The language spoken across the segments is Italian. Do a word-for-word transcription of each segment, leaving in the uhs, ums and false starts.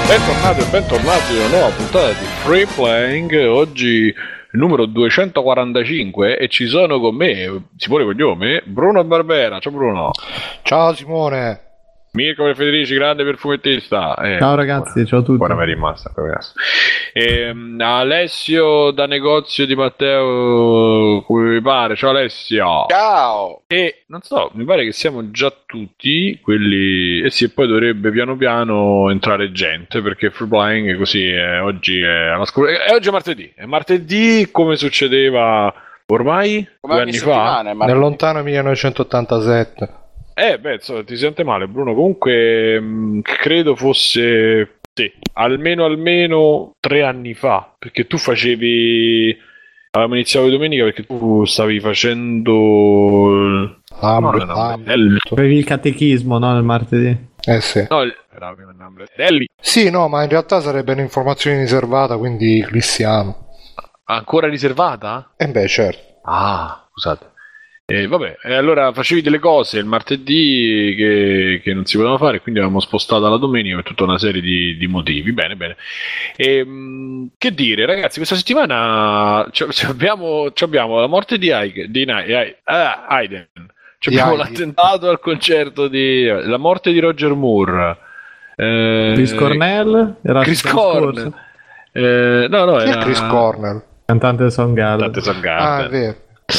Bentornati e bentornati a una nuova puntata di Free Playing. Oggi numero duecentoquarantacinque e ci sono con me, Simone Cognome, Bruno Barbera. Ciao Bruno. Ciao Simone. Mirko Federici, grande perfumettista. Eh, ciao ragazzi, buona, ciao a tutti. Buona mi è rimasta. E, Alessio da negozio di Matteo, come mi pare. Ciao Alessio. Ciao. E non so, mi pare che siamo già tutti quelli. Eh sì, e poi dovrebbe piano piano entrare gente, perché Free Playing così è, oggi è una scur- è oggi è martedì. È martedì come succedeva ormai come due anni fa. Nel lontano millenovecentottantasette. Eh, beh, insomma, ti sente male, Bruno. Comunque, mh, credo fosse, sì, almeno almeno tre anni fa, perché tu facevi, avevamo iniziato di domenica perché tu stavi facendo Hamlet, no, no, Hamlet. Avevi il catechismo, no, il martedì? Eh sì. No, era Delli. Sì, no, ma in realtà sarebbe un'informazione riservata, quindi clissiamo. Ancora riservata? Eh beh, certo. Ah, scusate. E vabbè, e allora facevi delle cose il martedì che, che non si potevano fare, quindi avevamo spostato alla domenica per tutta una serie di, di motivi. Bene, bene. E, mh, che dire, ragazzi, questa settimana c- c- abbiamo, c- abbiamo la morte di, Aiden, di I- ah, Aiden. C- abbiamo Di l'attentato al concerto di la morte di Roger Moore. Eh, Chris Cornell? Era Chris Cornell. Eh, no, no, Chi era è Chris Cornell? Cantante di Soundgarden. Cantante Soundgarden. Ah, è vero.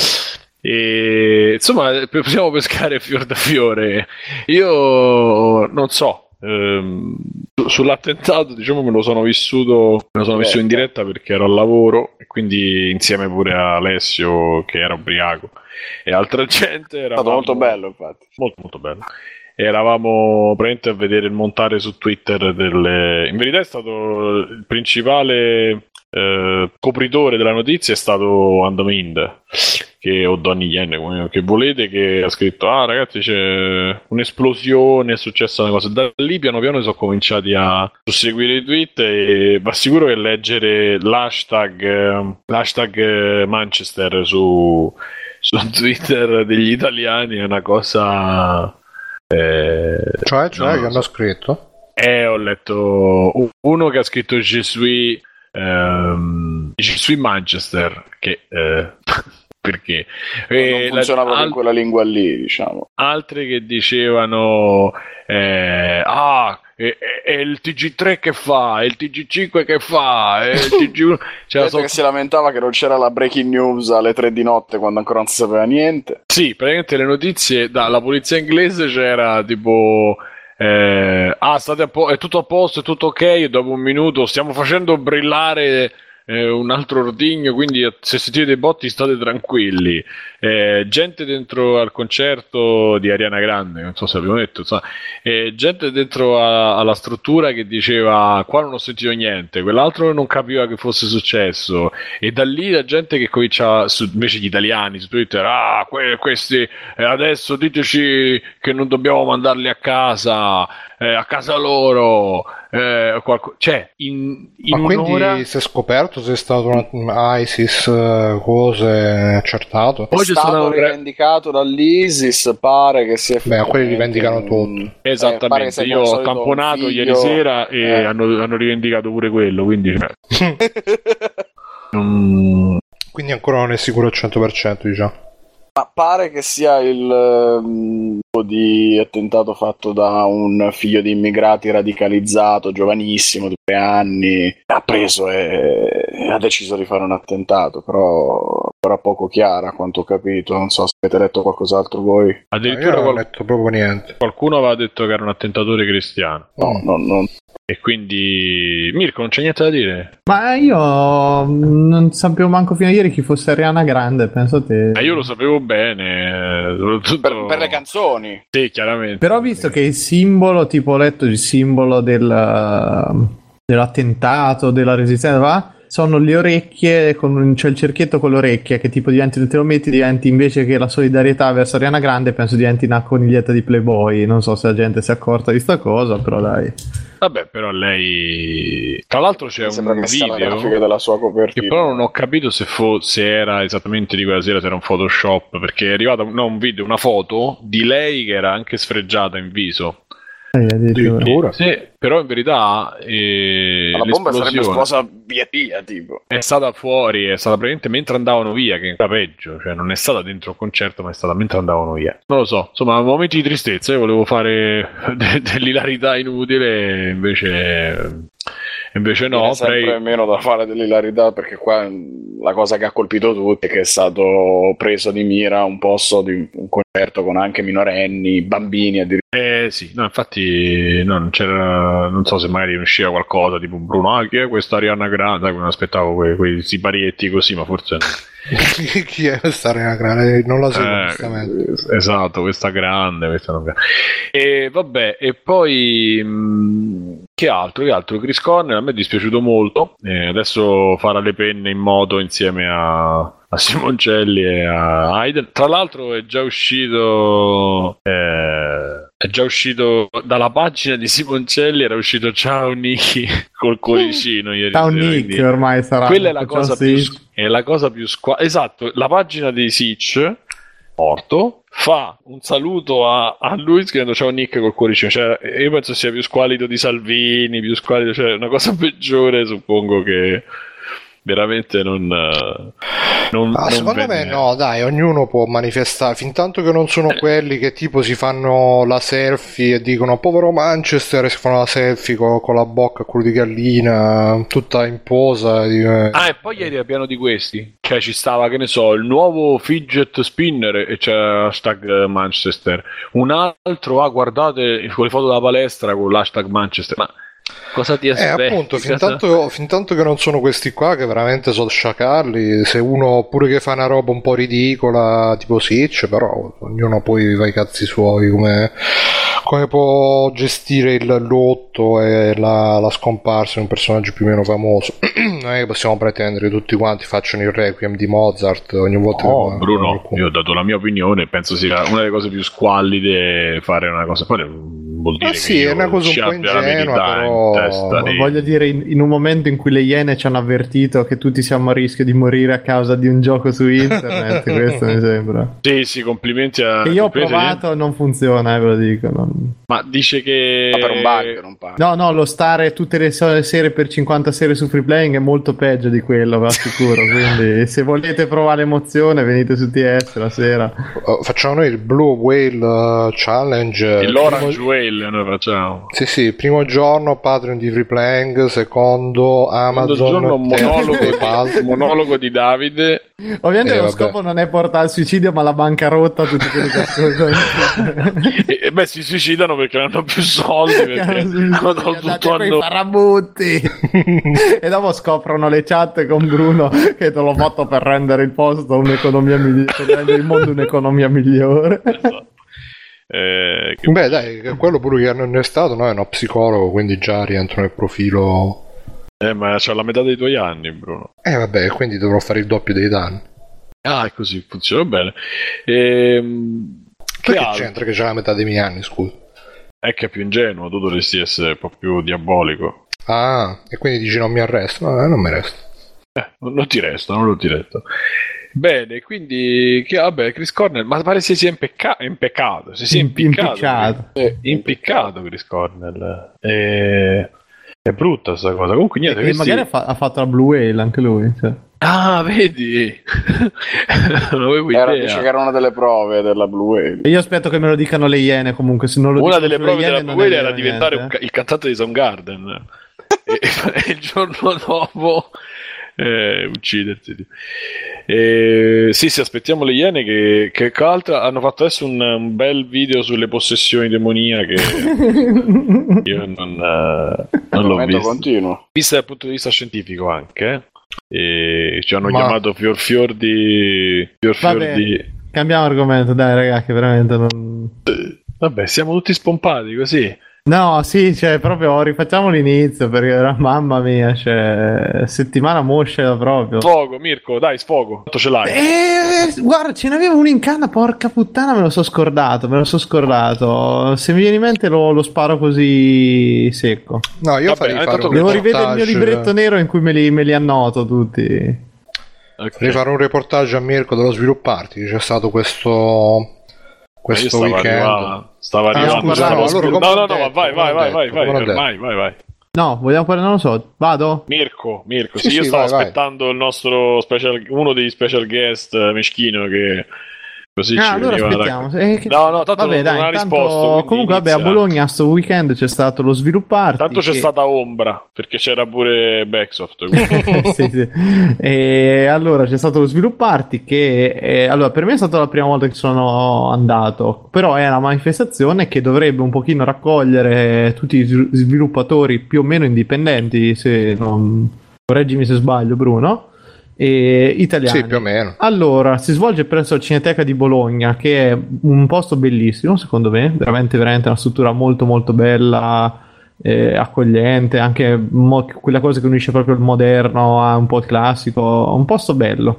E, insomma, possiamo pescare fior da fiore. Io non so, ehm, sull'attentato, diciamo, me lo sono vissuto, me lo sono vissuto in diretta perché ero al lavoro e quindi insieme pure a Alessio che era ubriaco e altra gente. Eravamo, è stato molto bello, infatti. Molto, molto bello. Eravamo praticamente a vedere il montare su Twitter delle. In verità è stato il principale eh, copritore della notizia è stato Andamind, che o Donny Yen, come che volete, che ha scritto: ah ragazzi, c'è un'esplosione, è successa una cosa. Da lì piano piano sono cominciati a seguire i tweet e vi assicuro che leggere l'hashtag eh, l'hashtag eh, Manchester su, su Twitter degli italiani è una cosa. Eh, Cioè, cioè, che so. hanno scritto? Eh, ho letto uno che ha scritto Je suis, ehm, Je suis Manchester, che eh, perché non funziona proprio al- in quella lingua lì, diciamo. altri che dicevano eh, ah è, è il T G tre che fa, è il T G cinque che fa, è il T G uno. Cioè, Gente so- che si lamentava che non c'era la breaking news alle tre di notte quando ancora non si sapeva niente. sì, praticamente le notizie dalla polizia inglese c'era tipo eh, ah state a po- è tutto a posto, è tutto ok, e dopo un minuto stiamo facendo brillare eh, un altro ordigno, quindi se sentite dei botti state tranquilli. Eh, gente dentro al concerto di Ariana Grande, non so se abbiamo detto, insomma, eh, gente dentro a- alla struttura che diceva qua non ho sentito niente, quell'altro non capiva che fosse successo, e da lì la gente che comincia su, invece gli italiani su Twitter, ah que- questi eh, adesso diteci che non dobbiamo mandarli a casa, eh, a casa loro, eh, qualco- cioè in, in Ma quindi un'ora si è scoperto se è stato una ISIS, eh, cose accertato? È Poi c'è stato stata una- rivendicato dall'ISIS, pare che sia Beh, quelli effettivamente rivendicano un- tutto. eh, pare che esattamente, sia io come al ho solito un tamponato figlio- ieri sera e eh. hanno, hanno rivendicato pure quello, quindi cioè, mm, Quindi ancora non è sicuro al cento per cento, diciamo. Ma pare che sia il ehm, tipo di attentato fatto da un figlio di immigrati radicalizzato, giovanissimo, di tre anni. Ha preso e ha deciso di fare un attentato, però ancora poco chiara, a quanto ho capito. Non so se avete letto qualcos'altro voi. Io addirittura non ho qual- letto proprio niente. qualcuno aveva detto che era un attentatore cristiano, No, Mm. no, no. e quindi Mirko non c'è niente da dire. Ma io non sapevo manco fino a ieri chi fosse Ariana Grande, pensate. Ma io lo sapevo bene, eh, soprattutto Per, per le canzoni. sì, chiaramente. Però ho visto che il simbolo, tipo ho letto il simbolo del, dell'attentato, della resistenza, va? Sono le orecchie, con, c'è il cerchietto con le orecchie che tipo diventi, te lo metti, diventi invece che la solidarietà verso Ariana Grande, penso diventi una coniglietta di Playboy. Non so se la gente si è accorta di sta cosa, però dai. Vabbè, però lei, tra l'altro c'è Mi sembra un che sia la grafica video della sua che copertina. però non ho capito se, fo- se era esattamente di quella sera, se era un Photoshop, perché è arrivata no, un video, una foto di lei che era anche sfregiata in viso. Eh, addirittura. Sì, però in verità eh, la bomba sarebbe l'esplosione esplosa via via, tipo. è stata fuori, è stata praticamente mentre andavano via, che era peggio, cioè non è stata dentro il concerto, ma è stata mentre andavano via. Non lo so, insomma, momenti di tristezza, io volevo fare de- dell'ilarità inutile, invece invece no, È sempre Prey... meno da fare dell'ilarità, perché qua la cosa che ha colpito tutti è che è stato preso di mira un posto di un concerto con anche minorenni, bambini addirittura. Eh sì, no, infatti no, non c'era, non so se magari usciva qualcosa tipo Bruno, ah, chi è questa Ariana Grande? Non aspettavo quei, quei siparietti così, ma forse no. Chi è questa Ariana Grande? Non la seguo, Eh, onestamente. esatto, questa grande, questa non grande. E vabbè, e poi mh, che altro? Che altro? Chris Cornell a me è dispiaciuto molto. Eh, adesso farà le penne in moto insieme a, a Simoncelli e a Hayden. Tra l'altro è già uscito eh, è già uscito dalla pagina di Simoncelli, era uscito ciao Nicky col cuoricino ieri Ciao sera, Nick, quindi ormai sarà. quella è la cosa più, Sitch. è la cosa più squa- esatto, la pagina di Sitch morto fa un saluto a, a lui scrivendo ciao Nick col cuoricino, cioè io penso sia più squalido di Salvini, più squalido, cioè una cosa peggiore, suppongo che veramente non, non, Ah, non secondo venne. me no, dai, ognuno può manifestare, fin tanto che non sono quelli che tipo si fanno la selfie e dicono povero Manchester, e si fanno la selfie con, con la bocca a culo di gallina, tutta in posa. E, eh. Ah, e poi ieri era pieno di questi, cioè ci stava, che ne so, il nuovo fidget spinner e c'è hashtag Manchester, un altro, ah guardate quelle foto della palestra con l'hashtag Manchester, ma cosa ti Eh, aspetti? appunto, fin Cosa- tanto, fin tanto che non sono questi qua che veramente sono sciacalli, se uno pure che fa una roba un po' ridicola, tipo Sitch, però ognuno poi va i cazzi suoi, come, come può gestire il lotto e la, la scomparsa di un personaggio più o meno famoso. Non è che possiamo pretendere che tutti quanti facciano il Requiem di Mozart ogni volta No, che Bruno, qualcuno- io ho dato la mia opinione, penso sia una delle cose più squallide fare una cosa, poi vuol dire Ah, che sì, io è una cosa un ci po' abbia la ingenua, verità però- in testa di- Voglio dire, in, in un momento in cui le Iene ci hanno avvertito che tutti siamo a rischio di morire a causa di un gioco su internet, questo mi sembra. Sì, sì, complimenti a... Che io ho complimenti a- provato, non funziona, eh, ve lo dico. non- Ma dice che... Ma per un bug, non parlo. No, no, lo stare tutte le so- sere per cinquanta sere su free playing è molto peggio di quello, vi assicuro. Quindi, se volete provare l'emozione, venite su T S la sera. Oh, facciamo noi il Blue Whale uh, Challenge. Il L'Orange Primo- Whale noi facciamo. Sì, sì, primo giorno Patreon di Free Playing, secondo Secondo Amazon, giorno un terzo monologo, PayPal. di, monologo di Davide. Ovviamente Eh, lo vabbè. scopo non è portare al suicidio, ma la bancarotta a tutti quelli che ascoltano. E, e beh, si suicidano perché non hanno più soldi, perché hanno tolto Andate tutto quei hanno... farabutti. E dopo scoprono le chat con Bruno che te l'ho fatto per rendere il posto un'economia migliore, per rendere il mondo un'economia migliore. Esatto. Eh, che- Beh, dai, che quello pure che hanno innestato, no, è uno psicologo, quindi già rientro nel profilo. eh, ma c'ha la metà dei tuoi anni, Bruno. Eh, vabbè, quindi dovrò fare il doppio dei danni. Ah, è così, funziona bene. Ehm, che Perché altro? c'entra che c'è la metà dei miei anni, scusa? È che è più ingenuo, tu dovresti essere un po' più diabolico. Ah, e quindi dici non mi arresto? No, eh, non mi arresto. Eh, non non ti resta, non ti resta. Bene, quindi, che, vabbè, Chris Cornell, ma pare si sia impecca- impeccato, si sia impiccato. Impiccato. Eh, impiccato Chris Cornell. Eh, è brutta sta cosa. Comunque niente, E questi- magari ha, fa- ha fatto la Blue Whale anche lui. Cioè. Ah, vedi? Non avevo Era, idea. dice che era una delle prove della Blue Whale. E io aspetto che me lo dicano le Iene comunque, se non lo Una dicono delle sulle prove Iene della non Blue Whale è era vero diventare niente, un ca- il cantante di Soundgarden e, e il giorno dopo eh, uccidersi. E, sì, sì, aspettiamo le Iene che, che tra l'altro hanno fatto adesso un, un bel video sulle possessioni demoniache. Io non, eh, non l'ho Momento visto. continuo. Visto dal punto di vista scientifico anche. eh, E ci hanno Ma- chiamato fior fior di fior fior Vabbè. di Cambiamo argomento, dai raga, che veramente non... vabbè, siamo tutti spompati così. No, sì, cioè, proprio rifacciamo l'inizio, perché era, mamma mia, cioè, settimana moscia proprio. Sfogo, Mirko, dai, sfogo. Quanto ce l'hai? Eh, guarda, ce n'avevo uno in canna, porca puttana, me lo so scordato, me lo so scordato. Se mi viene in mente lo, lo sparo così secco. No, io Vabbè, farei fare intanto un Devo rivedere il mio reportage- libretto nero in cui me li, me li annoto tutti. Ok. Farei fare un reportage a Mirko dello Svilupparti. C'è stato questo questo stavo weekend. Arriva, stavo Ah, arrivando. scusa, stavo no, sper- allora, no, no, no, detto, ma vai, vai, vai, vai, vai, vai, vai, vai, vai. No, vogliamo parlare, non lo so, vado? Mirko, Mirko, Sì, sì, io sì, stavo vai, aspettando vai. il nostro special, uno dei special guest eh, Meschino che così Ah, ci allora veniva aspettiamo. da... Eh, che... No, no, tanto vabbè, non, dai, non ha intanto, risposto. comunque, vabbè, a inizia. Bologna sto weekend c'è stato lo svilupparty. Tanto c'è che... stata Ombra, perché c'era pure Backsoft. sì, sì. E allora c'è stato lo svilupparty che eh, allora per me è stata la prima volta che sono andato, però è una manifestazione che dovrebbe un pochino raccogliere tutti i sviluppatori più o meno indipendenti, se non... correggimi se sbaglio Bruno, e italiani. Sì, più o meno. Allora, si svolge presso la Cineteca di Bologna, che è un posto bellissimo, secondo me, veramente, veramente una struttura molto molto bella, eh, accogliente, anche mo- quella cosa che unisce proprio il moderno a un po' il classico, un posto bello.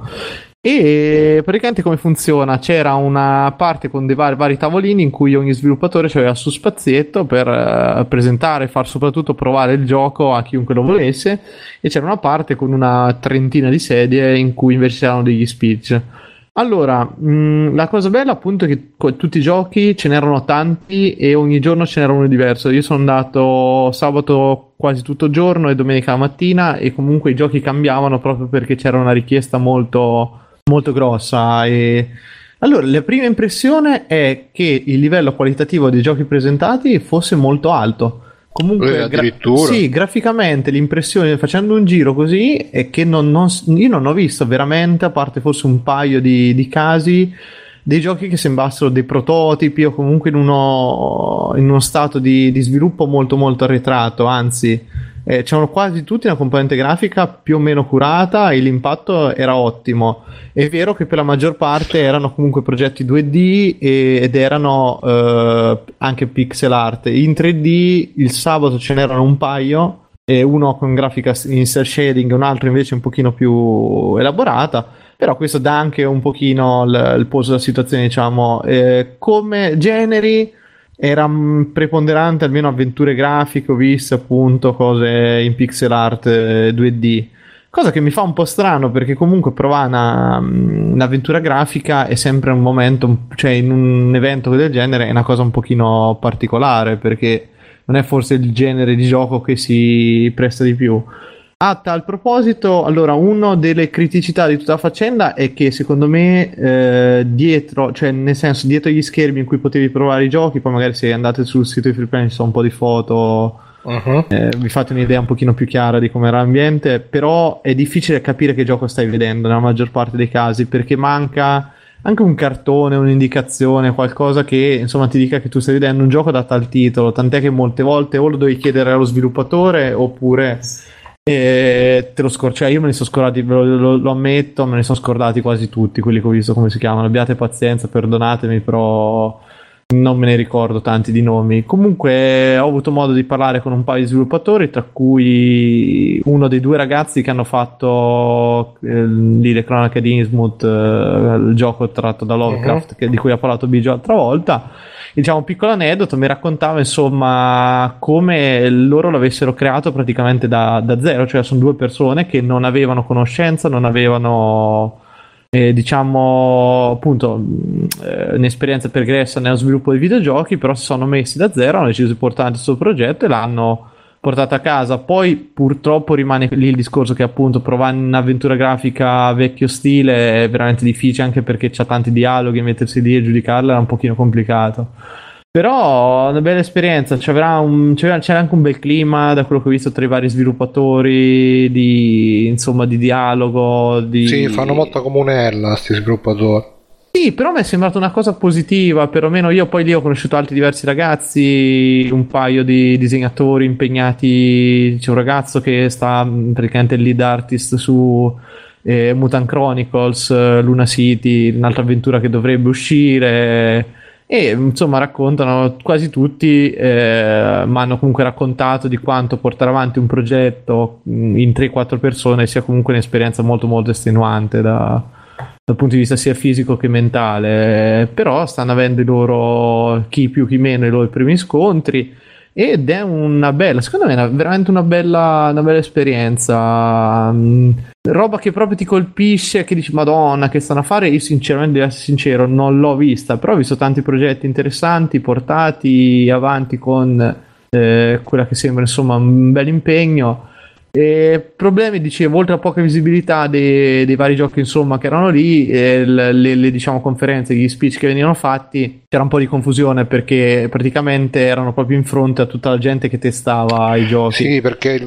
E praticamente come funziona? C'era una parte con dei vari, vari tavolini in cui ogni sviluppatore aveva il suo spazietto per uh, presentare e far soprattutto provare il gioco a chiunque lo volesse, e c'era una parte con una trentina di sedie in cui invece c'erano degli speech. Allora, mh, la cosa bella appunto è che co- tutti i giochi ce n'erano tanti e ogni giorno ce n'era uno diverso. Io sono andato sabato quasi tutto il giorno e domenica mattina, e comunque i giochi cambiavano proprio perché c'era una richiesta molto molto grossa. E allora la prima impressione è che il livello qualitativo dei giochi presentati fosse molto alto. Comunque Eh, addirittura. gra- sì, graficamente l'impressione facendo un giro così è che non, non, io non ho visto veramente, a parte forse un paio di, di casi, dei giochi che sembrassero dei prototipi o comunque in uno, in uno stato di, di sviluppo molto molto arretrato, anzi eh, c'erano quasi tutti una componente grafica più o meno curata e l'impatto era ottimo. È vero che per la maggior parte erano comunque progetti due D e, ed erano eh, anche pixel art. In tre D il sabato ce n'erano un paio, e uno con grafica in cel shading, un altro invece un pochino più elaborata. Però questo dà anche un pochino il, il polso della situazione, diciamo. Eh, come generi era preponderante almeno avventure grafiche, ho visto appunto cose in pixel art eh, due D, cosa che mi fa un po' strano perché comunque provare una, un'avventura grafica è sempre un momento, cioè in un evento del genere è una cosa un pochino particolare, perché non è forse il genere di gioco che si presta di più. A tal proposito, allora, una delle criticità di tutta la faccenda è che secondo me eh, dietro, cioè nel senso dietro gli schermi in cui potevi provare i giochi, poi magari se andate sul sito di FreePlay ci sono un po' di foto, uh-huh. eh, vi fate un'idea un pochino più chiara di come era l'ambiente, però è difficile capire che gioco stai vedendo nella maggior parte dei casi, perché manca anche un cartone, un'indicazione, qualcosa che insomma ti dica che tu stai vedendo un gioco da tal titolo, tant'è che molte volte o lo devi chiedere allo sviluppatore oppure e te lo scor- cioè io me ne sono scordati, lo, lo, lo ammetto, me ne sono scordati quasi tutti quelli che ho visto, come si chiamano, abbiate pazienza, perdonatemi, però non me ne ricordo tanti di nomi. Comunque ho avuto modo di parlare con un paio di sviluppatori, tra cui uno dei due ragazzi che hanno fatto eh, lì le cronache di Innsmouth, eh, il gioco tratto da Lovecraft, uh-huh. che, di cui ha parlato Biggio l'altra volta. Diciamo un piccolo aneddoto, mi raccontava insomma come loro l'avessero creato praticamente da, da zero, cioè sono due persone che non avevano conoscenza, non avevano eh, diciamo appunto eh, un'esperienza pregressa nello sviluppo di videogiochi, però si sono messi da zero, hanno deciso di portare il suo progetto e l'hanno portato a casa. Poi purtroppo rimane lì il discorso che appunto provare un'avventura grafica vecchio stile è veramente difficile, anche perché c'ha tanti dialoghi e mettersi lì e giudicarla era un pochino complicato. Però una bella esperienza, c'era, un, c'era, c'era anche un bel clima da quello che ho visto tra i vari sviluppatori, di insomma di dialogo, di... Sì, fanno molta comunella sti sviluppatori. Sì, però mi è sembrata una cosa positiva, perlomeno io poi lì ho conosciuto altri diversi ragazzi, un paio di disegnatori impegnati, c'è un ragazzo che sta praticamente il lead artist su eh, Mutant Chronicles, Luna City, un'altra avventura che dovrebbe uscire, e insomma raccontano quasi tutti, eh, ma hanno comunque raccontato di quanto portare avanti un progetto in tre quattro persone sia comunque un'esperienza molto molto estenuante da... dal punto di vista sia fisico che mentale, però stanno avendo i loro, chi più chi meno, i loro primi scontri, ed è una bella, secondo me è una, veramente una bella, una bella esperienza, mm, roba che proprio ti colpisce, che dici Madonna che stanno a fare. Io sinceramente, devo essere sincero, non l'ho vista, però ho visto tanti progetti interessanti portati avanti con eh, quella che sembra insomma un bel impegno. E problemi, dicevo, oltre a poca visibilità dei, dei vari giochi insomma che erano lì, e le, le, le diciamo conferenze, gli speech che venivano fatti, c'era un po' di confusione perché praticamente erano proprio in fronte a tutta la gente che testava i giochi. Sì, perché il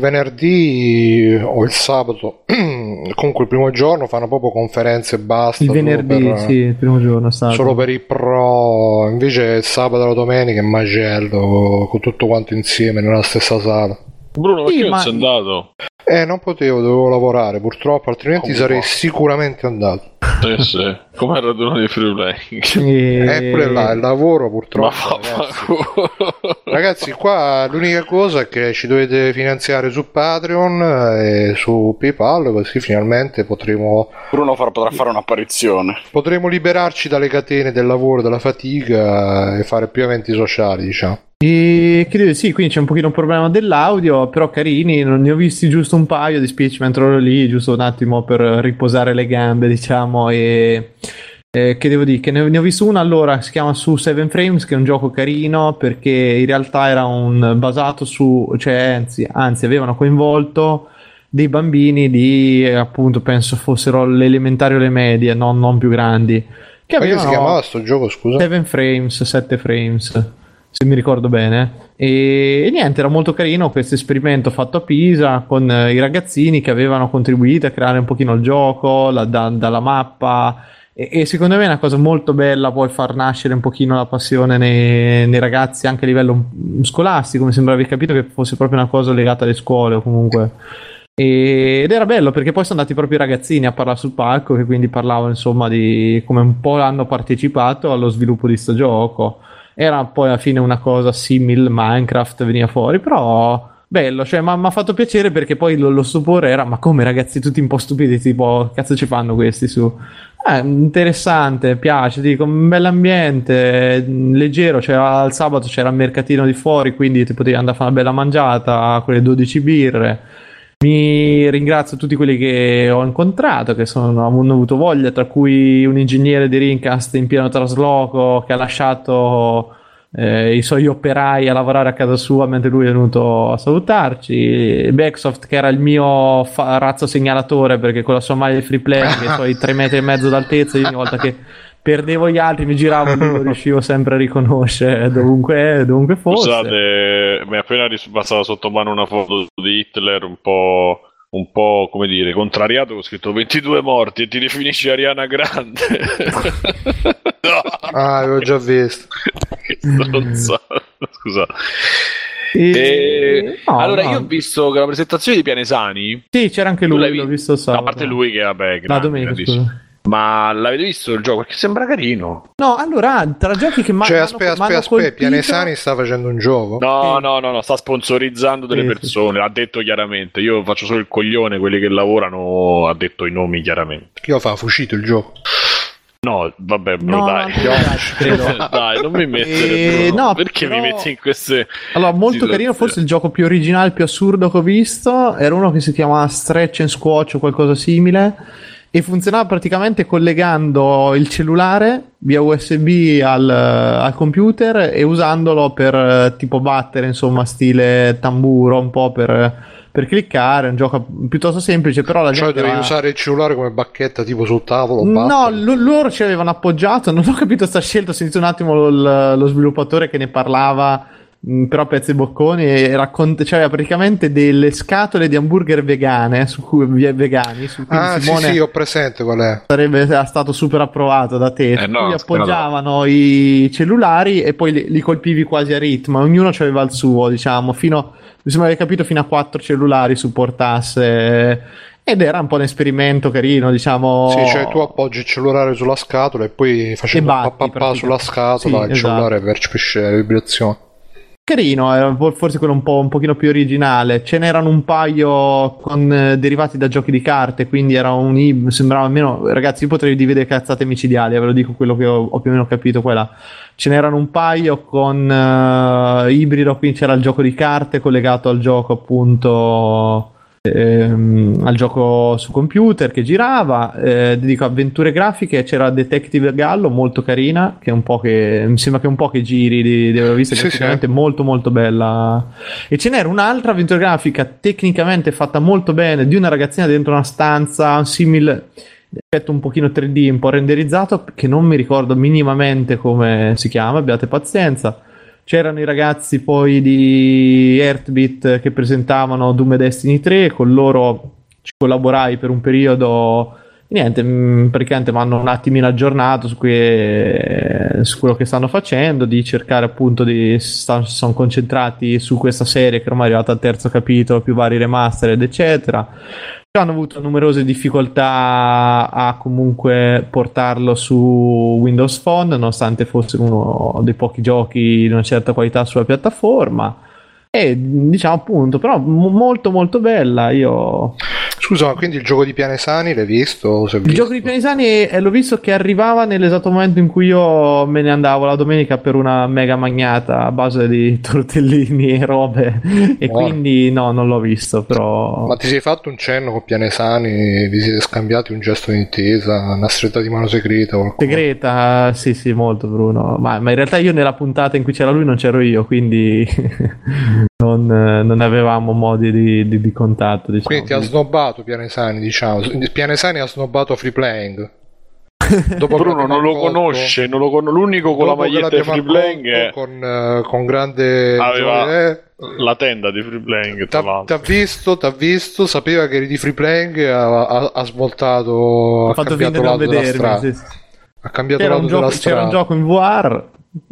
venerdì o il sabato, comunque il primo giorno fanno proprio conferenze e basta. Il venerdì, per, sì, il primo giorno è stato solo per i pro, invece il sabato e la domenica è macello con tutto quanto insieme nella stessa sala. Bruno, Sì, perché ma- non sei andato? Eh, non potevo, dovevo lavorare purtroppo, altrimenti Come sarei fa? sicuramente andato. Sì, sì. Come il raduno di free playing. E... Eppure là, il lavoro Ma purtroppo. fa, Ragazzi. fa... Ragazzi, qua l'unica cosa è che ci dovete finanziare su Patreon e su PayPal, così finalmente potremo, Bruno far- potrà fare un'apparizione. potremo liberarci dalle catene del lavoro, dalla fatica e fare più eventi sociali, diciamo. E che dire, sì, quindi c'è un pochino un problema dell'audio, però carini, non ne ho visti giusto un paio di speech mentre ero lì, giusto un attimo per riposare le gambe, diciamo, e eh, che devo dire, che ne, ne ho visto una allora, si chiama Su Seven Frames, che è un gioco carino, perché in realtà era un basato su, cioè anzi, anzi avevano coinvolto dei bambini di, eh, appunto, penso fossero le elementari o le medie, non, non più grandi, che Ma che si avevano chiamava sto gioco, scusa? Seven Frames, sette frames, se mi ricordo bene. E, e niente, era molto carino questo esperimento fatto a Pisa con eh, i ragazzini che avevano contribuito a creare un pochino il gioco la- da- dalla mappa, e, e secondo me è una cosa molto bella poi far nascere un pochino la passione nei, nei ragazzi anche a livello mm, scolastico. Mi sembra aver capito che fosse proprio una cosa legata alle scuole o comunque. E- ed era bello perché poi sono andati proprio i ragazzini a parlare sul palco, che quindi parlavano insomma di come un po' hanno partecipato allo sviluppo di sto gioco. Era poi alla fine una cosa simile Minecraft, veniva fuori, però bello, cioè mi ha fatto piacere perché poi lo, lo stupore era ma come ragazzi tutti un po' stupidi, tipo cazzo ci fanno questi su. Eh, interessante, piace, dico, un bell'ambiente, leggero, cioè al sabato c'era il mercatino di fuori, quindi ti potevi andare a fare una bella mangiata, quelle dodici birre. Mi ringrazio tutti quelli che ho incontrato, che sono, hanno avuto voglia, tra cui un ingegnere di Rincast in pieno trasloco che ha lasciato eh, i suoi operai a lavorare a casa sua mentre lui è venuto a salutarci. Backsoft, che era il mio fa- razzo segnalatore, perché con la sua maglia di free play, che so, i tre metri e mezzo d'altezza, io ogni volta che perdevo gli altri mi giravo e lui lo riuscivo sempre a riconoscere dovunque, dovunque fosse. Scusate, mi è appena passata sotto mano una foto di Hitler un po', un po', come dire, contrariato, con scritto ventidue morti e ti definisci Ariana Grande. No. Ah, avevo già visto. Che stronzata. Scusa. E- E- no, allora, no. io ho visto che la presentazione di Pianesani. Sì, c'era anche Tu l'hai lui, l'ho vi- visto il no, sabato. a parte lui che vabbè, La grande, domenica, grandissimo. scusa. Ma l'avete visto il gioco? Perché sembra carino. No, allora, tra giochi che mi Cioè, hanno- aspetta, m'hanno aspetta, aspetta, colpito- Pianesani sta facendo un gioco? No, Sì. no, no, no, sta sponsorizzando delle Sì, sì. persone, l'ha detto chiaramente. Io faccio solo il coglione, quelli che lavorano, ha detto i nomi chiaramente. Chi lo fa? Fucito il gioco? No, vabbè, bro, No, dai. no, ragazzi, credo. Dai, non mi mettere, Eh, Bruno. no, Perché però- mi metti in queste... Allora, molto situazioni? carino, forse il gioco più originale, più assurdo che ho visto era uno che si chiamava Stretch and Squatch o qualcosa simile, e funzionava praticamente collegando il cellulare via U S B al, al computer e usandolo per eh, tipo battere, insomma, stile tamburo, un po' per, per cliccare. Un gioco piuttosto semplice, però la Cioè gente devi era- usare il cellulare come bacchetta tipo sul tavolo? No, battere? lo- loro ci avevano appoggiato, non ho capito sta scelta, ho sentito un attimo lo, lo sviluppatore che ne parlava, mh, però a pezzi bocconi, e raccont- cioè aveva praticamente delle scatole di hamburger vegane, su cui, vegani, su cui Ah, sì, Simone sì, ho presente qual è. sarebbe stato super approvato da te. Eh, no, Cui spero no. appoggiavano i cellulari e poi li, li colpivi quasi a ritmo, ognuno aveva il suo, diciamo, fino, mi sembra di aver capito, fino a quattro cellulari supportasse. Ed era un po' un esperimento carino, diciamo. Sì, cioè tu appoggi il cellulare sulla scatola e poi facendo E batti, papà sulla praticamente. scatola Sì, il esatto. cellulare percepisce le vibrazioni. Carino, era forse quello un po' un pochino più originale. Ce n'erano un paio con eh, derivati da giochi di carte, quindi era un ib- sembrava almeno, ragazzi, io potrei dividere cazzate micidiali, ve lo dico quello che ho, ho più o meno capito quella. Ce n'erano un paio con uh, ibrido, quindi c'era il gioco di carte collegato al gioco appunto ehm, al gioco su computer che girava, eh, dico avventure grafiche, c'era Detective Gallo molto carina, che è un po' che mi sembra che un po' che giri di, di aver visto, Sì, effettivamente sì. molto molto bella. E ce n'era un'altra avventura grafica tecnicamente fatta molto bene, di una ragazzina dentro una stanza, un simile effetto un pochino tre D, un po' renderizzato, che non mi ricordo minimamente come si chiama, abbiate pazienza. C'erano i ragazzi poi di Heartbeat che presentavano Doom e Destiny tre, con loro ci collaborai per un periodo. Niente, mh, praticamente mi hanno un attimino aggiornato su, que- su quello che stanno facendo, di cercare appunto di sta- sono concentrati su questa serie che ormai è arrivata al terzo capitolo, più vari remastered eccetera. Hanno avuto numerose difficoltà a comunque portarlo su Windows Phone, nonostante fosse uno dei pochi giochi di una certa qualità sulla piattaforma. E diciamo appunto, però m- molto molto bella. Io Scusa, ma quindi il gioco di Pianesani l'hai visto? O se hai il visto? gioco di Pianesani eh, l'ho visto che arrivava nell'esatto momento in cui io me ne andavo la domenica per una mega magnata a base di tortellini e robe, e Buono. quindi no, non l'ho visto, però Ma ti sei fatto un cenno con Pianesani? Vi siete scambiati un gesto d'intesa? Una stretta di mano segreta? Qualcosa? segreta, sì sì, molto Bruno, ma, ma in realtà io nella puntata in cui c'era lui non c'ero io, quindi non, non avevamo modi di, di, di contatto, diciamo. Quindi ti ha snobbato Pianesani, diciamo. Pianesani ha snobbato Free Playing. Dopo che Bruno non lo l'abbiamo conosce, non lo con- l'unico con la dopo che maglietta di l'abbiamo Free Playing accolto è con, eh, con grande Aveva- gioia, eh, la tenda di Free Playing, tra T'ha, l'altro. t'ha visto, t'ha visto, sapeva che eri di Free Playing, ha, ha, ha svoltato, Ho ha fatto cambiato finta di non lato della vedermi, strada. sì, sì. Ha cambiato C'era lato un, della gioco, c'era un strada. gioco in V R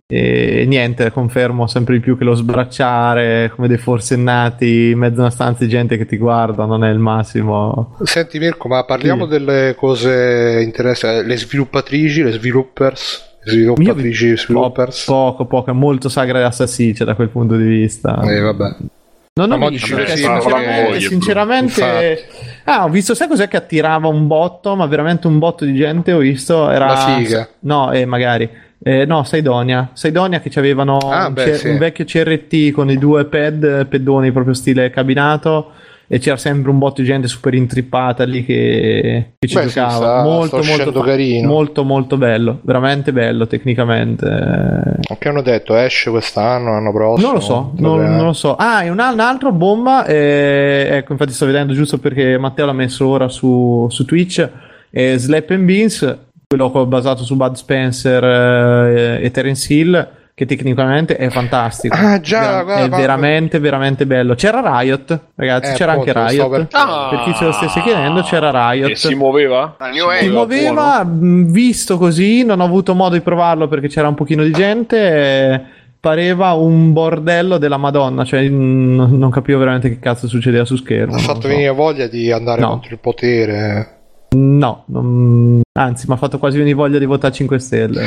e niente, confermo sempre di più che lo sbracciare come dei forsennati in mezzo a una stanza di gente che ti guarda non è il massimo. Senti Mirko, ma parliamo Sì. delle cose interessanti, le sviluppatrici, le sviluppers, le sviluppatrici, Io- sviluppers. Po- poco, poco, è molto sagra e assassiccia da quel punto di vista. Eh, vabbè. Non ho Ma mo visto, dici perché sì, sinceramente, perché- sinceramente ah, ho visto, sai cos'è che attirava un botto, ma veramente un botto di gente ho visto, era La figa. no, eh, magari eh, no, Saidonia Saidonia che avevano Ah, un, beh, C- sì. un vecchio C R T con i due pad pedoni proprio stile cabinato, e c'era sempre un botto di gente super intrippata lì che, che ci Beh, sì, giocava. sta- sta molto uscendo molto carino. molto molto bello, veramente bello tecnicamente. Che hanno detto? Esce quest'anno, l'anno prossimo? Non lo so, Dove non, è? non lo so. Ah, e un, un altro bomba, eh, ecco, infatti sto vedendo giusto perché Matteo l'ha messo ora su, su Twitch, eh, Slap and Beans, quello basato su Bud Spencer eh, e Terence Hill, che tecnicamente è fantastico. Ah, già, Vera- guarda, è ma- veramente veramente bello. C'era Riot, ragazzi, Eh, c'era appunto, anche stavo Riot. per- Ah! Per chi se lo stesse chiedendo, c'era Riot. E si muoveva? Ah, New Si Si Age. muoveva, mh, visto così, non ho avuto modo di provarlo perché c'era un pochino di gente, eh, pareva un bordello della Madonna, cioè mh, non capivo veramente che cazzo succedeva su schermo. Ha non fatto lo so. venire voglia di andare No. contro il potere. No, non- anzi mi ha fatto quasi venire voglia di votare cinque Stelle.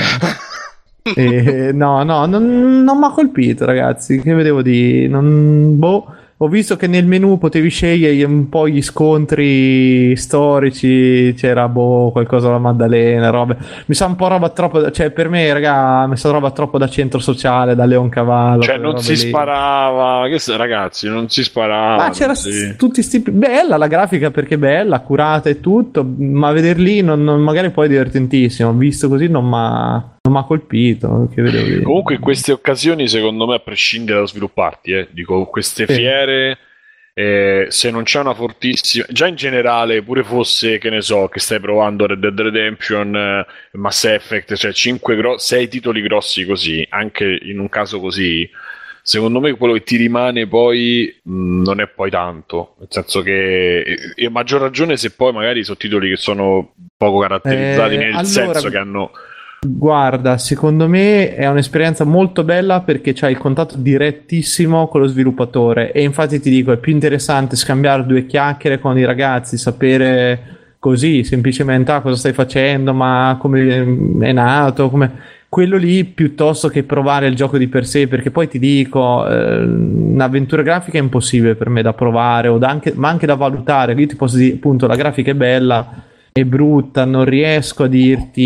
E, no, no, non, non mi ha colpito, ragazzi. Che vedevo di. Non, boh. Ho visto che nel menu potevi scegliere un po' gli scontri storici. C'era boh, qualcosa alla Maddalena, robe. Mi sa un po' roba troppo. Cioè, per me, raga, mi sa roba troppo da centro sociale, da Leoncavallo. Cioè, quelle non robe si lì. sparava. Che se- ragazzi, non si sparava. Ma c'era non si- s- tutti sti. Bella la grafica perché è bella, accurata e tutto. Ma vederli non, non- magari poi è divertentissimo. Visto così non m'ha non m'ha colpito. Che vedevo lì. Comunque in queste occasioni, secondo me, a prescindere da svilupparti, eh, dico, queste Sì. fiere, eh, se non c'è una fortissima, già in generale, pure fosse, che ne so, che stai provando Red Dead Redemption, eh, Mass Effect, cioè cinque sei titoli grossi così, anche in un caso così, secondo me quello che ti rimane poi mh, non è poi tanto, nel senso che, e, e a maggior ragione se poi magari sono titoli che sono poco caratterizzati, Eh, nel allora- senso che hanno... Guarda, secondo me è un'esperienza molto bella perché c'hai il contatto direttissimo con lo sviluppatore, e infatti ti dico, è più interessante scambiare due chiacchiere con i ragazzi, sapere così semplicemente ah, cosa stai facendo, ma come è nato, come... quello lì piuttosto che provare il gioco di per sé, perché poi ti dico, eh, un'avventura grafica è impossibile per me da provare, o da anche, ma anche da valutare. Io ti posso dire, appunto, la grafica è bella, è brutta, non riesco a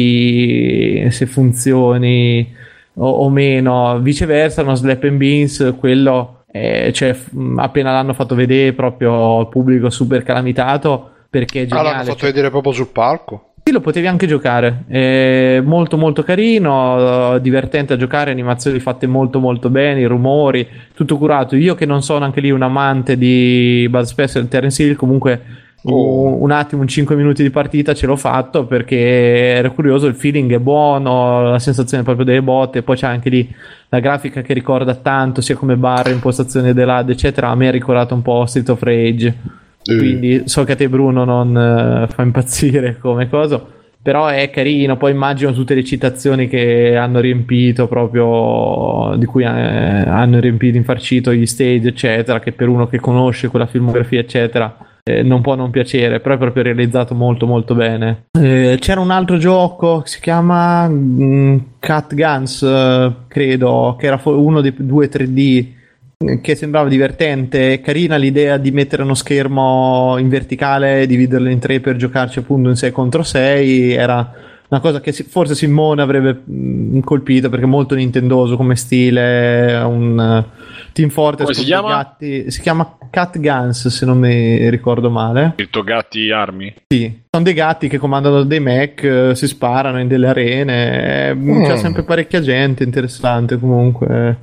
dirti se funzioni o, o meno. Viceversa, uno Slap and Beans, quello è, cioè, appena l'hanno fatto vedere proprio il pubblico super calamitato, perché è geniale. Ah, l'hanno fatto cioè, vedere proprio sul palco? Sì, lo potevi anche giocare, è molto molto carino, divertente a giocare, animazioni fatte molto molto bene, i rumori, tutto curato. Io che non sono anche lì un amante di Bud Spencer e Terence Hill, comunque Oh. un attimo, un cinque minuti di partita ce l'ho fatto perché ero curioso, il feeling è buono, la sensazione proprio delle botte, poi c'è anche lì la grafica che ricorda tanto, sia come barre, impostazione dell'A D eccetera. A me ha ricordato un po' Street of Rage. Quindi so che a te Bruno non uh, fa impazzire come cosa, però è carino. Poi immagino tutte le citazioni che hanno riempito proprio, di cui eh, hanno riempito, infarcito gli stage eccetera, che per uno che conosce quella filmografia eccetera eh, non può non piacere, però è proprio realizzato molto molto bene. Eh, c'era un altro gioco che si chiama mh, Cat Guns, eh, credo, che era uno dei due tre D, che sembrava divertente, carina l'idea di mettere uno schermo in verticale, dividerlo in tre per giocarci appunto in sei contro sei. Era una cosa che forse Simone avrebbe mh, colpito, perché è molto nintendoso come stile, un uh, Team Fortress. Come si chiama? Gatti, si chiama Cat Guns, se non mi ricordo male. Scritto Gatti Armi? Sì, sono dei gatti che comandano dei mech, uh, si sparano in delle arene, mm. c'è sempre parecchia gente, interessante comunque.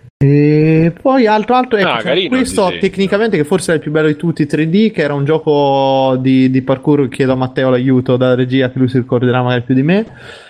E poi altro altro ecco, ah, cioè, questo tecnicamente che forse è il più bello di tutti tre D, che era un gioco di, di parkour. Chiedo a Matteo l'aiuto dalla regia, che lui si ricorderà magari più di me,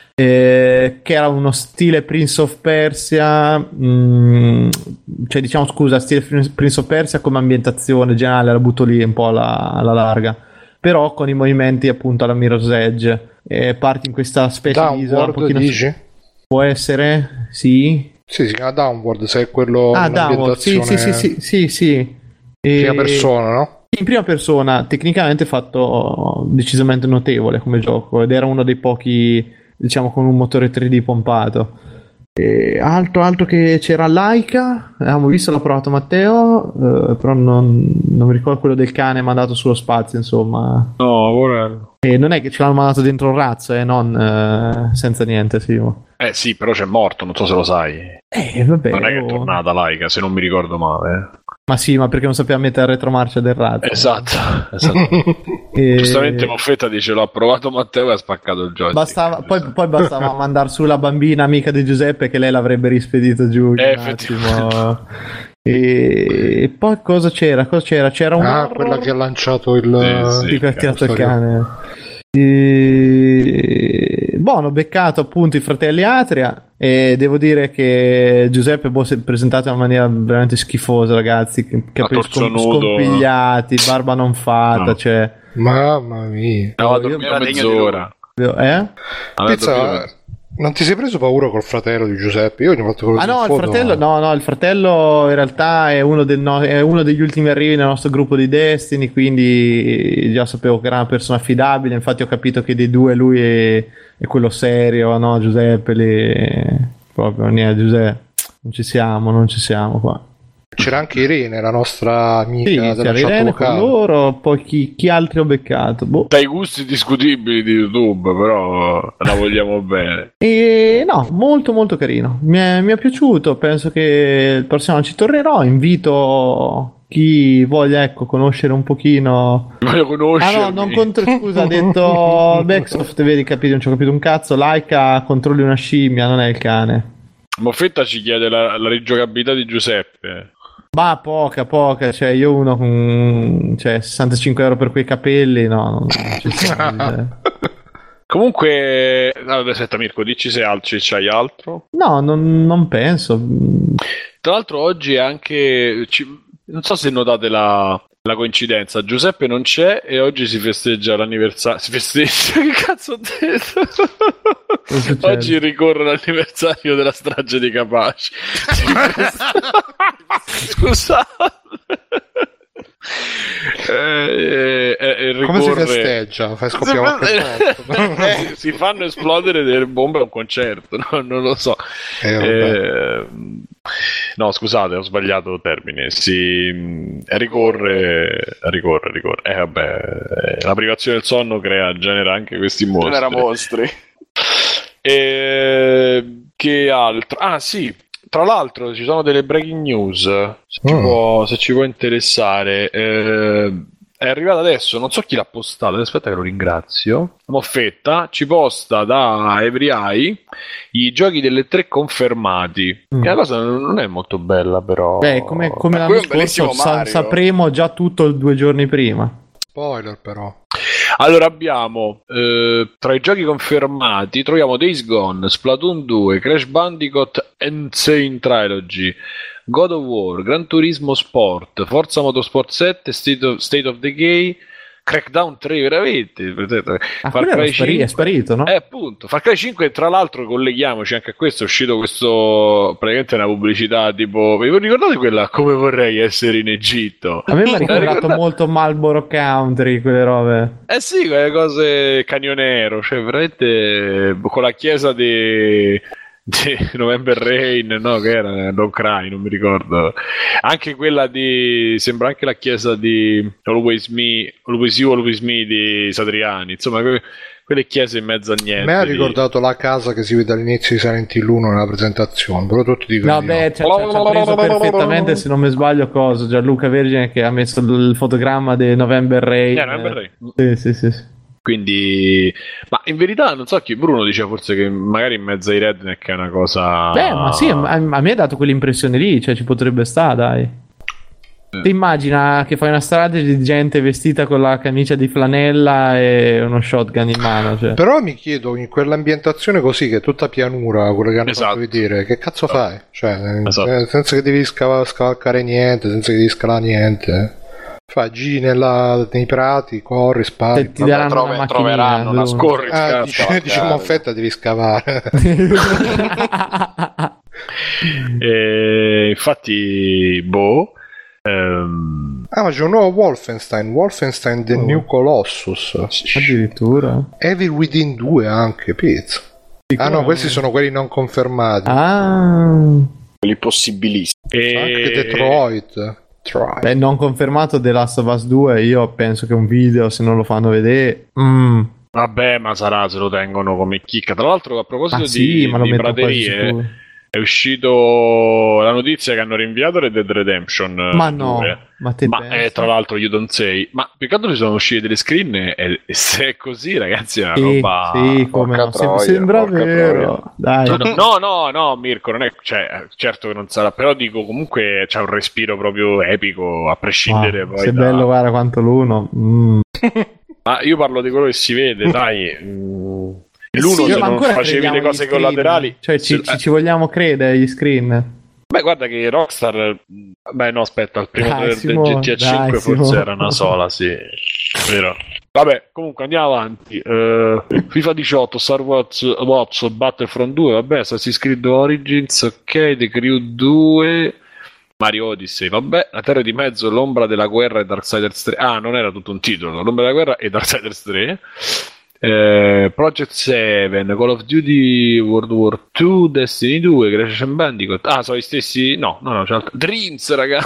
eh, che era uno stile Prince of Persia, mh, cioè diciamo scusa stile Prince of Persia come ambientazione generale, la butto lì un po' alla, alla larga, però con i movimenti appunto alla Mirror's Edge, e parti in questa specie Downward, di isola un pochino dici? Può essere, sì. Sì, si chiama Downward, se è quello ah, Downward, sì, sì, sì, sì, sì, sì. In prima persona, no? In prima persona, tecnicamente fatto decisamente notevole come gioco, ed era uno dei pochi, diciamo, con un motore tre D pompato. E altro, altro che c'era Laika, abbiamo visto, l'ha provato Matteo, eh, però non, non mi ricordo quello del cane mandato sullo spazio, insomma. No, vorrei. E non è che ce l'hanno mandato dentro un razzo, eh, non eh, senza niente, Simo. Eh sì, però c'è morto, non so se lo sai. Eh, vabbè. Non è che è oh. tornata Laika, se non mi ricordo male. Ma sì, ma perché non sapeva mettere retromarcia del razzo. Esatto, esatto. E... Giustamente Moffetta dice l'ha provato Matteo e ha spaccato il joystick. Bastava, poi, poi bastava mandare su la bambina amica di Giuseppe, che lei l'avrebbe rispedito giù. Eh, un attimo. E poi cosa c'era? Cosa c'era? C'era un ah, horror... quella che ha lanciato il sì, sì, che ha tirato il cane. E... buono, beccato appunto i fratelli Atria, e devo dire che Giuseppe boh, si è presentato in una maniera veramente schifosa, ragazzi, capelli scom- scompigliati, barba non fatta, no. Cioè mamma mia, no, io mezz'ora eh? Pizza, non ti sei preso paura col fratello di Giuseppe? Io ogni volta quello ah no, il foto, fratello no, no, il fratello in realtà è uno, del no- è uno degli ultimi arrivi nel nostro gruppo di Destiny, quindi già sapevo che era una persona affidabile, infatti ho capito che dei due lui è, è quello serio, no? Giuseppe le... proprio niente, Giuseppe, non ci siamo, non ci siamo qua. C'era anche Irene, la nostra amica, sì, della chat Irene locale. Con loro, poi chi, chi altri ho beccato? Boh. Dai gusti discutibili di YouTube, però la vogliamo bene. E no, molto molto carino, mi è, mi è piaciuto, penso che il prossimo anno ci tornerò, invito chi voglia, ecco, conoscere un pochino. Voglio conoscermi. Ah no, non contro... scusa, ha detto Backsoft, vedi, capito, non ci ho capito un cazzo, Laika controlli una scimmia, non è il cane. Moffetta ci chiede la, la rigiocabilità di Giuseppe. Ma poca, poca, cioè io uno con cioè, sessantacinque euro per quei capelli, no, non ci siamo. Comunque, aspetta Mirko, dici se altri c'hai altro? No, non, non penso. Tra l'altro oggi è anche, ci, non so se notate la, la coincidenza, Giuseppe non c'è e oggi si festeggia l'anniversario, si festeggia, che cazzo ho detto? Oggi ricorre l'anniversario della strage di Capaci. Scusate. Eh, eh, eh, come si ricorre... festeggia, fai scoppiare qualche bomba. si, si fanno esplodere delle bombe a un concerto, no? Non lo so. Eh, eh, no, scusate, ho sbagliato il termine. Si ricorre, ricorre, ricorre. Eh, vabbè, la privazione del sonno crea, genera anche questi mostri. Genera mostri. E... che altro? Ah, sì. Tra l'altro ci sono delle breaking news, se ci, mm. può, se ci può interessare. Eh, è arrivata adesso, non so chi l'ha postato, aspetta che lo ringrazio. Moffetta ci posta da Every Eye i giochi delle tre confermati. Mm. Che la cosa non è molto bella, però. Beh, come, come Ma l'anno qui è un scorso bellissimo sa- Mario. sapremo già tutto due giorni prima. Spoiler però. Allora abbiamo eh, tra i giochi confermati troviamo Days Gone, Splatoon due, Crash Bandicoot Insane Trilogy, God of War, Gran Turismo Sport, Forza Motorsport sette, State of, State of Decay, Crackdown tre, veramente. Ah, quello era spari- è sparito, no? Eh, appunto. Far Cry cinque, tra l'altro, colleghiamoci anche a questo, è uscito questo, praticamente una pubblicità tipo, vi ricordate quella Come vorrei essere in Egitto? A me mi ha ricordato ricordate? molto Marlboro Country, quelle robe. Eh sì, quelle cose Canionero, cioè veramente con la chiesa di, di November Rain, no, che era Don't Cry, non mi ricordo. Anche quella di, sembra anche la chiesa di Always Me, Always You, Always Me di Satriani, insomma, que- quelle chiese in mezzo a niente. A me ha di- ricordato la casa che si vede all'inizio di Silent Hill uno nella presentazione, però tutti dicono No, di beh, no. ci ha ci ha preso perfettamente, se non mi sbaglio, cosa Gianluca Vergine che ha messo il fotogramma di November Rain. Eh, November Rain. Sì, sì, sì, sì. Quindi, ma in verità non so chi, Bruno diceva forse che magari in mezzo ai redneck è una cosa. Beh, ma sì, a, a me ha dato quell'impressione lì, cioè ci potrebbe stare, dai. Ti immagina che fai una strada di gente vestita con la camicia di flanella e uno shotgun in mano, cioè. Però mi chiedo, in quell'ambientazione così, che è tutta pianura, quello che hanno Esatto. fatto vedere, che cazzo fai? Cioè, Esatto. eh, senza che devi scav- scavalcare niente, senza che devi scalare niente. Fai, giri nella- nei prati, corri, spari. Se ti vabbè. daranno trove- una macchinina, troveranno una Bruno. Corri, Ah, scappa, dice, dice scavalcare. Moffetta devi scavare. E infatti, boh. ehm, Ah, ma c'è un nuovo Wolfenstein, Wolfenstein The Oh. New Colossus. Addirittura. Evil Within due anche, pizza. Ah no, questi sono quelli non confermati. Ah, Quelli possibilissimi. e... Anche Detroit. Detroit. beh, non confermato The Last of Us due. Io penso che un video, se non lo fanno vedere, mm. Vabbè, ma sarà se lo tengono come chicca. Tra l'altro, a proposito ah, di, sì, ma lo di metto quasi praterie, sicuro. è uscito la notizia che hanno rinviato Red Dead Redemption Ma no, due. ma te Ma pensi? eh, tra l'altro You Don't Say, ma più che altro ci sono uscite delle screen e, e se è così, ragazzi, è una Sì, roba. sì, come porca no. Sem- troia, sembra porca vero. Dai. No, no, no, no, Mirko, non è, cioè, certo che non sarà, però dico comunque c'è un respiro proprio epico, a prescindere Ah, poi se è da... bello, guarda quanto l'uno. Mm. Ma io parlo di quello che si vede, dai. mm, L'uno Sì, se ma non ancora facevi crediamo le agli cose screen. collaterali. Cioè, ci, se- ci, ci vogliamo credere agli screen. Beh, guarda che Rockstar. Beh, no, aspetta, il primo Dai, trailer del Simone, G T A dai, cinque forse Simone. era una sola, sì. Vero. Vabbè, comunque andiamo avanti. Eh, FIFA diciotto, Star Wars, Wars Battlefront due, vabbè, Assassin's Creed Origins, ok, The Crew due, Mario Odyssey, vabbè, La Terra di Mezzo, L'Ombra della Guerra e Darksiders tre. Ah, non era tutto un titolo, L'Ombra della Guerra e Darksiders tre. Eh, Project sette, Call of Duty World War due, Destiny due, Crash Bandicoot. Ah, sono gli stessi. No, no, no, c'è altro. Dreams, raga.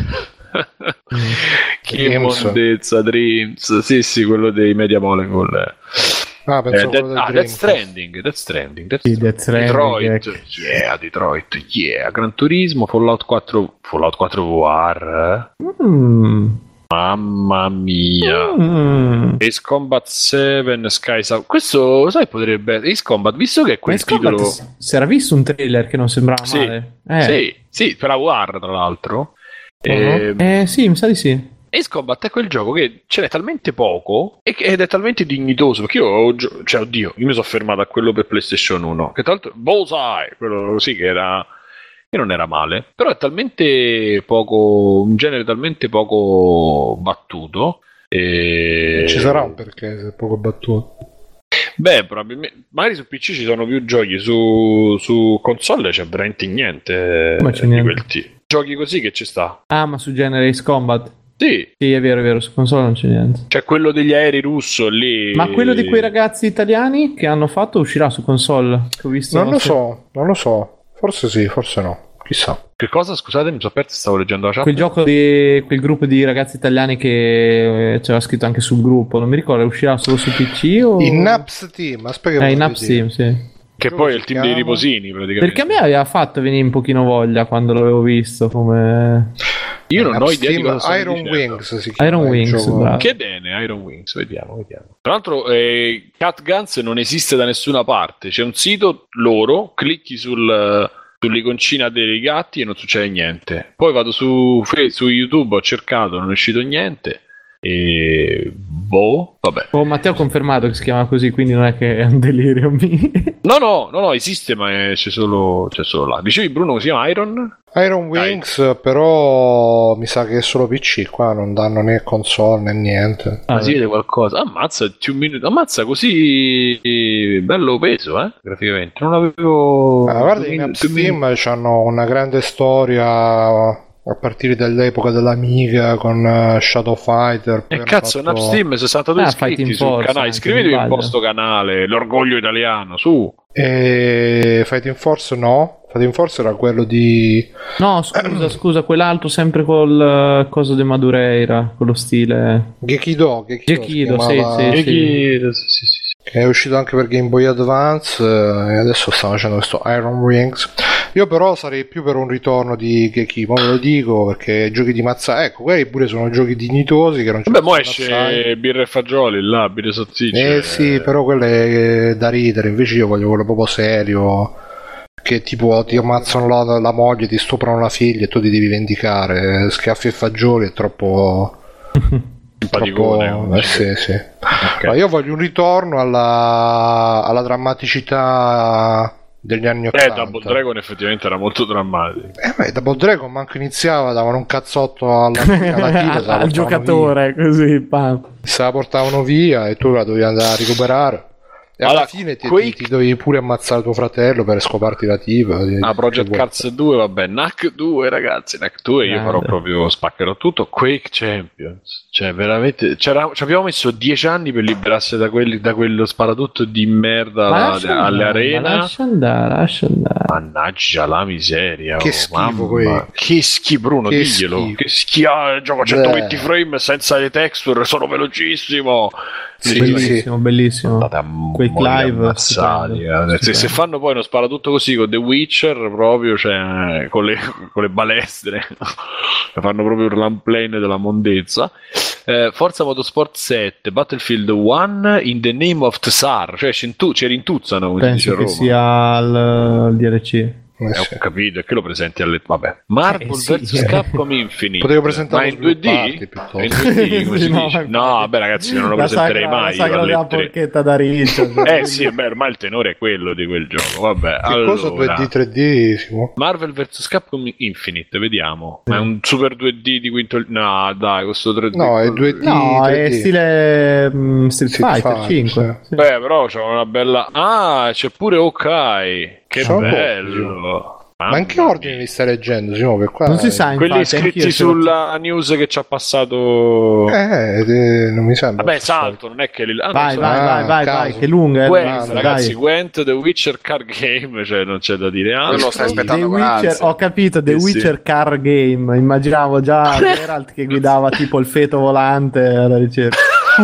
Che Dreams. mondezza, Dreams. Sì, sì, quello dei Media Molecule. Ah, Eh, pensavo Death, quello del ah, Death Dreamcast. Stranding, Death Stranding, Death Sì, Stranding. Death Stranding, Detroit, ecco. yeah, Detroit, yeah, Gran Turismo, Fallout quattro, Fallout quattro V R, eh? Mm. Mamma mia. Mm. Ace Combat sette, Sky South. Questo, sai, potrebbe. Ace Combat, visto che è quel Ace Combat, titolo. s- si era visto un trailer che non sembrava Sì, male. Eh. Sì, sì, per la V R, tra l'altro. Uh-huh. Eh, Eh, sì, mi sa di sì. Ace Combat è quel gioco che ce n'è talmente poco e che- ed è talmente dignitoso. Perché io ho gio- cioè, oddio, io mi sono fermato a quello per PlayStation uno. Che tra l'altro, Bullseye, quello sì che era. Che non era male, però è talmente poco, un genere talmente poco battuto. E... Ci sarà un perché se è poco battuto. Beh, probabilmente, magari su P C ci sono più giochi, su, su console c'è veramente niente Ma c'è di niente. quel tipo. Giochi così che ci sta. Ah, ma su genere Ace Combat. Sì. Sì, è vero, è vero, su console non c'è niente. C'è quello degli aerei russo lì. Ma quello di quei ragazzi italiani che hanno fatto uscirà su console? Che ho visto Non lo so, non lo so. Forse sì, forse no. Chissà. Che cosa? Scusate, mi sono perso, stavo leggendo la chat. Quel gioco di quel gruppo di ragazzi italiani che c'era scritto anche sul gruppo, non mi ricordo, uscirà solo su P C o In Naps Team, aspetta che eh, in Naps Team, sì. Che poi è il team dei riposini, praticamente. Perché a me aveva fatto venire un pochino voglia quando l'avevo visto come io non Naps ho idea Team, di cosa stai Iron dicendo. Wings si chiama Iron il Wings, gioco. bravo. Che bene, Iron Wings, vediamo, vediamo. Tra l'altro, eh, Cat Guns non esiste da nessuna parte. C'è un sito loro, clicchi sul, sull'iconcina dei gatti e non succede niente. Poi vado su, su YouTube, ho cercato, non è uscito niente. E boh, vabbè. Oh, Matteo ha confermato che si chiama così, quindi non è che è un delirio mio. No, no, no, no, esiste, ma è, c'è solo c'è solo là. Dicevi Bruno che si chiama Iron? Iron Wings, Dai. Però mi sa che è solo P C, qua non danno né console né niente. Ah, si vede qualcosa. Ammazza, two minutes. Ammazza così bello peso, eh, graficamente. Non avevo. Ah, guarda, in Naps Team hanno una grande storia a partire dall'epoca dell'Amiga con uh, Shadow Fighter. E eh, cazzo, fatto... Naps Team sessantadue ah, iscritti sul Force, canale. Iscrivetevi in posto canale, l'orgoglio italiano, su. E Fighting Force no. Fighting Force era quello di. No, scusa, scusa, quell'altro sempre col uh, coso di Madureira, con lo stile. Gekido, Gekido, Gekido, sì, chiamava... sì, Gekido, sì, sì, sì. Che è uscito anche per Game Boy Advance e adesso sta facendo questo Iron Wings. Io però sarei più per un ritorno di Geki, ma ve lo dico perché giochi di mazza, ecco, quelli pure sono giochi dignitosi che non c'è. Beh, mo esce birra e fagioli là, birra e salsicce. Eh sì, però quelle da ridere, invece io voglio quello proprio serio, che tipo ti ammazzano la, la moglie, ti stuprano la figlia e tu ti devi vendicare, schiaffi e fagioli è troppo... Troppo... Eh, sì, sì. Okay. Ma io voglio un ritorno alla, alla drammaticità degli anni ottanta. Eh, Double Dragon effettivamente era molto drammatico. Eh, beh, Double Dragon manco iniziava, davano un cazzotto alla, alla tigre, al giocatore, via. Così, pam. Se la portavano via e tu la dovevi andare a recuperare. E alla, alla fine ti, Quake... ti, ti dovevi pure ammazzare tuo fratello per scoparti la tipa. Ah, Project Cars due, vabbè, N A C due ragazzi, N A C due io farò proprio, spaccherò tutto. Quake Champions, cioè veramente c'era, ci abbiamo messo dieci anni per liberarsi da, quelli, da quello sparatutto di merda la, alle andare, arena. Lascia andare, lascia andare. Mannaggia la miseria. Che oh, schifo Quake. Che schifo, Bruno, che diglielo. Schifo. Che schifo, ah, gioco a centoventi Beh. frame senza le texture, sono velocissimo. Sì, bellissimo, sì. bellissimo. Quake Live ammazzati, eh. se, se fanno poi uno sparatutto così con The Witcher proprio, cioè con le, con le balestre fanno proprio il ramplane della mondezza. eh, Forza Motorsport sette Battlefield uno in the name of Tsar, cioè ci rintuzzano, come penso si dice a che Roma. sia il, il D L C. Eh, ho sì. capito, è che lo presenti alle vabbè. Marvel eh, sì. vs Capcom Infinite. Potevo presentarlo ma in due D? In due D come sì, si no, dice? No, vabbè ragazzi, non lo la presenterei sagra, mai. La sagra della porchetta da Richard. Eh sì, beh, ormai il tenore è quello di quel gioco. Vabbè, che allora, cosa due D tre D? Simo? Marvel vs Capcom Infinite, vediamo. Ma è un super due D di quinto. No, dai, questo tre D. No, è due D. No, tre D. è stile um, Street Fighter cinque. Sì. Sì. Beh, però c'è una bella. Ah, c'è pure Hawkeye. Che Sono bello. Ma in che ordine li stai leggendo? Simo, per qua non si sa, quelli infatti, iscritti sulla news che ci ha passato. Eh, eh, non mi sembra. Vabbè, salto, non è che li... ah, vai, so. vai, ah, vai, vai, caso. vai, che lunga. Gwent, eh, ragazzi, dai. Gwent, The Witcher Card Game, cioè non c'è da dire altro. Quello stai aspettando The con Witcher, ansia. ho capito, The Sì, Witcher sì. Car Game. Immaginavo già Geralt che guidava tipo il feto volante alla ricerca.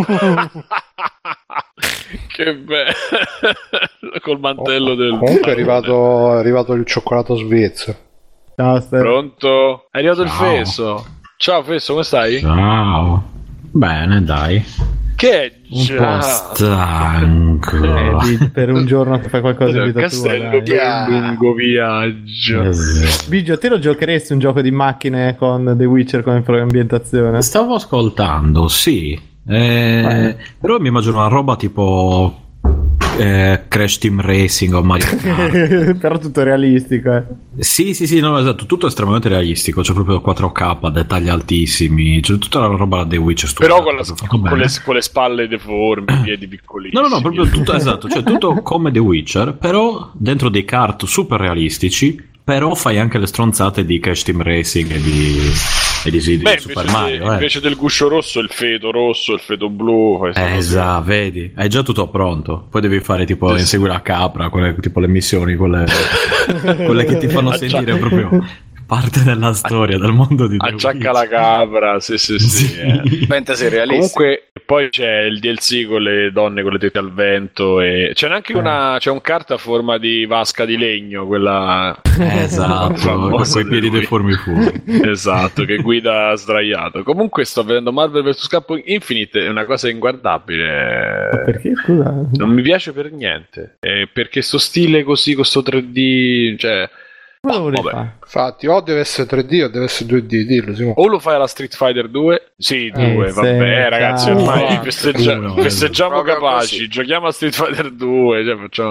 Che bello. Col mantello Oh, del comunque è arrivato, è arrivato il cioccolato svezio. Ciao, Stefano. Pronto? È arrivato il Ciao. Fesso. Ciao Fesso, come stai? Ciao. Bene, dai. Che è Un già... po' stanco. Eh, di- per un giorno che fai qualcosa di vita tua, Castello dai. per un lungo viaggio. Eh sì. Biggio, te lo giocheresti un gioco di macchine con The Witcher come ambientazione? Stavo ascoltando, sì. Eh, però mi immagino una roba tipo eh, Crash Team Racing o Mario Kart. Però tutto realistico, eh. Sì, sì, sì, no, esatto, tutto estremamente realistico, c'è proprio quattro K, dettagli altissimi, c'è tutta la roba da The Witcher stupenda, Però con, la, fatto con, bene. le, con le spalle deformi, i piedi piccolini. No, no, no, proprio tutto esatto, cioè tutto come The Witcher, però dentro dei kart super realistici, però fai anche le stronzate di Crash Team Racing e di e di, di Beh, Super invece, Mario. de, eh. invece del guscio rosso, il feto rosso, il feto blu. Eh, esatto, vedi, hai già tutto pronto. Poi devi fare tipo Sì, inseguire la capra, quelle, tipo le missioni, quelle, quelle che ti fanno sentire proprio parte della storia, del mondo di The Acciacca Witch. la capra, sì sì sì, Sì. eh. Fantasy realistico. Comunque poi c'è il D L C con le donne con le tette al vento e c'è anche una c'è un kart a forma di vasca di legno, quella Esatto, con famosa quei di piedi lui. deformi fuori. Esatto, che guida sdraiato. Comunque sto vedendo Marvel versus. Capcom Infinite, è una cosa inguardabile. Perché, scusa? Non mi piace per niente, eh, perché sto stile così con sto tre D, cioè Cosa volevi vabbè. fare? Infatti, o deve essere tre D o deve essere due D, dillo Simo. o lo fai alla Street Fighter due, sì, due, Eh, vabbè, sì, eh, ragazzi, ciao. ormai Uno, festeggia- uno, festeggiamo proprio capaci, così. giochiamo a Street Fighter due, cioè facciamo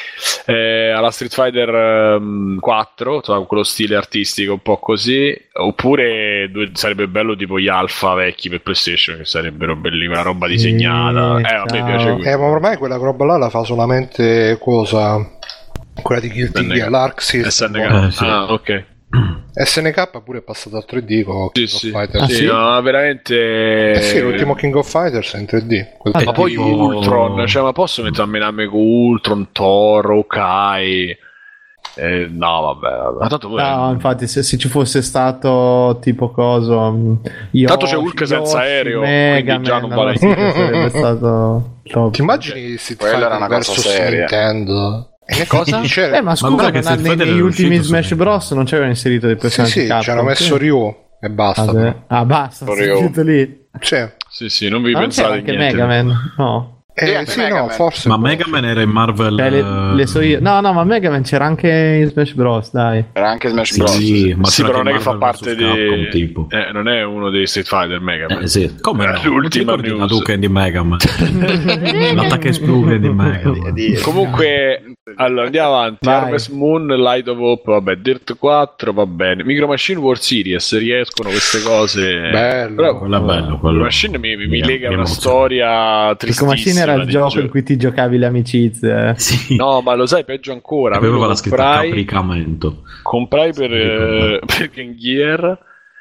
eh, alla Street Fighter ehm, quattro, insomma, quello stile artistico un po' così, oppure due, sarebbe bello tipo gli alfa vecchi per PlayStation, che sarebbero belli, quella roba Sì, disegnata, eh, a me ciao. piace quello. Eh, ma ormai quella roba là la fa solamente cosa? Quella di Guilty S N K. Gear, l'Arc System. S N K. Eh, sì. Ah, ok. S N K pure è passato al tre D con Sì, King sì, of Fighters. Ah, sì, sì? no, veramente. Eh sì, l'ultimo King of Fighters è in tre D. Quel Ah, Ma tre D. poi tipo- Ultron, cioè, ma posso mettere a mename con Ultron, Thor, Hawkeye? Eh, no, vabbè, vabbè. Ma tanto poi- No, infatti, se, se ci fosse stato tipo coso, mh, Yoshi, Tanto c'è Hulk senza Yoshi, aereo, Mega quindi già Man, non vale allora sì, niente. sarebbe stato top. Ti immagini Street Quella era Fighter una cosa versus seria. Nintendo? E ne Cosa? C'era... Eh, ma scusa, guarda che non ha- Street nei, Fighter negli è ultimi uscito su Smash Nintendo. Bros. Non c'erano inserito dei Sì, personaggi sì, Capcom, ci hanno messo sì. Ryu e basta. Ah, sì. però. Ah, basta, Ryu. sono finito lì. Sì. Sì, sì, non vi Ma non c'era pensate anche niente. Mega Man? No. Eh, Sì, anche sì, Mega no, Man. forse. Ma può Mega essere. Man era in Marvel. Cioè, le, le so io. No, no, ma Mega Man c'era anche in Smash Bros, dai. Era anche Smash Sì, Bros. sì, ma Sì, c'era però non è anche che fa Marvel parte versus Capcom, di. tipo. Eh, non è uno dei Street Fighter Mega Man. Eh, sì. Come no? Eh, l'ultima Non ti ricordi news. la Hadouken di Mega Man? L'attacco esplosion di Mega Man. Di- Comunque, allora andiamo avanti. Vai. Harvest Moon, Light of Hope, vabbè, Dirt quattro, va bene. Micro Machine World Series, riescono queste cose. Bello. Però, Quello è bello. Micro Quello. Machine mi, mi, mi Mi- lega mi una emoziona. storia Pico tristissima. Machine era il di gioco gio- in cui ti giocavi le amicizie. Sì. No, ma lo sai, peggio ancora. E me lo aveva la scritta comprai, capricamento. comprai per, Sì, ricordo. eh, per Game Gear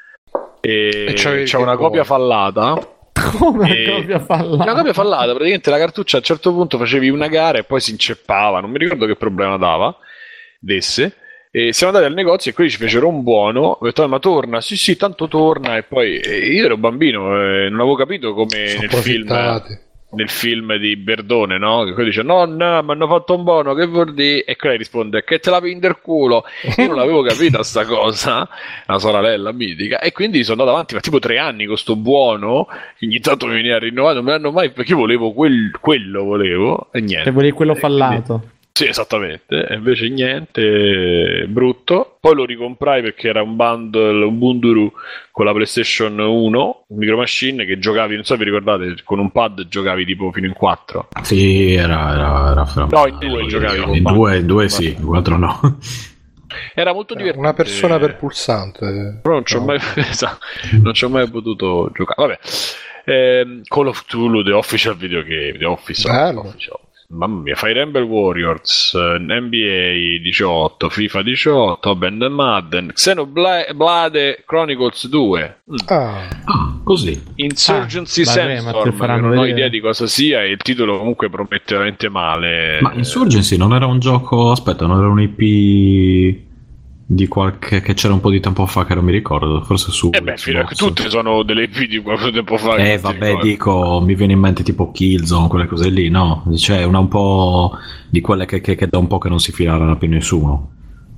e, E c'avevi c'è il una Game copia Boy. fallata. Come E- una copia fallata? Una copia fallata, praticamente la cartuccia a un certo punto facevi una gara e poi si inceppava, non mi ricordo che problema dava, desse. E siamo andati al negozio e quelli ci fecero un buono. Ho detto, "Ah, ma torna, sì, sì, tanto torna." E poi e io ero bambino, e non avevo capito come Sono nel film, approfittati. nel film di Berdone, no? Che quello dice, no, no, mi hanno fatto un buono, che vuol dire? E quella risponde, che te la prendi il culo. Io non l'avevo capita sta cosa, la sorella mitica, e quindi sono andato avanti, ma tipo tre anni con sto buono, che ogni tanto mi veniva rinnovato, non me l'hanno mai, perché io volevo quel, quello, volevo, e niente. Se volevi quello E quindi- fallato. Sì, esattamente, e invece niente, brutto. Poi lo ricomprai perché era un bundle, un bunduru con la PlayStation uno, un Micro Machine che giocavi, non so se vi ricordate, con un pad giocavi tipo fino in quattro. Sì, era, era, era fra- No, in due giocavi con In un due, in due sì, in quattro no. Era molto divertente. Una persona per pulsante. Però non ci ho No. mai, esatto, non ci ho mai potuto giocare. Vabbè. Ehm, Call of Cthulhu, The Official Video Game, The Official, Bello. Official. Mamma mia, Fire Emblem Warriors, eh, N B A diciotto, FIFA diciotto, Band Madden, Xenoblade Chronicles due, mm. Ah, Ah, così. Insurgency Ah, vabbè, ma te Sandstorm, che faranno non ho vedere. idea di cosa sia, e il titolo comunque promette veramente male. Ma Insurgency non era un gioco. Aspetta, non era un I P di qualche. Che c'era un po' di tempo fa che non mi ricordo. Forse su. Eh beh, fino a Xbox. tutte sono delle video qualche tempo fa. che Eh non ti vabbè, ricordi. dico, mi viene in mente tipo Killzone, quelle cose lì, no? Cioè, una un po' di quelle che, che, che da un po' che non si filava più nessuno.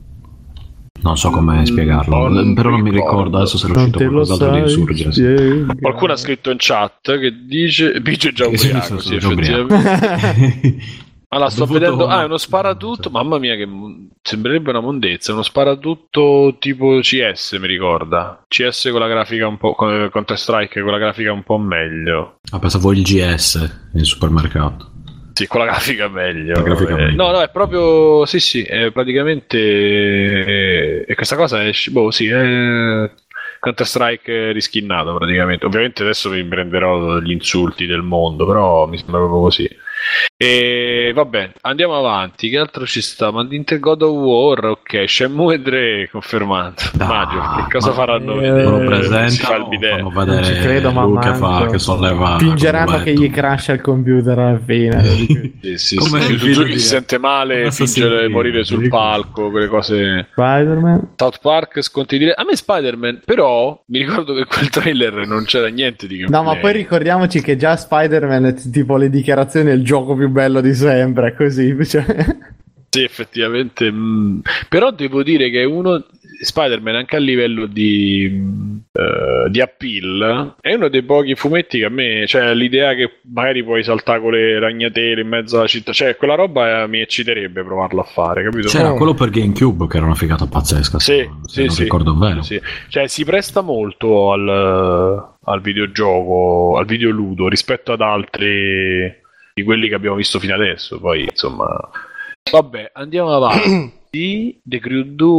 Non so come spiegarlo, non però non mi ricordo. ricordo adesso se è Non uscito te lo qualcos'altro di sai. Insurgency. spiegare. Qualcuno ha scritto in chat che dice Biggio è già Sì, sì, ubriaco, sì, sì, già ubriaco. effettivamente. Allora, Ho sto dovuto- vedendo. Ah, è uno sparatutto. Mamma mia, che mo- sembrerebbe una mondezza. Uno sparatutto tipo C S, mi ricorda. C S con la grafica un po'. Con Counter Strike con la grafica un po' meglio. Ah, pensavo il G S nel supermercato. Sì, con la grafica meglio. La grafica Eh, meglio. No, no, è proprio. Sì, sì, è praticamente. eh, E questa cosa è. Boh, sì, è. Counter Strike riskinnato praticamente. Ovviamente adesso vi prenderò gli insulti del mondo, però mi sembra proprio così. E vabbè, andiamo avanti. Che altro ci sta? Ma Inter God of War, ok. Shenmue tre confermato. Da, Maggior, che cosa ma- faranno eh, vedere? Lo Eh, presentano, Si fa il bidet. fanno vedere Non ci credo, ma lui che fa, manco. che solleva Fingeranno il che letto. gli crasha il computer alla fine. Sì, sì, Come sì. il Tu- video tu- di- chi si sente male, Assassin's finge di Creed, morire sul dico. palco, quelle cose. Spider-Man. South Park, sconti dire. A me Spider-Man, però mi ricordo che in quel trailer non c'era niente di gameplay. No, ma poi ricordiamoci che già Spider-Man è t- tipo le dichiarazioni è il gioco più bello di sempre, così. Cioè... Sì, effettivamente. mh. Però devo dire che uno Spider-Man anche a livello di, mh, eh, di appeal è uno dei pochi fumetti che a me, cioè l'idea che magari puoi saltare con le ragnatele in mezzo alla città, cioè quella roba eh, mi ecciterebbe provarlo a fare, capito? C'era Oh. quello per GameCube che era una figata pazzesca, Sì, se sì, non sì. ricordo bene. Sì. Cioè si presta molto al, al videogioco, al videoludo rispetto ad altri di quelli che abbiamo visto fino adesso. Poi insomma, vabbè, andiamo avanti. The Crew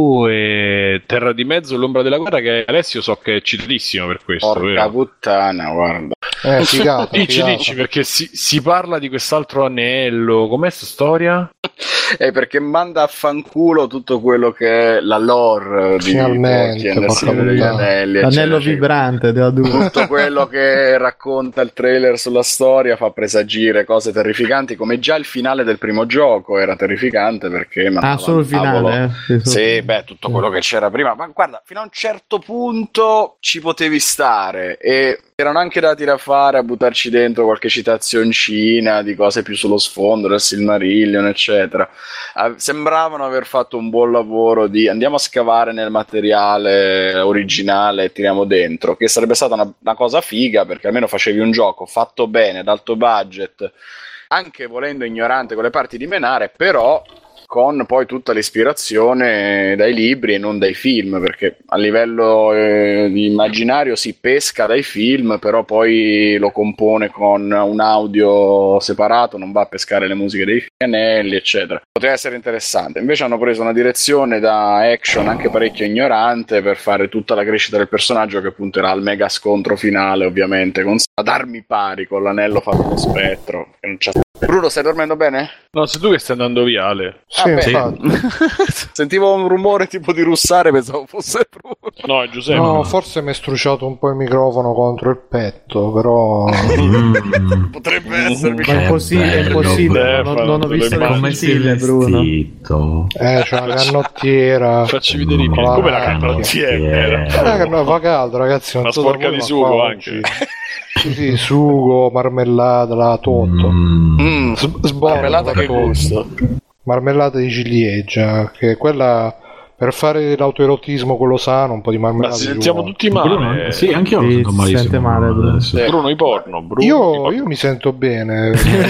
due, Terra di Mezzo, l'ombra della guerra, che Alessio so che è citatissimo per questo, Porca vero? puttana, guarda. Eh, figata, Dici, figata. dici, perché si, si parla di quest'altro anello. Com'è sta storia? È perché manda a fanculo tutto quello che è la lore di Finalmente, Tolkien, del porca Signore degli puttana. Anelli, L'anello eccetera, eccetera. vibrante della due. Tutto quello che racconta il trailer sulla storia fa presagire cose terrificanti, come già il finale del primo gioco era terrificante perché Ah, mandava solo il al tavolo- finale, eh? Sì, solo- Sì, beh, tutto quello che c'era prima, ma guarda, fino a un certo punto ci potevi stare e erano anche dati da fare a buttarci dentro qualche citazioncina di cose più sullo sfondo del Silmarillion, eccetera. Ah, sembravano aver fatto un buon lavoro di andiamo a scavare nel materiale originale e tiriamo dentro, che sarebbe stata una, una cosa figa perché almeno facevi un gioco fatto bene, ad alto budget, anche volendo ignorante con le parti di menare, però con poi tutta l'ispirazione dai libri e non dai film, perché a livello eh, di immaginario si pesca dai film, però poi lo compone con un audio separato, non va a pescare le musiche dei Anelli, eccetera. Poteva essere interessante. Invece hanno preso una direzione da action anche parecchio ignorante per fare tutta la crescita del personaggio, che punterà al mega scontro finale, ovviamente, con ad armi pari con l'anello fatto con spettro. Che non c'ha... Bruno, stai dormendo bene? No, sei tu che stai andando via, Ale. Sì, Ah, beh. infatti. Sentivo un rumore tipo di russare, pensavo fosse Bruno. No, è Giuseppe. No, forse mi è struciato un po' il microfono contro il petto, però... Mm. Potrebbe essermi. Ma è impossibile, è bello, impossibile. bello. Non, non ho visto le Come sei scintille, Bruno. vestito? Eh, c'è una canottiera. Facci vedere i miei. Con la Come la canottiera. canottiera? Eh, che no, fa caldo, ragazzi. Non Una so da sporca voi, di ma sugo qua anche. oggi- Sì, sì, sugo, marmellata, la tutto. Mm. Mm, S- sborda, marmellata che tutto. gusto. Marmellata di ciliegia, che è quella per fare l'autoerotismo quello sano, un po' di Ma marmellata ci di sentiamo uovo. tutti Bruno, male. sì, anche io lo Sì, sento si malissimo. sente male, Bruno, Bruno. adesso. Sì. Bruno, i porno. Bruno, Io, i io mi sento bene.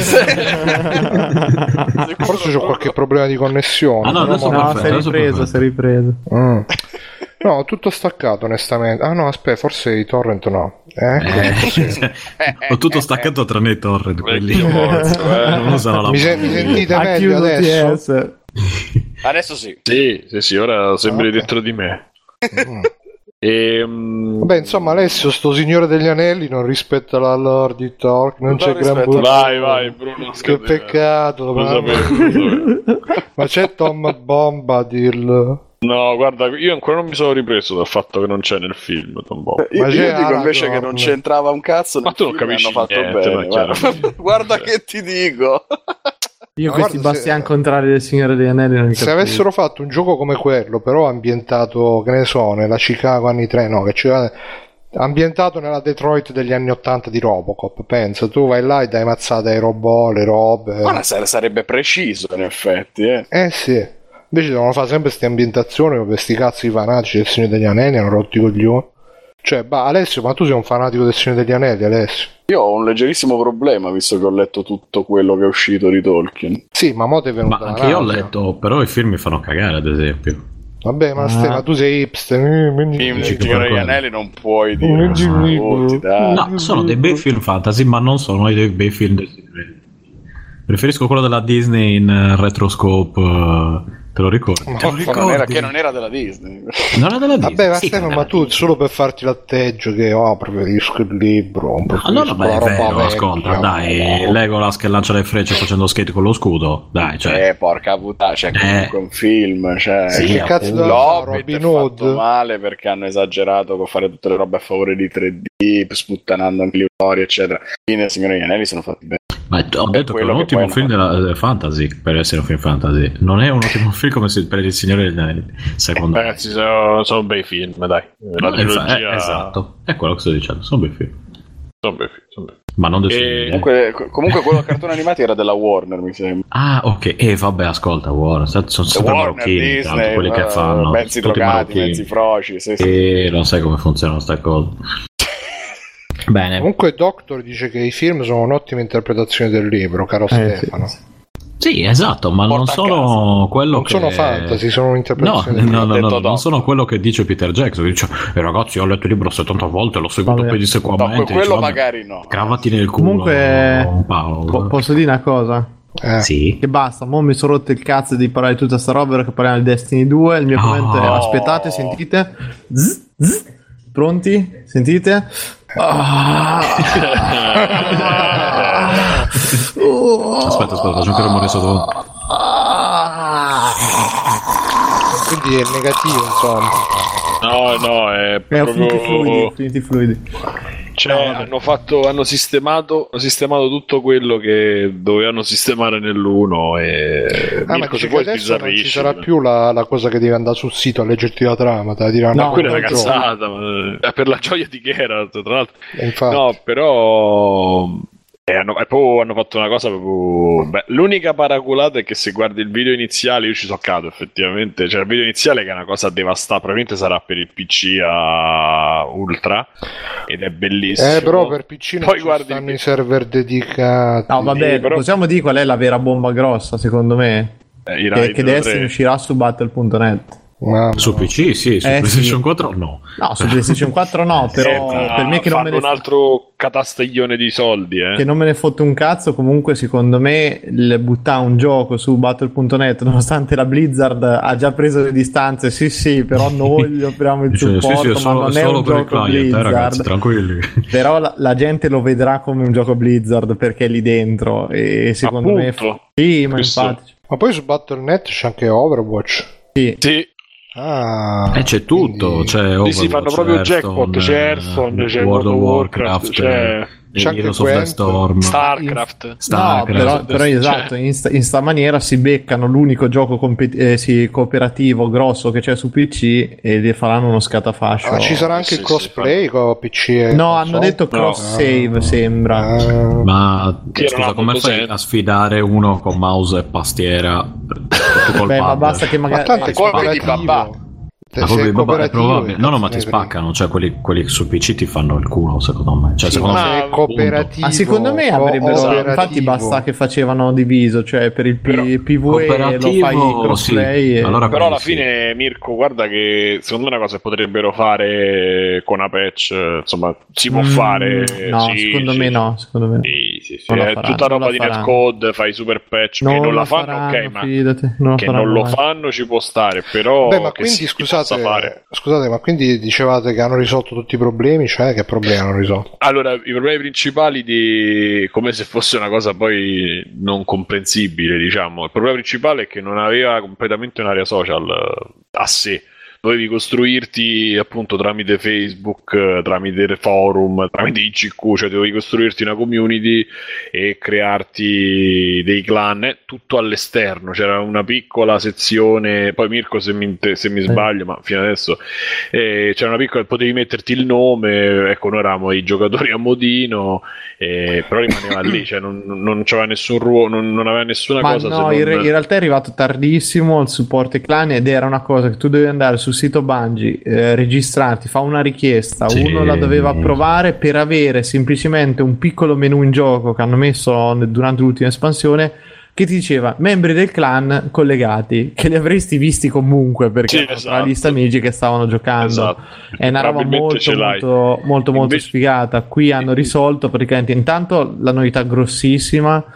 Forse Forse ho qualche problema di connessione. Ah, no, però adesso mo- No, perfetto, sei adesso ripreso, perfetto. sei ripreso. Mm. No, tutto staccato onestamente. Ah no, aspetta, forse i torrent no. Eh? Eh, ho tutto staccato tranne i torrent, quelli Vecchio morto, eh. non usano la Mi, se- mi sentite meglio H U adesso? T S. Adesso sì. Sì, sì, sì, ora sembri Ok. dentro di me. Mm. E, mm, Vabbè, insomma, Alessio, sto Signore degli Anelli non rispetta la lore di Tolkien, non Non c'è gran rispetta- burro. vai, vai, Bruno. Che scatena. peccato, Lo ma... sapevo, lo sapevo. ma c'è Tom Bombadil. No, guarda, io ancora non mi sono ripreso dal fatto che non c'è nel film Tom Bob. Io, Ma io c'è dico Aragorn. invece che non c'entrava un cazzo. Ma nel tu non film e capisci hanno fatto niente, bene. no, Guarda, chiaramente. guarda che ti dico. Io Ma questi guarda, bastian se- contrari del Signore degli Anelli non li Se capisco. avessero fatto un gioco come quello, però ambientato, che ne so, nella Chicago anni tre, no, che c'era ambientato nella Detroit degli anni ottanta di Robocop, pensa, tu vai là e dai mazzate ai robot, le robe. Guarda, sare- sarebbe preciso in effetti. Eh. Eh sì, invece devono fare sempre queste ambientazioni con questi cazzi fanatici del Signore degli Anelli, hanno rotti i coglioni. Cioè, bah, Alessio, ma tu sei un fanatico del Signore degli Anelli, Alessio? Io ho un leggerissimo problema visto che ho letto tutto quello che è uscito di Tolkien. Sì, ma mo ti è venuta Ma la anche io ho nausea. letto, però i film mi fanno cagare, ad esempio. Vabbè, ma, Ah. stai, ma tu sei hipster. eh, quindi- Film Dici del che Signore per degli quello. Anelli non puoi dire Non ci tutti, dico. dai. No, sono dei bei film fantasy, ma non sono dei bei film del Signore. Preferisco quello della Disney in eh, retroscope, eh, Te lo ricordi? Ma Te lo non ricordi? era, che non era della Disney. Non era della Disney. Vabbè, ma sì, Stefano, era ma tu solo per farti l'atteggio che oh, preferisco il libro, No, preferisco no, no, beh, la è roba vero, vecchia. ascolta, dai, Legolas che lancia le frecce facendo skate con lo scudo, dai, cioè. Eh, porca puttana, c'è Eh. comunque un film, cioè... Sì, Che cazzo appunto. deve fare L'Hobbit è Robin Hood? fatto male perché hanno esagerato con fare tutte le robe a favore di tre D, sputtanando anche gli autori, eccetera. Quindi, signori Anelli sono fatti bene. Ma ho detto che è quello un che ottimo poi film hanno della, della fantasy, per essere un film fantasy. Non è un ottimo film come se, per il Signore degli Anelli, secondo me. Ragazzi, sono, sono bei film, dai. La No, infa- trilogia... eh, esatto, è quello che sto dicendo, sono bei film. Sono bei film, sono bei film. Ma non del E- Signore degli Anelli. Comunque, comunque quello cartone animati era della Warner, mi sembra. Ah, ok, e vabbè, ascolta, Warner, sono sempre Warner, marocchini, tanto, Disney, quelli che eh, fanno, mezzi tutti drogati, marocchini. mezzi froci, sì, sì. E non sai come funzionano sta cosa. Bene. Comunque Doctor dice che i film sono un'ottima interpretazione del libro, caro Eh, Stefano. sì. Sì, esatto, ma non Porta a sono quello Non che... sono fantasy, sono No, un'interpretazione del no, libro. no, detto no, dopo. non sono quello che dice Peter Jackson, che dice, eh, ragazzi, ho letto il libro settanta volte, l'ho seguito Vabbè. pedissequamente. No, dice, quello vabbè, magari no. Cravati nel culo, Comunque, un Paolo. po- posso dire una cosa? Eh. Sì. Che basta, mo mi sono rotto il cazzo di parlare di tutta sta roba perché parliamo di Destiny due. Il mio Oh. commento è: aspettate, sentite? Zzz, zzz. Pronti? Sentite? Ah. Oh. Aspetta, aspetta, faccio anche il rumore sotto. Quindi è negativo, insomma. No, no, è Eh, ho finito i proprio... fluidi, ho finito i fluidi. Cioè, hanno fatto, hanno sistemato, hanno sistemato tutto quello che dovevano sistemare nell'uno e Ah, ma Mirko, dice se che vuoi adesso non ci sbizzarrisci. sarà più la, la cosa che devi andare sul sito a leggerti la trama, te la diranno No, Quella è una al gioco. cazzata, ma... è per la gioia di Geralt, tra l'altro. E infatti. No, però eh, hanno, e poi hanno fatto una cosa proprio... Beh, l'unica paraculata è che se guardi il video iniziale, io ci sono caduto effettivamente, cioè il video iniziale che è una cosa devastante, probabilmente sarà per il P C a Ultra ed è bellissimo. Eh, però per P C non Poi ci guardi stanno il- i server dedicati. No, vabbè, Sì, però- possiamo dire qual è la vera bomba grossa, secondo me? eh, i Che, Raid che Destiny tre. uscirà su battle punto net. Ma- Su P C, sì, su Eh, PlayStation sì. quattro no. No, su PlayStation quattro no, però Eh, per me che non me fanno ne un altro catastiglione di soldi, eh. che non me ne fotte un cazzo, comunque secondo me il buttare un gioco su battle punto net, nonostante la Blizzard ha già preso le distanze, sì sì, però noi gli offriamo il Dice, sì, supporto, sì, è ma solo, non è solo un per il gioco client, eh, ragazzi, Blizzard. tranquilli. Però la, la gente lo vedrà come un gioco Blizzard perché è lì dentro e secondo Appunto. me sì, ma Questo- infatti Ma poi su battle punto net c'è anche Overwatch. sì. Sì, Ah, E c'è tutto, quindi- c'è sì, Overwatch, sì, fanno proprio jackpot, c'è Hearthstone, Hearthstone, c'è World of Warcraft, Warcraft, c'è C'è anche Heroes of the Gwent. Storm, Starcraft. No, Starcraft, però, però cioè- esatto, in sta, in sta maniera si beccano l'unico gioco compet- eh, sì, cooperativo grosso che c'è su P C e gli faranno uno scatafascio. Ah, ci sarà anche Sì, il sì, crossplay con P C e No, console? hanno detto cross save, sembra. Ah, Ma Sì, non scusa, ha come molto fai senso. a sfidare uno con mouse e pastiera? Tutto col Beh, ma pad? basta che ma magari tanto è Colpi di cooperativo. babà. Ma Se proprio- è vabbè, è cooperativo, probabile. No, no, ma cazzo ti ne frega. spaccano. Cioè, quelli, quelli su P C ti fanno il culo, secondo me. Cioè, Sì, secondo ma me. se è cooperativo. Ah, secondo me co- avrebbero operativo. infatti basta che facevano diviso, cioè per il P- Però- P V E lo fai Cooperativo, crossplay sì. e... Allora- Però alla Sì. fine, Mirko, guarda che secondo me è una cosa che potrebbero fare con una patch, insomma, si può Mm, fare. no, sì, secondo sì, me sì. no, secondo me no. Sì, sì, sì. Non la È faranno, tutta non roba la di faranno. netcode, fai super patch che non lo la fanno, faranno, ok, ma fidati, non lo che non faranno lo mai. fanno ci può stare, però Beh, ma che quindi si possa scusate, fare. scusate, ma quindi dicevate che hanno risolto tutti i problemi? Cioè, che problemi hanno risolto? Allora, i problemi principali di come se fosse una cosa poi non comprensibile, diciamo. Il problema principale è che non aveva completamente un'area social eh, a sé. Dovevi costruirti appunto tramite Facebook, eh, tramite forum, tramite I C Q, cioè dovevi costruirti una community e crearti dei clan, eh, tutto all'esterno. C'era una piccola sezione, poi Mirko se mi, se mi sbaglio, ma fino adesso eh, c'era una piccola, potevi metterti il nome, ecco, noi eravamo i giocatori a modino, eh, però rimaneva lì, cioè non, non c'aveva nessun ruolo, non, non aveva nessuna Ma cosa. no, se in, non... re- in realtà è arrivato tardissimo il supporto ai clan ed era una cosa che tu dovevi andare sul sito Bungie, eh, registrarti, fa una richiesta, Sì. uno la doveva approvare per avere semplicemente un piccolo menu in gioco che hanno messo n- durante l'ultima espansione che ti diceva membri del clan collegati, che li avresti visti comunque perché Sì, erano tra esatto. gli amici che stavano giocando. Esatto. È una roba Probabilmente molto ce l'hai. molto molto molto Invece- sfigata. Qui hanno risolto praticamente intanto la novità grossissima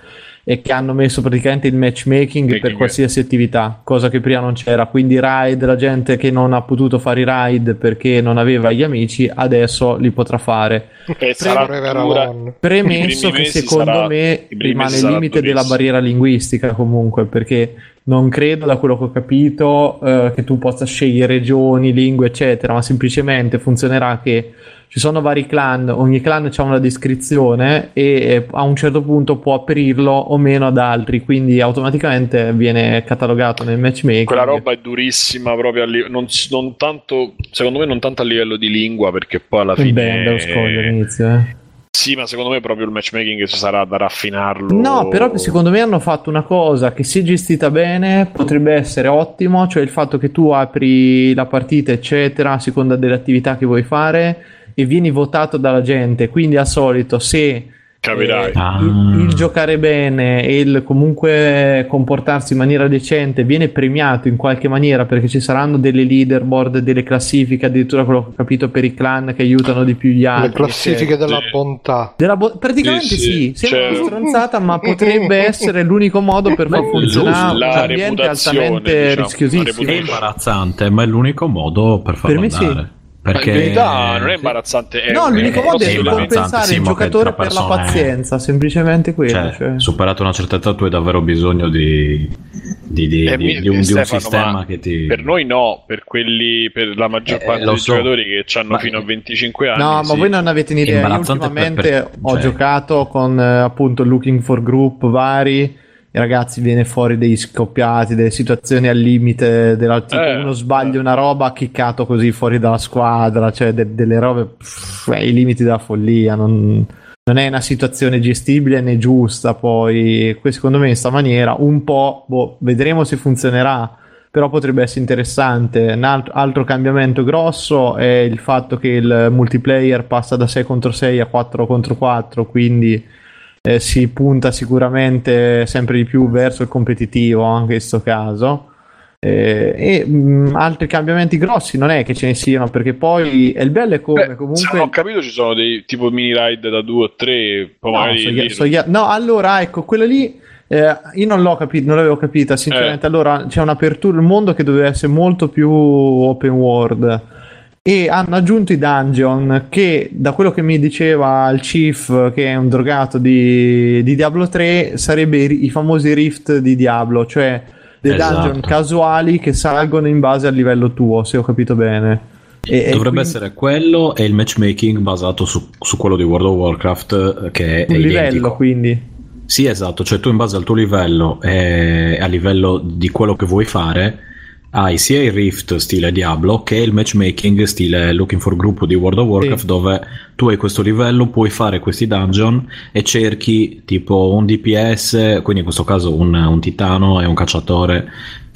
e che hanno messo praticamente il matchmaking Making per qualsiasi attività, cosa che prima non c'era. Quindi raid, la gente che non ha potuto fare i raid perché non aveva gli amici adesso li potrà fare. E sarà dura. Premesso che secondo sarà, me rimane il limite durissimo. della barriera linguistica comunque, perché non credo, da quello che ho capito, eh, che tu possa scegliere regioni, lingue eccetera, ma semplicemente funzionerà che ci sono vari clan, ogni clan ha una descrizione e eh, a un certo punto può aprirlo o meno ad altri, quindi automaticamente viene catalogato nel matchmaking. Quella roba è durissima proprio a li- non, non tanto, secondo me non tanto a livello di lingua, perché poi alla fine Ben, devo scogliere all'inizio, eh. Sì, ma secondo me proprio il matchmaking ci sarà da raffinarlo. No, però secondo me hanno fatto una cosa che, se gestita bene, potrebbe essere ottimo, cioè il fatto che tu apri la partita eccetera a seconda delle attività che vuoi fare e vieni votato dalla gente, quindi al solito se Capirai. eh, il, il giocare bene e il comunque comportarsi in maniera decente viene premiato in qualche maniera, perché ci saranno delle leaderboard, delle classifiche, addirittura quello che ho capito per i clan che aiutano di più gli altri, Le classifiche eccetera. della Sì. bontà. Della bo- praticamente Sì, sì, sì, sembra certo. una stronzata, ma potrebbe essere l'unico modo per far funzionare la un ambiente reputazione, altamente diciamo, rischiosissimo. la È imbarazzante, ma è l'unico modo per farlo Per me sì. andare. Ma Perché in verità non è imbarazzante. È No, un- l'unico è modo è grosso elemento. ricompensare il sì, ma che giocatore tra per la persone- pazienza, semplicemente quello. Cioè, Cioè. superato una certa età tu hai davvero bisogno di, di, di, Eh, di- mi- di un, di un Stefano, sistema ma che ti... per noi no, per quelli, per la maggior Eh, parte lo dei so. giocatori che hanno Ma- fino a venticinque anni. No, ma sì. voi non avete un'idea. Io Imbarazzante ultimamente per- per- ho cioè- giocato con eh, appunto Looking for Group vari. E ragazzi, viene fuori dei scoppiati, delle situazioni al limite della tipo Eh, uno sbaglia eh. una roba, chiccato così fuori dalla squadra, cioè de- delle robe pff, ai limiti della follia. Non, non è una situazione gestibile né giusta. Poi, que- secondo me, in sta maniera un po', boh, vedremo se funzionerà. Però potrebbe essere interessante. Un alt- altro cambiamento grosso è il fatto che il multiplayer passa da sei contro sei a quattro contro quattro, quindi eh, si punta sicuramente sempre di più verso il competitivo anche in questo caso. Eh, e mh, altri cambiamenti grossi non è che ce ne siano, perché poi è il bello è come Beh, se comunque non ho capito ci sono dei tipo mini ride da due o tre, poi no, magari so lì- io- so io- no, allora ecco, quello lì eh, io non l'ho capito, non l'avevo capita sinceramente. Eh. Allora c'è un'apertura, il mondo che doveva essere molto più open world, e hanno aggiunto i dungeon che, da quello che mi diceva il Chief, che è un drogato di, di Diablo tre, sarebbe i, i famosi rift di Diablo, cioè dei Esatto. dungeon casuali che salgono in base al livello tuo, se ho capito bene. E, e Dovrebbe quindi- essere quello e il matchmaking basato su, su quello di World of Warcraft, eh, che è un livello, identico. quindi Sì, esatto, cioè tu in base al tuo livello e a livello di quello che vuoi fare hai sia il Rift stile Diablo che il matchmaking stile Looking for Group di World of Warcraft, Sì. dove tu hai questo livello, puoi fare questi dungeon e cerchi tipo un D P S, quindi in questo caso un, un titano e un cacciatore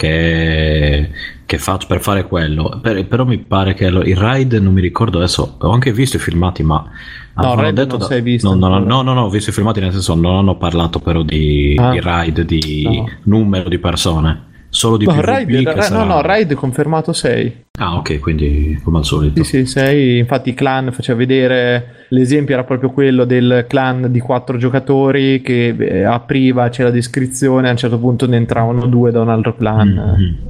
che, che fa per fare quello. Per- però mi pare che lo- il raid, non mi ricordo adesso, ho anche visto i filmati, ma avevano raid detto non da- sei visto no, no, no, ancora. no, no, no, ho visto i filmati, nel senso non hanno parlato però di, Ah. di raid, di No. numero di persone, solo di no, PvP Raid, che ra- sarà- no, no, Raid confermato sei. Ah, ok, quindi come al solito. Sì, sì, sei. Infatti, i clan faceva vedere l'esempio, era proprio quello del clan di quattro giocatori che eh, apriva, c'è la descrizione, a un certo punto ne entravano due da un altro clan. Mhm.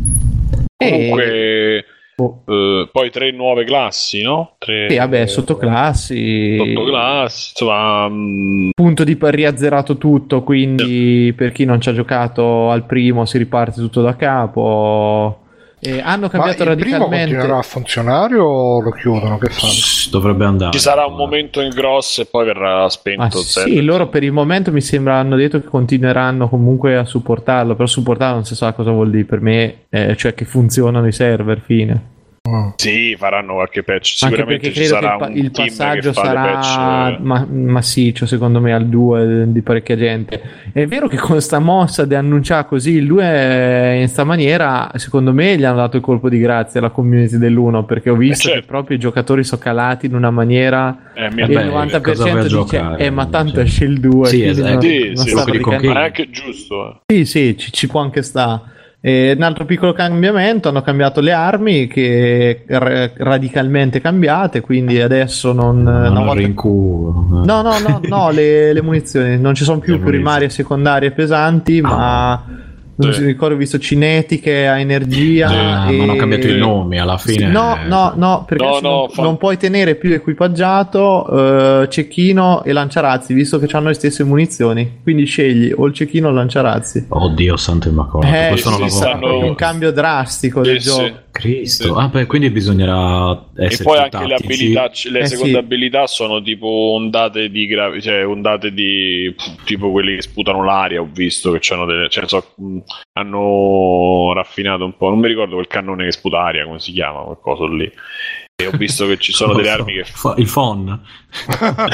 E- comunque boh. eh, poi tre nuove classi, no? Tre Sì, vabbè, sottoclassi. sottoclassi, insomma, mh, Punto di pari azzerato tutto, quindi per chi non ci ha giocato al primo si riparte tutto da capo. E hanno Ma cambiato il primo radicalmente. continuerà a funzionare o lo chiudono? Che fanno? Dovrebbe andare. ci sarà un momento in grosso e poi verrà spento. Ah, il sì, server. loro per il momento mi sembra hanno detto che continueranno comunque a supportarlo, però supportarlo non si sa cosa vuol dire per me, eh, cioè che funzionano i server, fine. Mm. Sì, faranno qualche patch. Anche Sicuramente perché ci credo che sarà il, pa- un il team passaggio che fa le sarà patch. eh. ma- massiccio secondo me al due di parecchia gente. È vero che con sta mossa di annunciare così il due in sta maniera, secondo me gli hanno dato il colpo di grazia alla community dell'uno, perché ho visto Eh, certo. che proprio i giocatori sono calati in una maniera Eh, mi e il Vabbè, novanta per cosa vai cento a dice giocare? eh ma tanto Cioè. esce il due, Sì, quindi esatto. non- Sì, non sì, sta quello che dico praticamente- anche Ma è io. anche giusto. eh. sì, sì, ci, ci può anche sta. E un altro piccolo cambiamento, hanno cambiato le armi che r- radicalmente cambiate, quindi adesso non, non una volta... rinculo. no no no no le, le munizioni non ci sono più Le munizioni. primarie e secondarie pesanti, Ah. ma non Sì. si ricordo, ho visto cinetiche a energia. Ah, e... ma hanno cambiato i nomi alla fine. No, no, no, perché No, adesso no, non, fa- non puoi tenere più equipaggiato eh, cecchino e lanciarazzi, visto che hanno le stesse munizioni. Quindi scegli o il cecchino o il lanciarazzi. Oddio santo immacolato, Eh, questo sì, non sì, l'avevo sarà stanno- proprio un cambio drastico Sì, del sì. gioco. Cristo. Ah, beh, quindi bisognerà essere E poi anche le tattici. abilità, le Eh, seconde sì. abilità sono tipo ondate di gravi, cioè ondate di tipo quelli che sputano l'aria. Ho visto che c'hanno delle, cioè, so, mh, hanno raffinato un po'. Non mi ricordo quel cannone che sputa aria, come si chiama, quel coso lì. E ho visto che ci sono delle armi che. Fa- il phon. No, Sto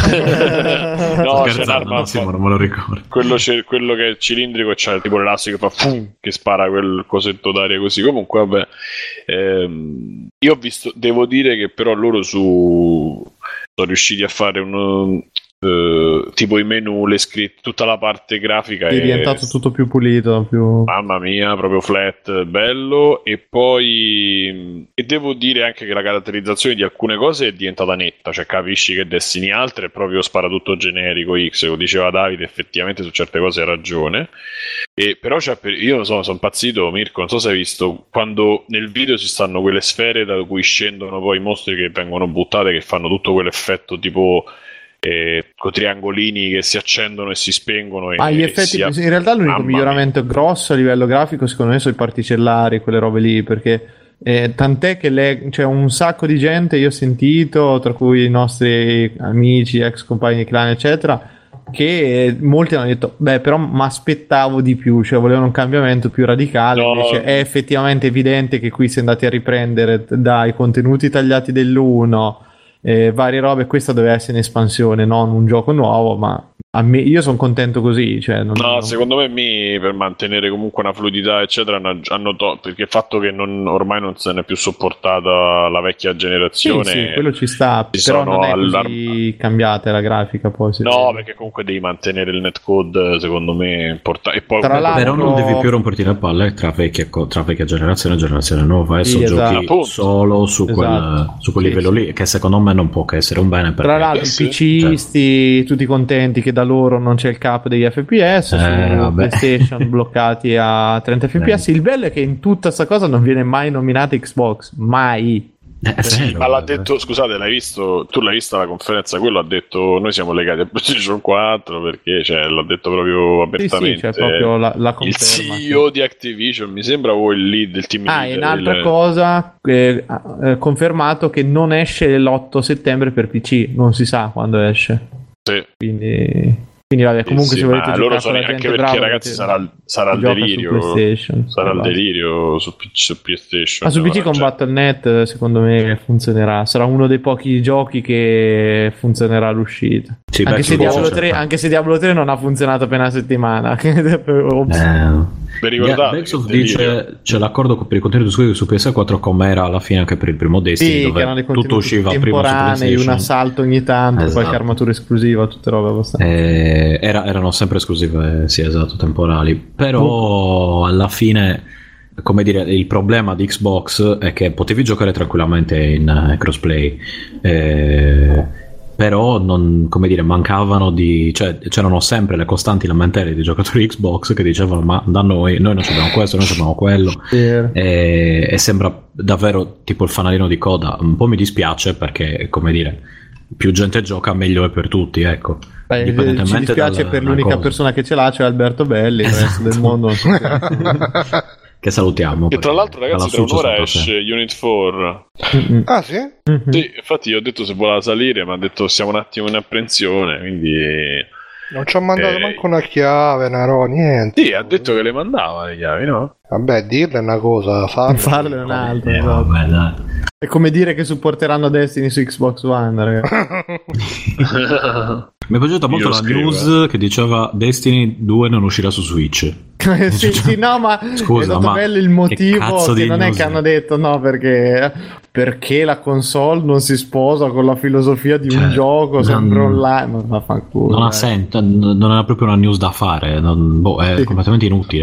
c'è scherzando, un'arma. no, sì, ma non me lo ricordo. Quello, c'è, quello che è cilindrico c'è tipo l'elastico che fa fum, che spara quel cosetto d'aria così. Comunque vabbè, ehm, io ho visto, devo dire che però loro su sono riusciti a fare un eh, tipo i menu, le scritte, tutta la parte grafica È diventato tutto più pulito, più... mamma mia, proprio flat, bello. E poi e devo dire anche che la caratterizzazione di alcune cose è diventata netta, cioè capisci che Destiny altre è proprio spara tutto generico X, lo diceva Davide, effettivamente su certe cose ha ragione. E però c'è per... io sono, sono impazzito, Mirko, non so se hai visto quando nel video ci stanno quelle sfere da cui scendono poi i mostri che vengono buttate, che fanno tutto quell'effetto tipo eh, con triangolini che si accendono e si spengono. Ah, e, gli e effetti, si... in realtà l'unico Mamma miglioramento grosso a livello grafico secondo me sono i particellari, quelle robe lì, perché eh, tant'è che le, c'è un sacco di gente, io ho sentito, tra cui i nostri amici, ex compagni di clan eccetera, che molti hanno detto beh però mi aspettavo di più, cioè volevano un cambiamento più radicale. No. Invece è effettivamente evidente che qui si è andati a riprendere dai contenuti tagliati dell'uno, eh, varie robe. Questa doveva essere in espansione, non un gioco nuovo, ma a me, io sono contento così, cioè non, No, non... secondo me mi, per mantenere comunque una fluidità eccetera hanno, hanno to- perché il fatto che non, ormai non se ne è più sopportata la vecchia Sì, generazione. sì, quello ci sta, ci però sono non è allar- così cambiata la grafica poi. se No, vedi. perché comunque devi mantenere il netcode, secondo me è importante. E poi Tra comunque- l'altro- Però non devi più romperti le palle tra vecchia, co- tra vecchia generazione e generazione nuova. Adesso Sì, esatto. giochi Appunto. solo su quel, Esatto. su quel Sì, livello sì. lì, che secondo me non può che essere un bene. Perché Tra l'altro sì, i PCisti tutti contenti che da loro non c'è il cap degli F P S, Eh, su vabbè. PlayStation bloccati a trenta F P S. Il bello è che in tutta sta cosa non viene mai nominata Xbox, mai. Eh, è vero, Ma l'ha eh. detto, scusate, l'hai visto? Tu l'hai vista la conferenza? Quello ha detto noi siamo legati a PlayStation quattro perché cioè, l'ha detto proprio Sì, apertamente. sì, c'è proprio la, la il conferma. C E O di Activision, mi sembra, o il lead del team Ah, leader, e un'altra il- cosa, eh, eh, confermato che non esce l'otto settembre per P C, non si sa quando esce. Sì. Quindi, quindi vabbè, comunque Sì, se sì, volete ma giocare loro sono con la anche gente perché brava, ragazzi potete- sarà, sarà il gioca su delirio PlayStation. sarà il Esatto. delirio su, P C, su PlayStation. Ma su P C con Cioè, Battle punto net secondo me funzionerà, sarà uno dei pochi giochi che funzionerà all'uscita. Sì, anche, beh, se su Diablo Xbox, tre, certo. anche se Diablo tre non ha funzionato appena una settimana. Ops. Eh, vi ricordate Microsoft che delirio? dice c'è l'accordo per i contenuti esclusivi su P S quattro come era alla fine anche per il primo Destiny, Sì, che dove erano dei tutto contenuti usciva prima su temporanei, un PlayStation. assalto ogni tanto, Esatto. qualche armatura esclusiva, tutte robe abbastanza. Eh, era- erano sempre esclusive, sì, esatto, temporali. Però alla fine, come dire, il problema di Xbox è che potevi giocare tranquillamente in eh, crossplay, eh, però non, come dire, mancavano di, cioè c'erano sempre le costanti lamentele di giocatori Xbox che dicevano ma da noi, noi non abbiamo questo, noi abbiamo quello. Vero. E, e sembra davvero tipo il fanalino di coda. Un po' mi dispiace perché, come dire, più gente gioca meglio è per tutti, ecco. Beh, ci Indipendentemente dispiace dal- per dalla l'unica cosa. persona che ce l'ha, cioè Alberto Belli, il resto Esatto. del mondo non so che- Che salutiamo. E tra perché l'altro ragazzi tra dalla Succio un'ora sono esce Unit quattro. Mm-mm. Ah sì? Mhm. Sì, infatti io ho detto se voleva salire, ma ha detto siamo un attimo in apprensione, quindi Non ci ha mandato Eh. manco una chiave, Naro, niente. sì, ha detto che le mandava le chiavi, no? Vabbè, dirle è una cosa, farle, Farle è un'altra. Eh, esatto. vabbè, dai. È come dire che supporteranno Destiny su Xbox One, ragazzi. Mi è piaciuta molto Io la scrivo, news che diceva Destiny due non uscirà su Switch. sì, sì, no, ma Scusa, è stato ma bello il che motivo cazzo che di non è news che è? hanno detto no, perché perché la console non si sposa con la filosofia di un Cioè, gioco sempre non- online, ma vaffanculo. Non ha eh. senso, non era proprio una news da fare, non- boh, è Sì. completamente inutile.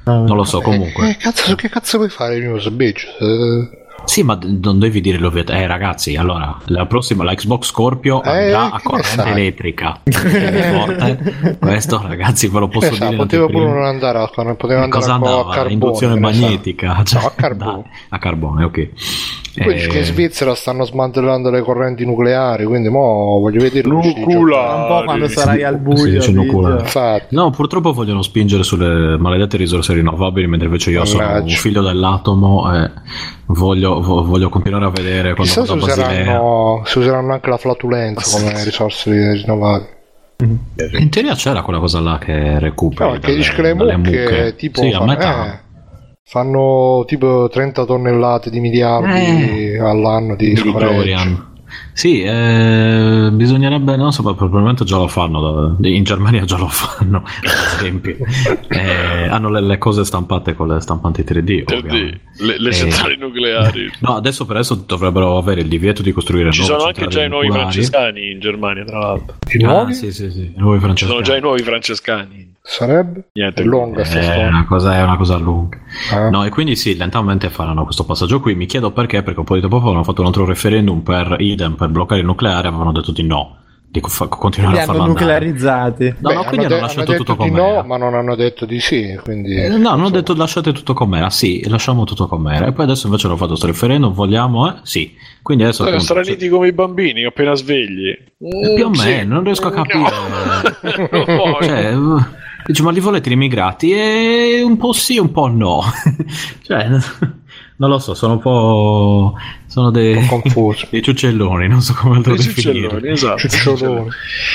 Non lo so, comunque. Eh, eh, cazzo, che cazzo vuoi fare in U S B? Eh... Sì, ma d- non devi dire l'ovvio. Eh, ragazzi, allora, la prossima, la Xbox Scorpio eh, andrà a corrente elettrica. Forte. Questo, ragazzi, ve lo posso eh, dire. Poteva pure non andare a, poteva andare cosa a, andava? a carbone. Induzione magnetica. Cioè, no, a carbone. Dai, a carbone, ok. Poi dice che in Svizzera stanno smantellando le correnti nucleari, quindi mo voglio vedere nucula un po' quando sarai al buio. Sì, no, purtroppo vogliono spingere sulle maledette risorse rinnovabili, mentre invece io sono un figlio dell'atomo e voglio, voglio continuare a vedere quando chissà se useranno, si useranno anche la flatulenza come risorse rinnovabili. In teoria c'era quella cosa là che recupera. No, che dice che le mucche, mucche tipo sì, fanno, a metà. Eh, fanno tipo trenta tonnellate di miliardi eh, all'anno di scoreggia. Sì, eh, bisognerebbe, non so, probabilmente già lo fanno, in Germania già lo fanno, per esempio. eh, hanno le, le cose stampate con le stampanti tre D, tre D le, le centrali eh, nucleari. No, adesso per adesso dovrebbero avere il divieto di costruire ci nuove sono anche già nucleari. I nuovi francescani in Germania, tra l'altro. I nuovi? Ah, sì, sì, sì, i nuovi francescani. Ci sono già i nuovi francescani. Sarebbe? Niente, è lunga eh, è, una cosa, è una cosa lunga. Ah. No, e quindi sì, lentamente faranno questo passaggio qui. Mi chiedo perché, perché un po' di tempo fa hanno fatto un altro referendum per idem, per bloccare il nucleare, avevano detto di no. Di fa- continuare li a farlo hanno andare. nuclearizzati. No, Beh, no, quindi hanno, hanno lasciato detto tutto di com'era. no, ma non hanno detto di sì. Quindi, eh, no, hanno detto lasciate tutto com'era. Sì, lasciamo tutto com'era. E poi adesso invece hanno fatto questo referendum. Vogliamo, eh? Sì. Quindi adesso. Sono appunto, straniti cioè... come i bambini appena svegli. Eh, più o meno, sì. Non riesco a capire. No. Cioè. Dice, ma li volete gli immigrati? E un po' sì, un po' no. Cioè, non lo so, sono un po'. Sono dei. Confuso. Dei ciuccelloni, non so come lo definire. Esatto. Ciuccioloni.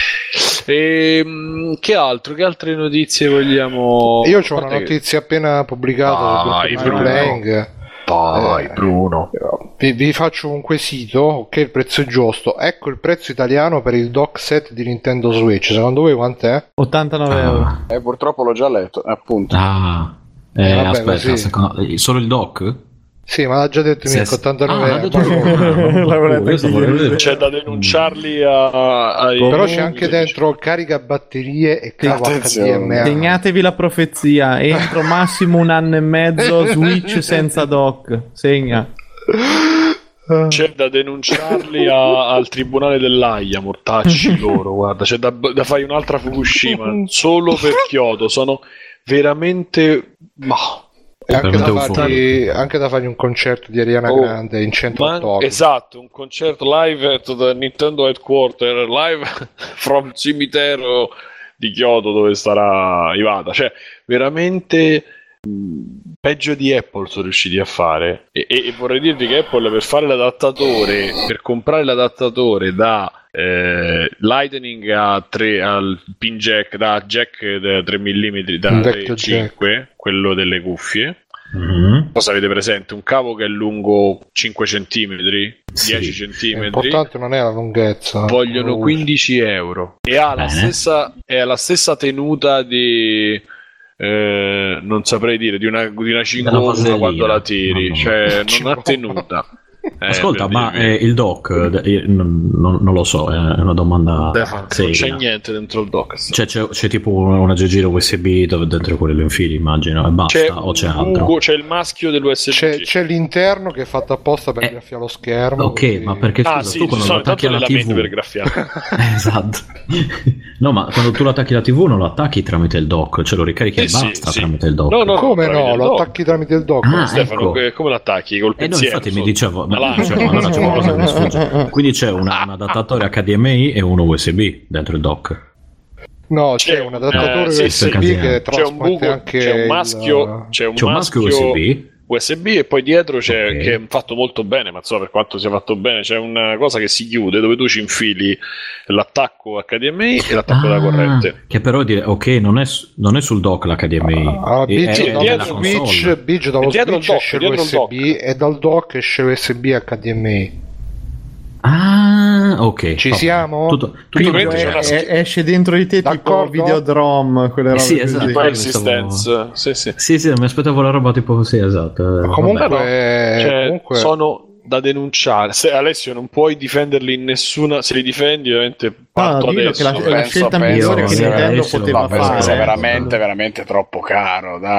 E, che altro? Che altre notizie vogliamo? Io ho una notizia che... appena pubblicata ah, su Playing. Dai, eh, Bruno. Vi, vi faccio un quesito, ok, il prezzo è giusto. Ecco il prezzo italiano per il dock set di Nintendo Switch. Secondo voi quant'è? ottantanove ah. euro. Eh, purtroppo l'ho già letto, appunto. Ah, eh, eh, vabbè, aspetta, secondo... solo il dock? Sì, ma l'ha già detto Se... Mirko, ottantanove ah, euro. C'è da denunciarli a, a però c'è anche dentro caricabatterie e cavo H D M I. Segnatevi la profezia, entro massimo un anno e mezzo Switch senza dock. Segna. C'è da denunciarli a, al tribunale dell'Aia, mortacci loro, guarda, c'è da, da fare un'altra Fukushima solo per Kyoto, sono veramente ma E anche da, fargli, anche da fargli un concerto di Ariana oh, Grande in centro a Tokyo. Esatto, un concerto live at the Nintendo Headquarter, live from cimitero di Kyoto dove starà Iwata. Cioè, veramente mh, peggio di Apple sono riusciti a fare. E, e, e vorrei dirvi che Apple per fare l'adattatore, per comprare l'adattatore da eh, Lightning a tre, al pin jack, da jack da tre millimetri, da tre virgola cinque, quello delle cuffie. Mm-hmm. Cosa avete presente? Un cavo che è lungo cinque centimetri, sì. dieci centimetri. L'importante non è la lunghezza. Vogliono quindici euro e ha la stessa, è la stessa tenuta di eh, non saprei dire di una, di una cingolata quando la tiri, no, no. Cioè non ha tenuta. Eh, Ascolta, ma eh, il dock eh, non, non, non lo so, è una domanda. Non c'è niente dentro il dock. C'è, c'è, c'è tipo una G G U S B dove dentro quello lo infili, immagino, e basta. C'è o c'è un altro? buco, c'è il maschio dell'U S B. C'è, c'è l'interno che è fatto apposta per eh, graffiare lo schermo. Ok, quindi... ma perché scusa, ah, sì, tu quando lo attacchi alla tivù per graffiare. Esatto. No, ma quando tu lo attacchi alla tivù non lo attacchi tramite il dock, ce lo ricarichi eh, e sì, basta sì. tramite il dock. No, no, come no? Lo dock. attacchi tramite il dock. Ah, Stefano, ecco. Come l'attacchi? Col eh no, pensiero? Infatti mi dicevo, ma dicevo, allora c'è qualcosa che mi sfugge. Quindi c'è una, un adattatore H D M I e uno U S B dentro il dock. No, c'è, c'è un adattatore eh, sì, U S B sì, che c'è un buco, anche c'è un maschio, il... c'è un c'è un maschio, maschio U S B. U S B e poi dietro c'è okay. che è fatto molto bene, ma insomma per quanto sia fatto bene c'è una cosa che si chiude dove tu ci infili l'attacco H D M I e l'attacco ah, della corrente. Che però dire ok, non è, non è sul dock l'H D M I. Ah, è, è, è dietro Switch, Biggio dallo Switch esce l'U S B e dal dock esce l'U S B H D M I. Ah, ok. Ci siamo? Tutto, tutto è, è, esce dentro di te tipo Videodrome, quelle robe sì, esatto, tipo Existence. Sì, sì. Sì, sì, mi aspettavo la roba tipo così, esatto. Comunque, no, cioè, comunque sono da denunciare. Se, Alessio, non puoi difenderli in nessuna. Se li difendi, ovviamente parto no, adesso. Che la, la scelta migliore che Nintendo poteva fare è veramente, veramente troppo caro, dai.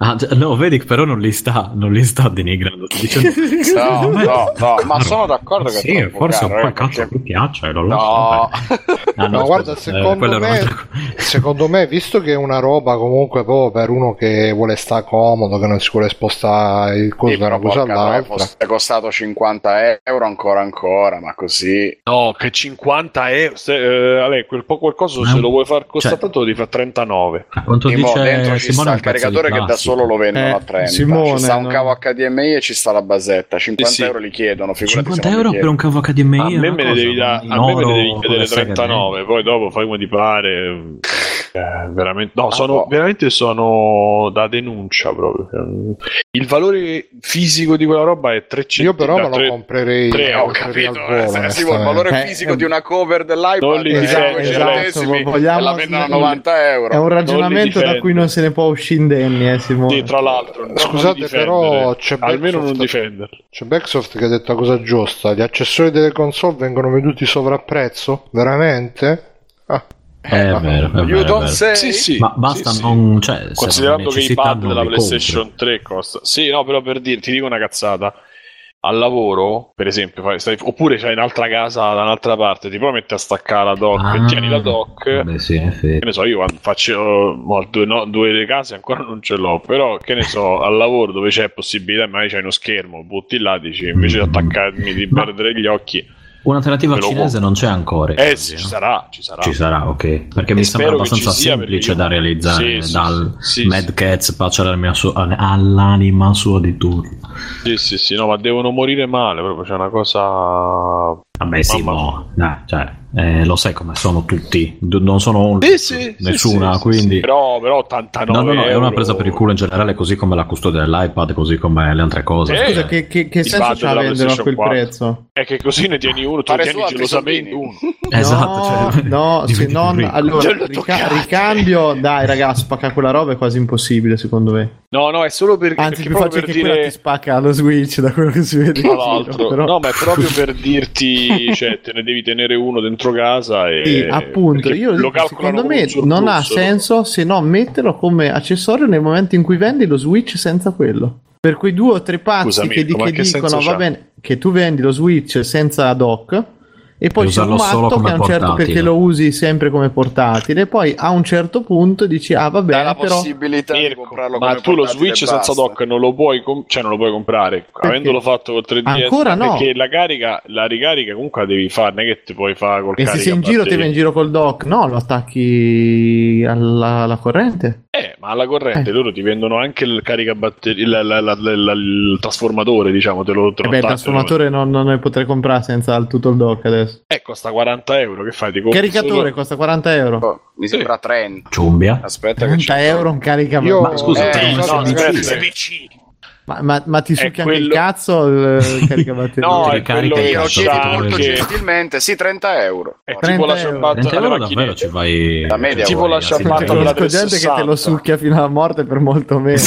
Ah, no, vedi, però non li sta, non li sta denigrando. Sto dicendo, No, no, no, ma sono d'accordo che sì, è troppo forse caro, un po' eh, cazzo perché- mi piace, lo No. so. Ah, No, guarda, scusa, eh, secondo quella era me, un'altra cosa. secondo me, visto che è una roba comunque proprio per uno che vuole stare comodo, che non si vuole spostare il coso Sì, da una però cosa porca troia, all'altra, fosse costato cinquanta euro ancora ancora, ma così No, che cinquanta euro. Se, eh, Ale, quel po' qualcosa, Ma- se lo vuoi far costare cioè- tanto, lo devi fare trentanove. A quanto Tipo, dice dentro ci Simone, sta un il pezzo di caricatore che da plastica. solo lo vendono Eh, a trenta, Simone, ci sta un no. cavo H D M I e ci sta la basetta, cinquanta Sì, sì. euro li chiedono, figurati cinquanta se non li euro per un chiedono. cavo H D M I A è me una me ne cosa, devi, da- in a me me ne oro devi con chiedere le seghe trentanove, poi dopo fai come ti pare. Eh, veramente, no, Ah, sono, no. veramente sono da denuncia proprio. Il valore fisico di quella roba è tre io però me lo tre- comprerei, tre me lo euro, comprerei Capito? al volo, Eh, sì, il onestamente. valore Eh, fisico eh, di una cover dell'iPad Non li è difendo, due esatto, centesimi vogliamo- e la vendono a non- novanta euro. È un ragionamento da difendo. cui non se ne può uscire indenni, eh, Simone. Sì, tra l'altro, non Scusate, li però difendere. c'è almeno Backsoft- non difenderlo. C'è Backsoft che ha detto la cosa giusta: gli accessori delle console vengono venduti sovrapprezzo? Veramente? Ah. È vero, è vero, You è don't vero. say. Sì, sì, Ma basta sì, sì. non, cioè, se Considerando non che i necessità pad non della li PlayStation compri. tre costa. Sì, no, però per dirti, ti dico una cazzata. Al lavoro, per esempio, fai- stai- oppure c'hai un'altra casa da un'altra parte, ti puoi mettere a staccare la dock, Ah, tieni la dock. Vabbè, sì, è Che vero. ne so, io quando faccio mo, due, no, due case ancora non ce l'ho, però che ne so, al lavoro dove c'è possibilità, magari c'hai uno schermo, butti là, dici, invece di Mm. attaccarmi, di Ma- perdere gli occhi. Un'alternativa Me lo cinese compro. non c'è ancora. Eh oggi, sì, no? ci sarà, ci sarà. Ci sarà, ok. Perché E mi spero sembra che ci abbastanza sia, perché semplice io- da realizzare. Sì, sì, dal sì, sì, Mad Cats, pace all'anima sua, all'anima sua di turno. Sì, sì, sì, no, ma devono morire male, proprio, c'è una cosa... Vabbè, sì, Mamma mo, dai, cioè, eh, lo sai come sono tutti. D- non sono un- Sì, sì, nessuna, sì, sì, quindi. sì, però, però ottantanove No, no, no, è euro. una presa per il culo in generale, così come la custodia dell'iPad, così come le altre cose. Eh, Scusa, che, che, che il senso pad c'ha della venderlo a PlayStation quel quattro. prezzo? È che così ne tieni uno, te lo Fare tieni su altri gelosamente soldini. uno. Esatto, no, cioè, no, se diventi non ricco. allora Te lo rica- toccate. ricambio, dai, raga, spacca quella roba è quasi impossibile, secondo me. No, no, è solo per, Anzi, perché più proprio facile per che quella ti dire... spacca lo Switch, da quello che si vede in Tra giro, l'altro, però. no, ma è proprio per dirti, cioè, te ne devi tenere uno dentro casa e... Sì, appunto, perché io lo dico, calcolano secondo come me un surplus, non ha no? senso se no metterlo come accessorio nel momento in cui vendi lo Switch senza quello. Per quei due o tre pazzi Scusa, che, di- Mirko, ma che che dicono senso va c'ha? bene che tu vendi lo Switch senza dock e poi E c'è un usarlo solo matto come che a un certo portatile. perché lo usi sempre come portatile e poi a un certo punto dici ah va Dai bene la però possibilità di Mirko, comprarlo ma come tu lo portatile Switch e senza basta. dock non lo puoi, com- cioè non lo puoi comprare avendolo fatto col tre D S. Ancora no. Perché la carica, la ricarica comunque la devi fare, non è che ti puoi fare col e se sei in giro ti vai in giro col dock no lo attacchi alla, alla corrente. Eh, ma alla corrente Eh. loro ti vendono anche il caricabatteria, il, la- la- la- la- il trasformatore, diciamo, te lo, te E lo beh il attaccano. trasformatore non, non ne potrei comprare senza il tutto il dock adesso. Eh, costa quaranta euro, che fai? Ti compri Caricatore solo- costa quaranta euro. Oh, mi sembra trenta. Ciumbia. Aspetta che trenta ci euro un caricamento. Io, Ma scusa, Eh, te- No, scusate, aspetta, ragazzi, sei vicino. Ma, ma, ma ti È succhia anche il quello- cazzo il caricabatteria? No, Ti è ricarica quello il che Lo cazzo, chiedi c'ha molto anche- gentilmente, sì, trenta euro. È trenta tipo la euro. ciabatta trenta alle euro macchinette. davvero ci vai. La media Tipo vuoi, la sì, ciabatta sì. della Conosco gente che te lo trecentosessanta. succhia fino alla morte per molto meno.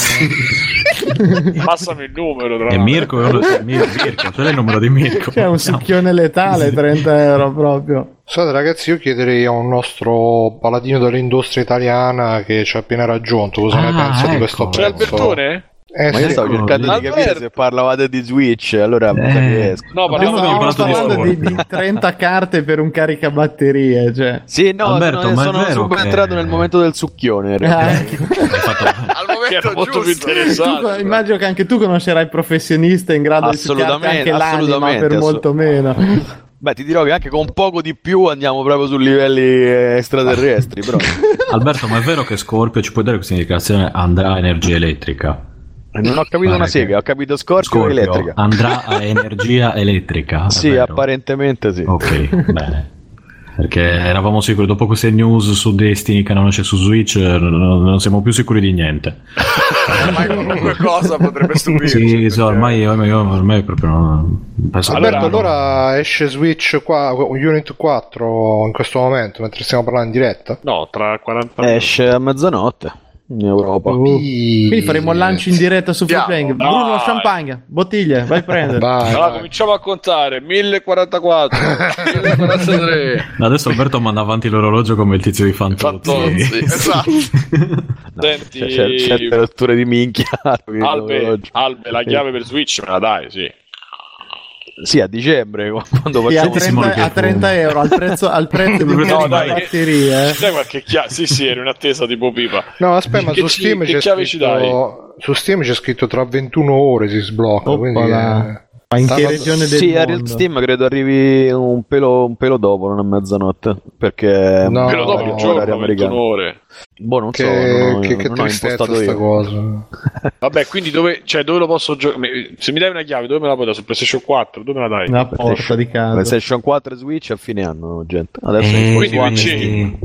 Passami il numero. Tra E l'altro. Mirko, è uno- Mir- Mirko, c'è il numero di Mirko. C'è un succhione letale, trenta euro proprio. Scusate ragazzi, io chiederei a un nostro paladino dell'industria italiana che ci ha appena raggiunto cosa ne Ah, pensa di ecco. questo C'è prezzo. Albertone? Eh, Ma io sì. stavo Eccolo cercando lì. di capire Alberto. se parlavate di Switch, allora mi sa Eh. che esco. No, Ma parliamo stavamo parlato di parlando di, sport. di trenta carte per un caricabatterie, cioè. Sì, no, Alberto, sono, ma è sono vero subentrato che- nel momento del succhione. in realtà. Ah, ecco. Hai fatto- Al Che era momento molto più giusto. Tu, interessante. immagino che anche tu conoscerai professionista in grado di succhiarti Assolutamente, anche l'anima assolutamente, per assu- molto meno. Beh, ti dirò che anche con poco di più andiamo proprio su livelli eh, extraterrestri, però. Alberto, ma è vero che Scorpio, ci puoi dare questa indicazione, andrà a energia elettrica? Non ho capito Guarda una che- sega, ho capito Scorpio, Scorpio elettrica. andrà a energia elettrica? è Sì, vero? apparentemente sì. Ok, bene. Perché eravamo sicuri, dopo queste news su Destiny che non esce su Switch, eh, non, non siamo più sicuri di niente. Ormai qualunque cosa potrebbe stupirci. Sì, so, perché- ormai, ormai, ormai proprio non... penso che- Alberto, Allora- allora esce Switch qua, Unit quattro in questo momento mentre stiamo parlando in diretta? No, tra quaranta Esce a mezzanotte. in Europa. Uh, quindi faremo il lancio in diretta su Free Andiamo, Playing. Bruno, dai. champagne, bottiglie, vai a prendere. Vai, Allora vai. cominciamo a contare mille quarantaquattro, mille quarantatré. Adesso Alberto manda avanti l'orologio come il tizio di Fantozzi. Fantozzi, esatto. Senti, C'è, c'è certe rotture di minchia. Albe, Albe, la chiave per Switch me la dai, sì. Sì, a dicembre, quando Sì, a facciamo trenta, a trenta euro al prezzo, al prezzo di No, no, dai, batterie. Sai qualche chiave? Sì, sì, ero in attesa tipo pipa. No, aspetta, ma Che su ci- Steam che c'è chiave ci dai? scritto, su Steam c'è scritto tra ventuno ore si sblocca, quindi Oppala. eh, Ma in che stanno- regione del Sì, a mondo? Real Steam credo arrivi un pelo, un pelo dopo, non a mezzanotte, perché No, Quello dopo il no, giorno, orario ventuno americano. ore. Boh, non so, che, non ho, che, che non ho tristezza impostato sta io. cosa. Vabbè, quindi dove, cioè, dove lo posso giocare? Se mi dai una chiave, dove me la puoi dare? Su PlayStation quattro? Dove me la dai? Nella porta di casa. PlayStation quattro e Switch a fine anno, gente. Adesso Eh, Xbox quindi One P C. e Steam.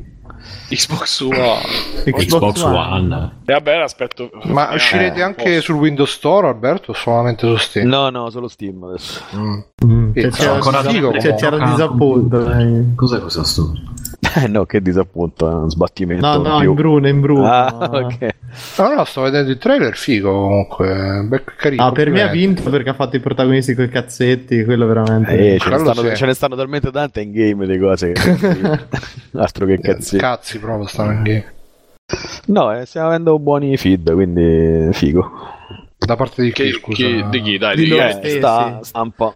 Xbox One. Xbox One. E vabbè, aspetto. Ma eh, uscirete eh, anche posso. sul Windows Store, Alberto, o solamente su Steam? No, no, solo Steam adesso. Mm. Mm, Sì, cioè, c'era, ancora figo, figo, cioè, c'era comunque. disappunto. dai. Cos'è questa storia? Eh no, che disappunto, è un sbattimento. No, no, più. in Bruno, in Bruno. Ah, ok. No, no, sto vedendo il trailer figo comunque, bel carino. Ah, per me ha complimenti. vinto perché ha fatto i protagonisti coi cazzetti, quello veramente. Eh, ce, ne Quello stanno, sì. ce ne stanno talmente tante in game di cose che... altro che cazzi. Cazzi proprio stanno in game. No, eh, stiamo avendo buoni feed, quindi figo. Da parte di chi, Che, scusa? chi- di chi? Dai, Di di chi? loro Eh, stessi. Sta stampa.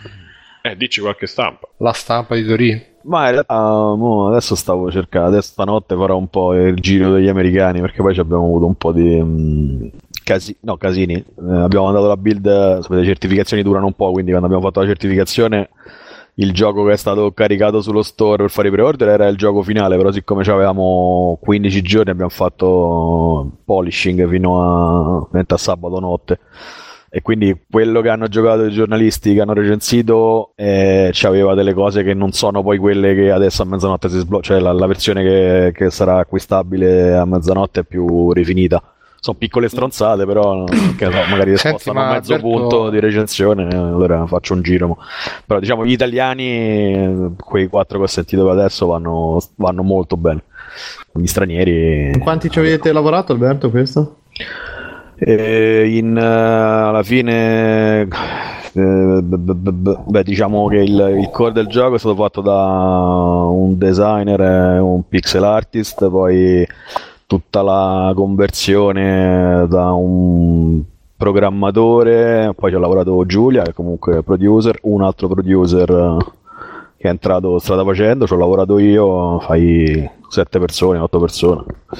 eh, dici qualche stampa. La stampa di Torino. Ma in realtà mo adesso stavo cercando, adesso stanotte farò un po' il giro degli americani perché poi ci abbiamo avuto un po' di mh, casi- no, casini. Eh, abbiamo mandato la build, sapete, le certificazioni durano un po', quindi quando abbiamo fatto la certificazione il gioco che è stato caricato sullo store per fare i pre-order era il gioco finale, però siccome avevamo quindici giorni abbiamo fatto polishing fino a, a sabato notte. E quindi quello che hanno giocato i giornalisti che hanno recensito eh, c'aveva delle cose che non sono poi quelle che adesso a mezzanotte si sblocca, cioè la, la versione che, che sarà acquistabile a mezzanotte è più rifinita. Sono piccole stronzate, però che so, magari Senti, spostano ma mezzo Alberto- punto di recensione, eh, allora faccio un giro. Però diciamo gli italiani, eh, quei quattro che ho sentito adesso vanno, vanno molto bene. Gli stranieri... In quanti ci avete lavorato, Alberto, questo? Eh, in, eh, alla fine eh, b- b- b- beh, diciamo che il, il core del gioco è stato fatto da un designer e un pixel artist, poi tutta la conversione da un programmatore, poi ci ha lavorato Giulia che comunque è producer, un altro producer eh, che è entrato strada facendo, ci ho lavorato io, fai sette persone, otto persone.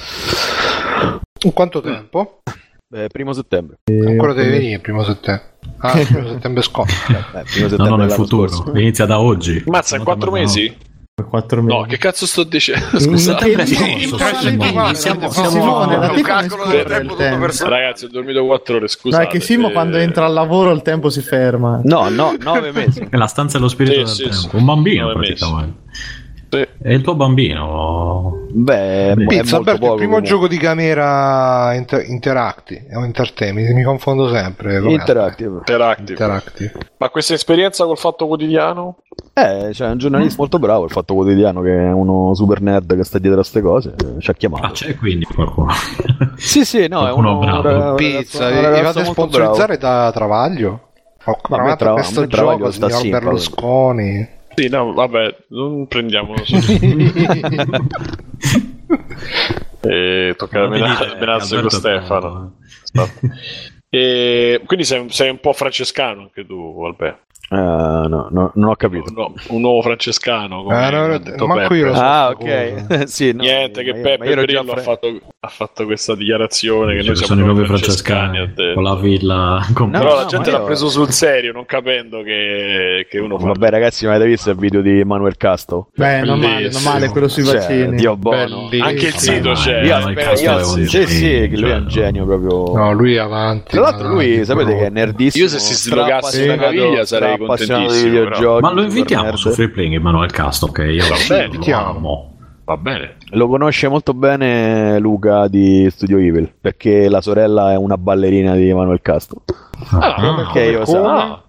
In quanto tempo? Eh, primo settembre. Ancora devi venire il primo settembre. Ah, il primo settembre scorso. Eh, primo No, settembre no, nel dell'anno futuro. scorso. Inizia da oggi. Mazza, in quattro mesi? Quattro mesi. No, che cazzo sto dicendo? In- Scusate. in- Sì, in- sì, siamo- siamo- Simone, da te un come calcolo scorre del tempo il tutto tempo? per Ragazzi, ho dormito quattro ore, No, scusate. è che Simo eh, quando entra al lavoro il tempo si ferma. No, no, nove mesi. È la stanza e lo spirito Sì, del sì, tempo. sì. Un bambino Nove praticamente. sì. È il tuo bambino. Beh, è, è Pizza, molto Alberto, poco. il primo comunque. gioco di camera inter- Interactive o Entertainment, mi confondo sempre. com'è? Interactive. Interactive. Interactive. Ma questa esperienza col Fatto Quotidiano? Eh, c'è un giornalista molto bravo, il Fatto Quotidiano, che è uno super nerd che sta dietro a queste cose, eh, ci ha chiamato. Ah, c'è quindi qualcuno. Sì, sì, no, è Qualcuno uno bravo. ra- Pizza, ragazzo- vi un vi ragazzo fate molto sponsorizzare da Travaglio? Ho Ma a me chiamato Tra- a questo me Travaglio gioco, sta signor simpatico. Berlusconi. Sì, no, vabbè, non prendiamolo su. E tocca a Non mi mena- dite, menarsi con Alberto è Stefano. bravo, E quindi sei, sei un po' francescano anche tu, Alberto. Eh, no, no, non ho capito. No, un nuovo francescano. Come Ah, no, ha no, detto manco Peppe. io lo so. Ah, questa ok. Sì, no, Niente, ma che io- ma Peppe io ero già Grillo ha, fre- fatto, ha fatto questa dichiarazione che Cioè, noi ci siamo sono i nuovi proprio francescani. francescani ha con la detto. villa con No, Però no, la ma gente io- l'ha preso sul serio, non capendo che, che uno fa. Vabbè, ragazzi, ma avete visto il video di Manuel Casto? Beh, non male, non Bellissimo. male quello sui Cioè, vaccini. Dio buono. Bellissimo. Anche il Vabbè, sito ma- c'è. Io ma il aspetto, Casto io- è un sì, sì, genio, che lui è un cioè, genio proprio. No, lui è avanti. Tra l'altro, lui avanti, sapete proprio. che è nerdissimo. Io se si slogasse stra- la caviglia sarei stra- appassionato di contentissimo, però. videogiochi, Ma lo super invitiamo nerd. su Free Playing Emanuele Casto, che io Va bene, lo invitiamo. amo. Va bene. Lo conosce molto bene Luca di Studio Evil, perché la sorella è una ballerina di Manuel Casto. Ah, Che io come? sa. ah,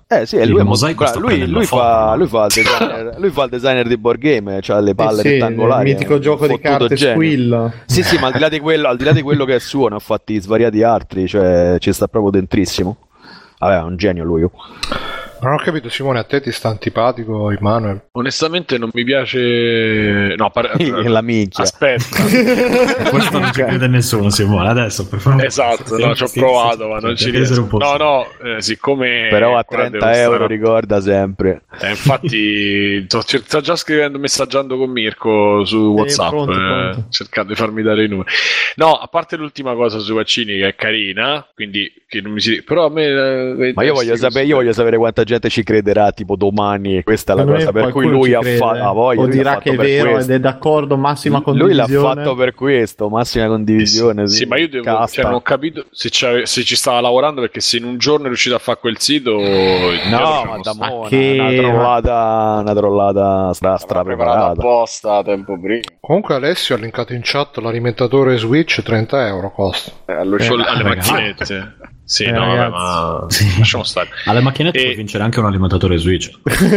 Eh sì, Sì, lui, è il molto- mosaico sta lui, prendendo lui fa, forma. lui, fa il designer, lui fa il designer di board game, cioè le palle Sì, sì, rettangolari. il mitico è un gioco di fottuto carte genio. Squillo. Sì, sì, ma al di là di quello, al di là di quello che è suo, ne ha fatti svariati altri, cioè ci sta proprio dentrissimo. Vabbè, è un genio lui. Non ho capito, Simone, a te ti sta antipatico Emanuele? Onestamente non mi piace. No, par- La minchia. Aspetta. Questo non ci crede nessuno, Simone. Adesso, per favore. Esatto, Sì, no, ci ho sì, provato, sì, ma sì, non sì, ci deve essere riesco. un po' No, sì. no, eh, siccome Però a qua trenta devo euro stare- ricorda sempre. Eh, infatti sto, cer- sto già scrivendo, messaggiando con Mirko su WhatsApp, pronto, eh, pronto. cercando di farmi dare i numeri. No, a parte l'ultima cosa sui vaccini che è carina, quindi che non mi si... però a me eh, Ma io voglio, questi- sapere, io voglio sapere quanta gente ci crederà tipo domani, questa è la Secondo cosa me per cui qualcuno lui ci ha crede, fatto, ah, voglia, o lui l'ha dirà fatto che è per vero questo. ed è d'accordo, massima Lui condivisione. l'ha fatto per questo, massima condivisione. Sì, Sì, ma io devo, casta. cioè, non ho capito se, c'ave- se ci stava lavorando, perché se in un giorno è riuscito a fare quel sito, No, ma da Ma mo', che- una trollata, una trollata stra, stra L'avrà preparato preparata. apposta tempo prima. Comunque Alessio ha linkato in chat l'alimentatore Switch, trenta euro costa. Eh, allucino. alle ragazzi. macchinette. Sì, Eh, no, vabbè, ragazzi. ma Sì. lasciamo stare. Alle macchinette E- puoi vincere anche un alimentatore Switch.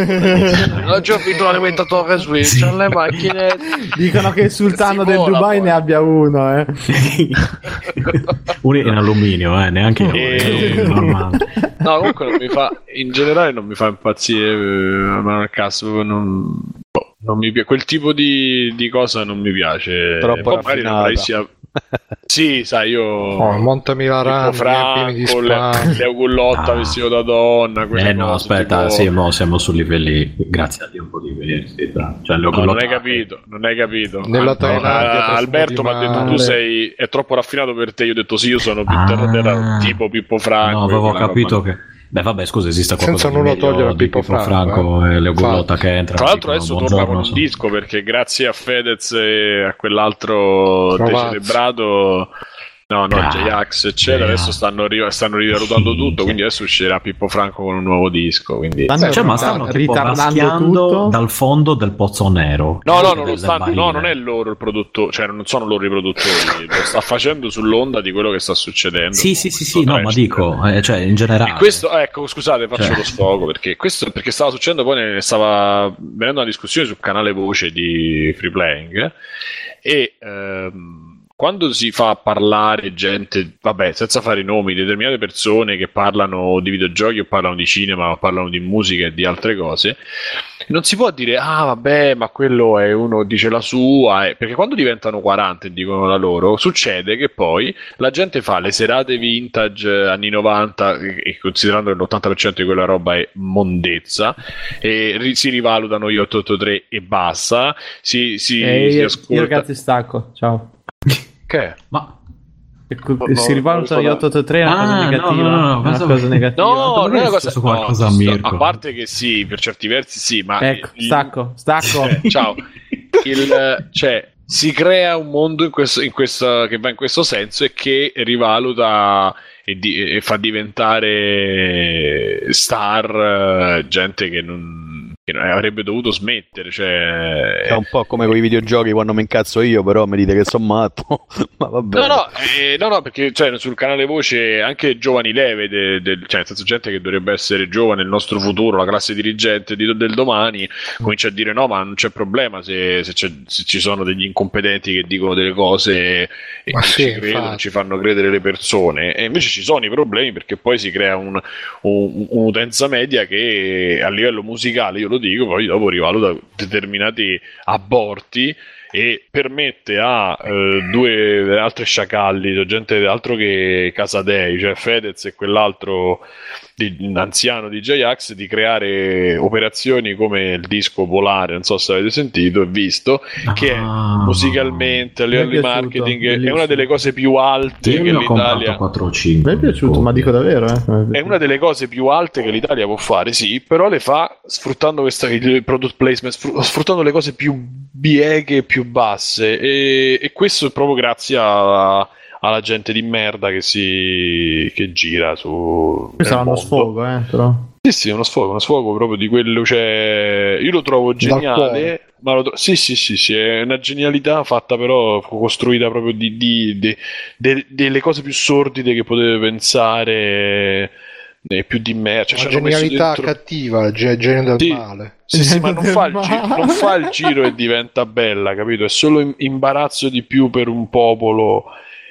Ho già vinto l'alimentatore Switch Sì. alle macchine. Dicono che il sultano Si del vola, Dubai poi. ne abbia uno, eh. Uno in alluminio, eh, neanche in E- alluminio, normale. No, comunque non mi fa, in generale non mi fa impazzire, eh, ma nel caso proprio non, boh, non mi piace, quel tipo di, di cosa non mi piace. Troppo Poi magari raffinata. avrai sia... Sì, sai, io Oh, Montemila Pippo Rani, pieni di Franco, le, spam. Leo Gullotta Ah. vestito da donna, quelle Eh no, cose, aspetta, tipo- sì, mo siamo su livelli, grazie a Dio, un po' diversi. tra- Cioè, le ho No, non collocate. hai capito, non hai capito. Nella Ah, Thailandia, ah, profumo Alberto di mi ha detto mare. tu sei è troppo raffinato per te. Io ho detto sì, io sono più Ah. terra tipo Pippo Franco. No, avevo e quella capito roba. che... Beh, vabbè, scusa, esiste qualcosa Senza di nulla meglio togliere a di Pippo Pippo Franco, Franco eh. e Leo Gullotta Infatti. che entra. Tra l'altro adesso torna buongiorno, con un so. disco, perché grazie a Fedez e a quell'altro Trovazzi. decelebrato, no, no, Gra- J-Ax eccetera, Gra- adesso stanno, ri- stanno rivalutando tutto, Minchia. quindi adesso uscirà Pippo Franco con un nuovo disco, quindi... Stanno Cioè, ma ritar- stanno tipo ritardando raschiando tutto. dal fondo del pozzo nero. No, no, Del- non lo del stanno, barile. no, non è loro il produttore, cioè non sono loro i produttori, lo sta facendo sull'onda di quello che sta succedendo. Sì, con sì, sì, questo sì, no, ma trash. dico, eh, cioè, in generale. E questo, ecco, scusate, faccio Cioè. lo sfogo, perché questo perché stava succedendo, poi ne stava venendo una discussione sul canale Voce di Free Playing, e ehm, quando si fa parlare gente, vabbè, senza fare i nomi, determinate persone che parlano di videogiochi o parlano di cinema o parlano di musica e di altre cose, non si può dire ah vabbè, ma quello è uno dice la sua, eh", perché quando diventano quaranta e dicono la loro, succede che poi la gente fa le serate vintage eh, anni novanta, e e considerando che l'ottanta per cento di quella roba è mondezza, e ri- si rivalutano gli otto otto tre e basta, si, si, Eh, si io, ascolta... io ragazzi stacco, ciao. Che? Ma... Ecco, No, si no, rivalutano gli no, otto otto tre è una Ah, cosa no, negativa. no, no, no, è una pensavo- cosa negativa. No, Ma non è una è cosa, successo qualcosa a no, Mirko? a parte che sì, per certi versi sì, ma Ecco, il- stacco, stacco. Eh, ciao. Il, cioè, si crea un mondo in questo, in questo, che va in questo senso e che rivaluta e, di- e fa diventare star eh, gente che non, che non avrebbe dovuto smettere. Cioè... È un po' come con i videogiochi quando mi incazzo io, però mi dite che sono matto. Ma vabbè. No, no, eh, no, no, perché cioè, sul canale Voce anche giovani leve, de- del- cioè nel senso gente che dovrebbe essere giovane, il nostro futuro, la classe dirigente di- del domani, comincia a dire no, ma non c'è problema se, se c'è- se ci sono degli incompetenti che dicono delle cose e Ma non sì, ci credono, infatti. non ci fanno credere le persone, e invece ci sono i problemi perché poi si crea un- un- un'utenza media che a livello musicale, io lo dico, poi dopo rivaluta determinati aborti e permette a eh, due altre sciacalli, cioè gente altro che Casadei, cioè Fedez e quell'altro di, anziano di J-Ax, di creare operazioni come il disco Volare, non so se avete sentito e visto, che Ah. musicalmente a Mi è livello di piaciuto, marketing è bellissimo. una delle cose più alte Io che ne ho comprato l'Italia quattro o cinque. Mi è piaciuto, ma dico davvero, eh. è una delle cose più alte che l'Italia può fare, sì, però le fa sfruttando questa, il product placement, sfru- sfruttando le cose più bieghe, più basse, e, e questo è proprio grazie a- alla gente di merda che si che gira su Questo è nel uno mondo. sfogo, eh, però. Sì, sì, uno sfogo, uno sfogo proprio di quello, cioè, io lo trovo geniale, cuore. ma lo tro- sì, sì, sì, sì, è una genialità fatta però, costruita proprio di, di- di- de- delle cose più sordide che potete pensare, né più di me. Cioè, la ci hanno messo genialità dentro... cattiva, il ge- genio del Sì. male. Sì, sì, ma non fa, il Ma- giro, non fa il giro e diventa bella, capito? È solo im- imbarazzo di più per un popolo.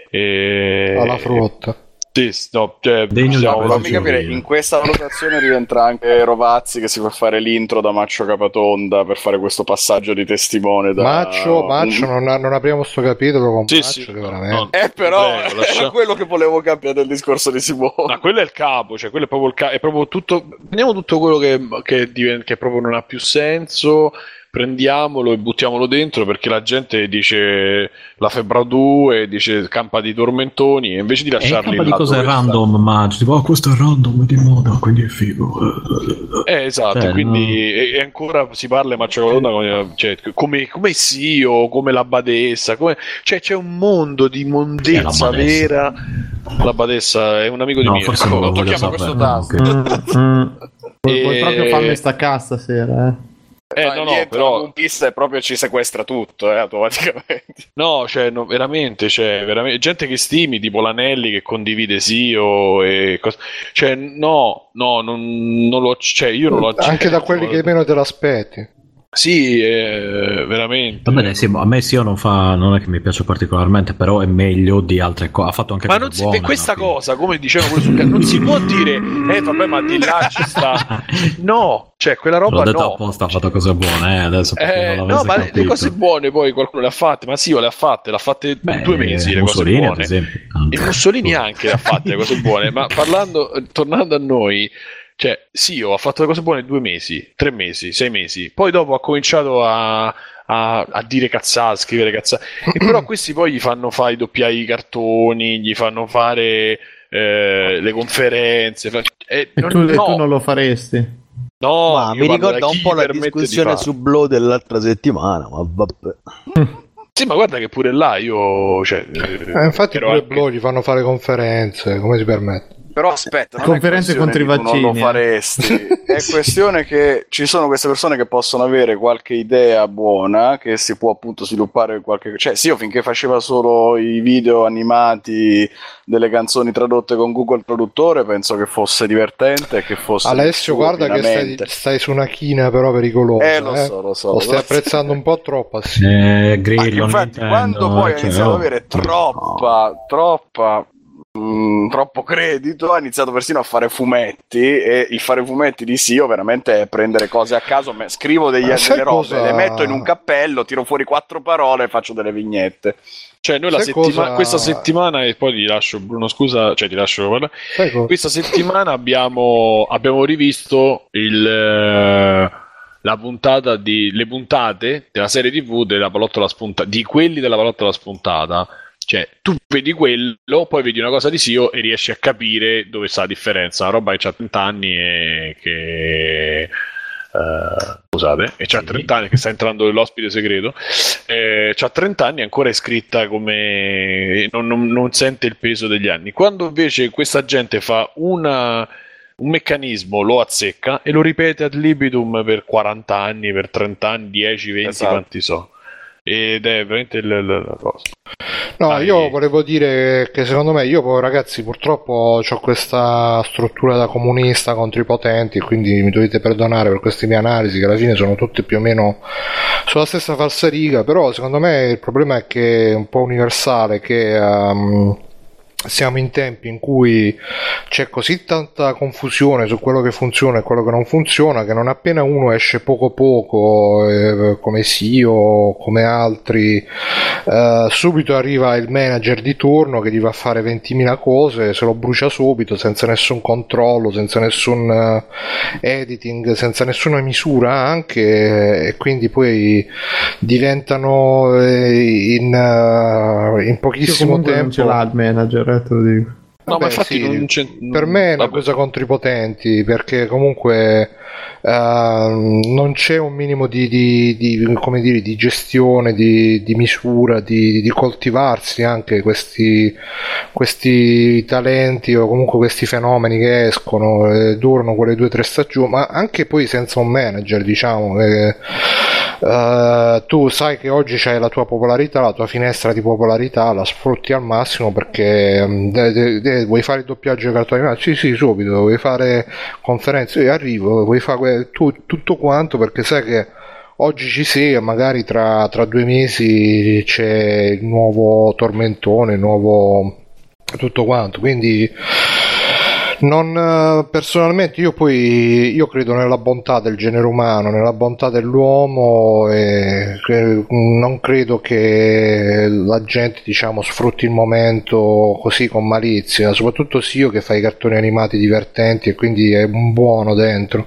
E... Alla frotta. Sì, no, cioè, Degno di siamo- preso Fammi capire, gioia. in questa valutazione rientra anche Rovazzi che si fa fare l'intro da Maccio Capatonda per fare questo passaggio di testimone da... Maccio, Maccio non, ha- non apriamo sto capitolo con Sì, Maccio sì, che no, veramente... no, Eh però prego, lascia- era quello che volevo cambiare del discorso di Simone. No, quello è il capo, cioè quello è proprio il capo, è proprio tutto. Prendiamo tutto quello che, che, diven- che proprio non ha più senso, prendiamolo e buttiamolo dentro perché la gente dice la Febradu e dice campa di tormentoni e invece di E lasciarli campa di là cose dove random, ma tipo, oh, questo è random, è di moda, quindi è figo. stanno. Eh, esatto, Cioè, quindi e, e ancora si parla in Maccio Colonna come, cioè, come, come Sio, come la Badessa, come, cioè c'è un mondo di mondezza Badessa? vera. La Badessa è un amico di No, Mirko. forse non lo voglio tocchiamo sapere. questo no, tasto. ok. Mm, mm. Vuoi, vuoi E- proprio farmi sta cassa stasera, eh? Eh, no, no, Niente, però... la One Piece è proprio ci sequestra tutto, eh, automaticamente. No, cioè, no, veramente, cioè, veramente, gente che stimi, tipo l'Anelli che condivide Sio e cose, cioè, no, no, non, non lo, cioè, io non lo accetto. Anche da quelli che meno te l'aspetti. Sì, eh, veramente. Va bene, sì, ma a me Sio non fa, non è che mi piace particolarmente, però è meglio di altre cose. Ha fatto anche Ma cose non si, buone, e questa no? cosa, come dicevano pure sul ca- non si può dire, eh, vabbè, ma di là ci sta. No, cioè, quella roba L'ho detto no. apposta, ha fatto cose buone, eh, adesso perché Eh, non no, l'avesse ma le- capito. le cose buone poi qualcuno le ha fatte, ma sì, io le ha fatte, le ha fatte Beh, due mesi le cose Mussolini, ad buone. esempio. E Mussolini anche le ha fatte le cose buone, ma parlando, eh, tornando a noi, cioè, sì, ho fatto le cose buone due mesi, tre mesi, sei mesi, poi dopo ha cominciato a, a, a dire cazzate, a scrivere cazzate, e però questi poi gli fanno fare i doppiai i cartoni, gli fanno fare eh, le conferenze, fa- e E non- tu, e no, tu non lo faresti? no, Ma io mi parlo ricorda da un chi po' la permette di discussione farlo. su Blow dell'altra settimana, ma vabbè. Sì, ma guarda che pure là io, cioè, eh, Eh, infatti ero pure anche- Blow gli fanno fare conferenze, come si permette? Però aspetta, non Conferenze è questione contro i di tu non lo vaccini, eh. faresti, è questione che ci sono queste persone che possono avere qualche idea buona, che si può appunto sviluppare qualche... Cioè sì, io finché faceva solo i video animati delle canzoni tradotte con Google Traduttore penso che fosse divertente e che fosse... Alessio, guarda che stai, pienamente. stai su una china però pericolosa. Eh, lo so, lo so, Lo stai lo so. apprezzando un po' troppo. Sì. Eh, Ma Grillo, infatti Nintendo, quando poi ha cioè, iniziato oh. ad avere troppa, troppa... Mm, troppo credito, ha iniziato persino a fare fumetti e il fare fumetti di Sio veramente è prendere cose a caso, me- scrivo degli, Ma sai delle robe, cosa- le metto in un cappello, tiro fuori quattro parole e faccio delle vignette. Cioè, noi la Sai settima- cosa- questa settimana, e poi ti lascio, Bruno, scusa, cioè ti lascio parlare. Sai cosa? Questa settimana abbiamo, abbiamo rivisto il, eh, la puntata di, le puntate della serie tivù della pallottola spuntata, di quelli della pallottola spuntata. Cioè, tu vedi quello, poi vedi una cosa di Sio e riesci a capire dove sta la differenza. Una roba che ha trenta anni e che... eh, scusate, e c'ha trenta anni che sta entrando l'ospite segreto. Eh, c'ha trenta anni e ancora è scritta come... Non, non, non sente il peso degli anni. Quando invece questa gente fa una... un meccanismo, lo azzecca e lo ripete ad libitum per quaranta anni, per trenta anni, dieci, venti, Esatto. quanti so. Ed è veramente la, la, la cosa. No, Dai. io volevo dire che secondo me, io poi ragazzi purtroppo ho questa struttura da comunista contro i potenti, quindi mi dovete perdonare per queste mie analisi che alla fine sono tutte più o meno sulla stessa falsariga, però secondo me il problema è che è un po' universale, che um, siamo in tempi in cui c'è così tanta confusione su quello che funziona e quello che non funziona, che non appena uno esce poco poco eh, come Sio, come altri, eh, subito arriva il manager di turno che gli va a fare ventimila cose, se lo brucia subito senza nessun controllo, senza nessun eh, editing, senza nessuna misura anche, e quindi poi diventano eh, in, uh, in Io pochissimo comunque tempo non ce l'ha il manager, eh, te lo dico. No, Vabbè, ma infatti sì, non c'è... per me è una vabbè. cosa contro i potenti, perché comunque eh, non c'è un minimo di, di, di, come dire, di gestione, di, di misura, di, di coltivarsi anche questi, questi talenti o comunque questi fenomeni che escono, eh, durano quelle due o tre stagioni, ma anche poi senza un manager, diciamo. Eh, Uh, tu sai che oggi c'hai la tua popolarità, la tua finestra di popolarità, la sfrutti al massimo perché um, de- de- fare, vuoi fare il doppiaggio di cartoni animati? Sì, sì, subito. Vuoi fare conferenze? Io arrivo, vuoi fare que- tu, tutto quanto, perché sai che oggi ci sei e magari tra, tra due mesi c'è il nuovo tormentone, il nuovo tutto quanto, quindi non, personalmente io poi io credo nella bontà del genere umano, nella bontà dell'uomo, e non credo che la gente, diciamo, sfrutti il momento così con malizia, soprattutto se io che fai cartoni animati divertenti e quindi è un buono dentro.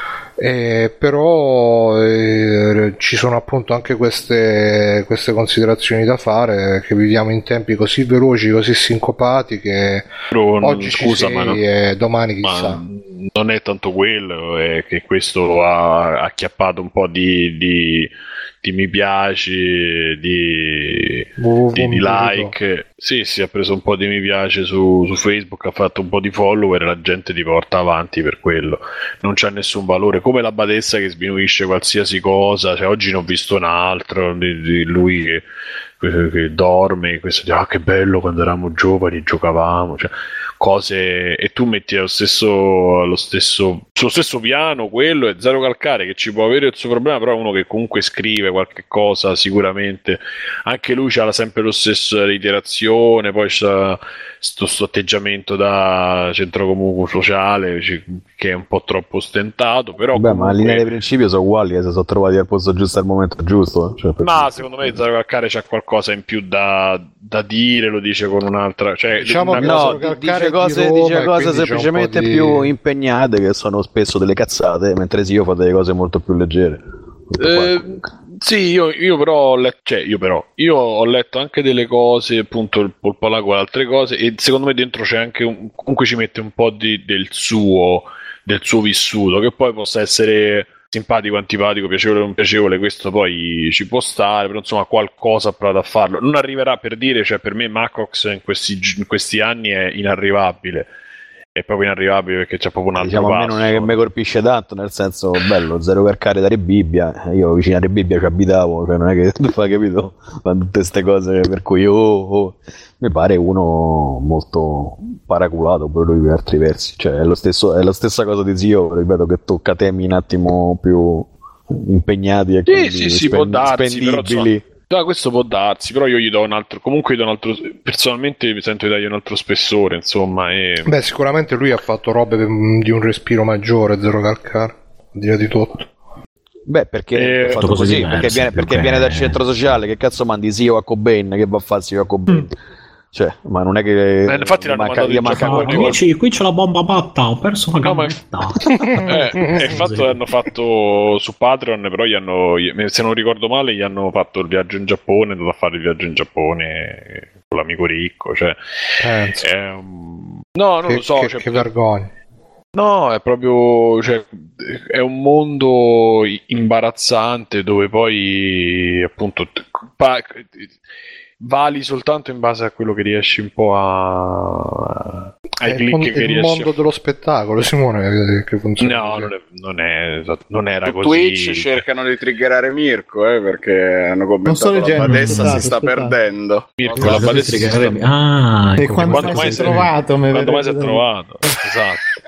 Eh, però eh, ci sono appunto anche queste, queste considerazioni da fare, che viviamo in tempi così veloci, così sincopati, che Però, oggi scusa, ci ma, sei no, e domani ma chissà. non è tanto quello, è che questo ha acchiappato un po' di, di, di mi piace, di, di, di like. Sì, sì, ha preso un po' di mi piace su, su Facebook, ha fatto un po' di follower e la gente ti porta avanti per quello. Non c'ha nessun valore, come la Badessa che sminuisce qualsiasi cosa. Cioè, oggi ne ho visto un altro di, di lui che, che dorme, questo dice, ah, che bello, quando eravamo giovani giocavamo, cioè cose, e tu metti allo stesso, allo stesso sullo stesso piano quello e Zero Calcare, che ci può avere il suo problema, però è uno che comunque scrive qualche cosa sicuramente, anche lui c'ha sempre lo stesso reiterazione, poi c'ha sto, sto atteggiamento da centro comunque sociale che è un po' troppo stentato, però beh, comunque... ma in linea di principio sono uguali, eh, se sono trovati al posto giusto al momento giusto, cioè, per... ma secondo me Zero Calcare c'ha qualcosa in più da, da dire, lo dice con un'altra, cioè, diciamo una che cosa... no, dice cose, dice cose semplicemente di... più impegnate, che sono spesso delle cazzate, mentre sì, io fa delle cose molto più leggere. Eh, sì, io, io però ho letto, cioè io però io ho letto anche delle cose, appunto il polpo all'acqua, altre cose, e secondo me dentro c'è anche un, comunque ci mette un po' di, del suo del suo vissuto, che poi possa essere simpatico, antipatico, piacevole o non piacevole, questo poi ci può stare, però insomma qualcosa ha provato a farlo. Non arriverà, per dire, cioè per me Macox in questi, in questi anni è inarrivabile. È proprio inarrivabile perché c'è proprio un altro diciamo, passo. a me non è che mi colpisce tanto, nel senso, bello, Zero Calcare da Rebibbia, io vicino a Rebibbia ci abitavo, cioè non è che tu fai capito, fanno tutte queste cose per cui oh, oh, mi pare uno molto paraculato per lui per altri versi, cioè è lo stesso, è la stessa cosa di Zio, ripeto, che tocca temi un attimo più impegnati e sì, sì, sì, può darsi, spendibili. Però, insomma, no, questo può darsi, però io gli do un altro, comunque gli do un altro, personalmente mi sento di dargli un altro spessore, insomma. E... beh, sicuramente lui ha fatto robe di un respiro maggiore, Zero Calcare, dire di tutto. Beh, perché eh, è fatto così, diverse, perché, viene, perché che... viene dal centro sociale, che cazzo mandi Zio a Cobain, che va a fare Zio a Cobain? Mm. Cioè, ma non è che eh, infatti l'hanno manca, mandato manca no, amici, qui c'è la bomba batta, ho perso una no, gambetta. Ma... eh, infatti hanno fatto su Patreon, però gli hanno, se non ricordo male, gli hanno fatto il viaggio in Giappone, è andato a fare il viaggio in Giappone con l'amico ricco, cioè è, um... no, non che, lo so, che, cioè, che vergogna. No, è proprio, cioè, è un mondo imbarazzante dove poi appunto pa- vali soltanto in base a quello che riesci un po' a ai è click il, che il riesci mondo a... dello spettacolo, Simone, che funziona no, così. non, è, non, è, non era Su così. Twitch cercano di triggerare Mirko, eh, perché hanno commentato la leggendo, Badessa aspettate, si sta aspettate. perdendo. Mirko, la Badessa si sta... Ah, e ecco, quando, quando mai mai si è sei- trovato me quando mai si è vedete- trovato, esatto.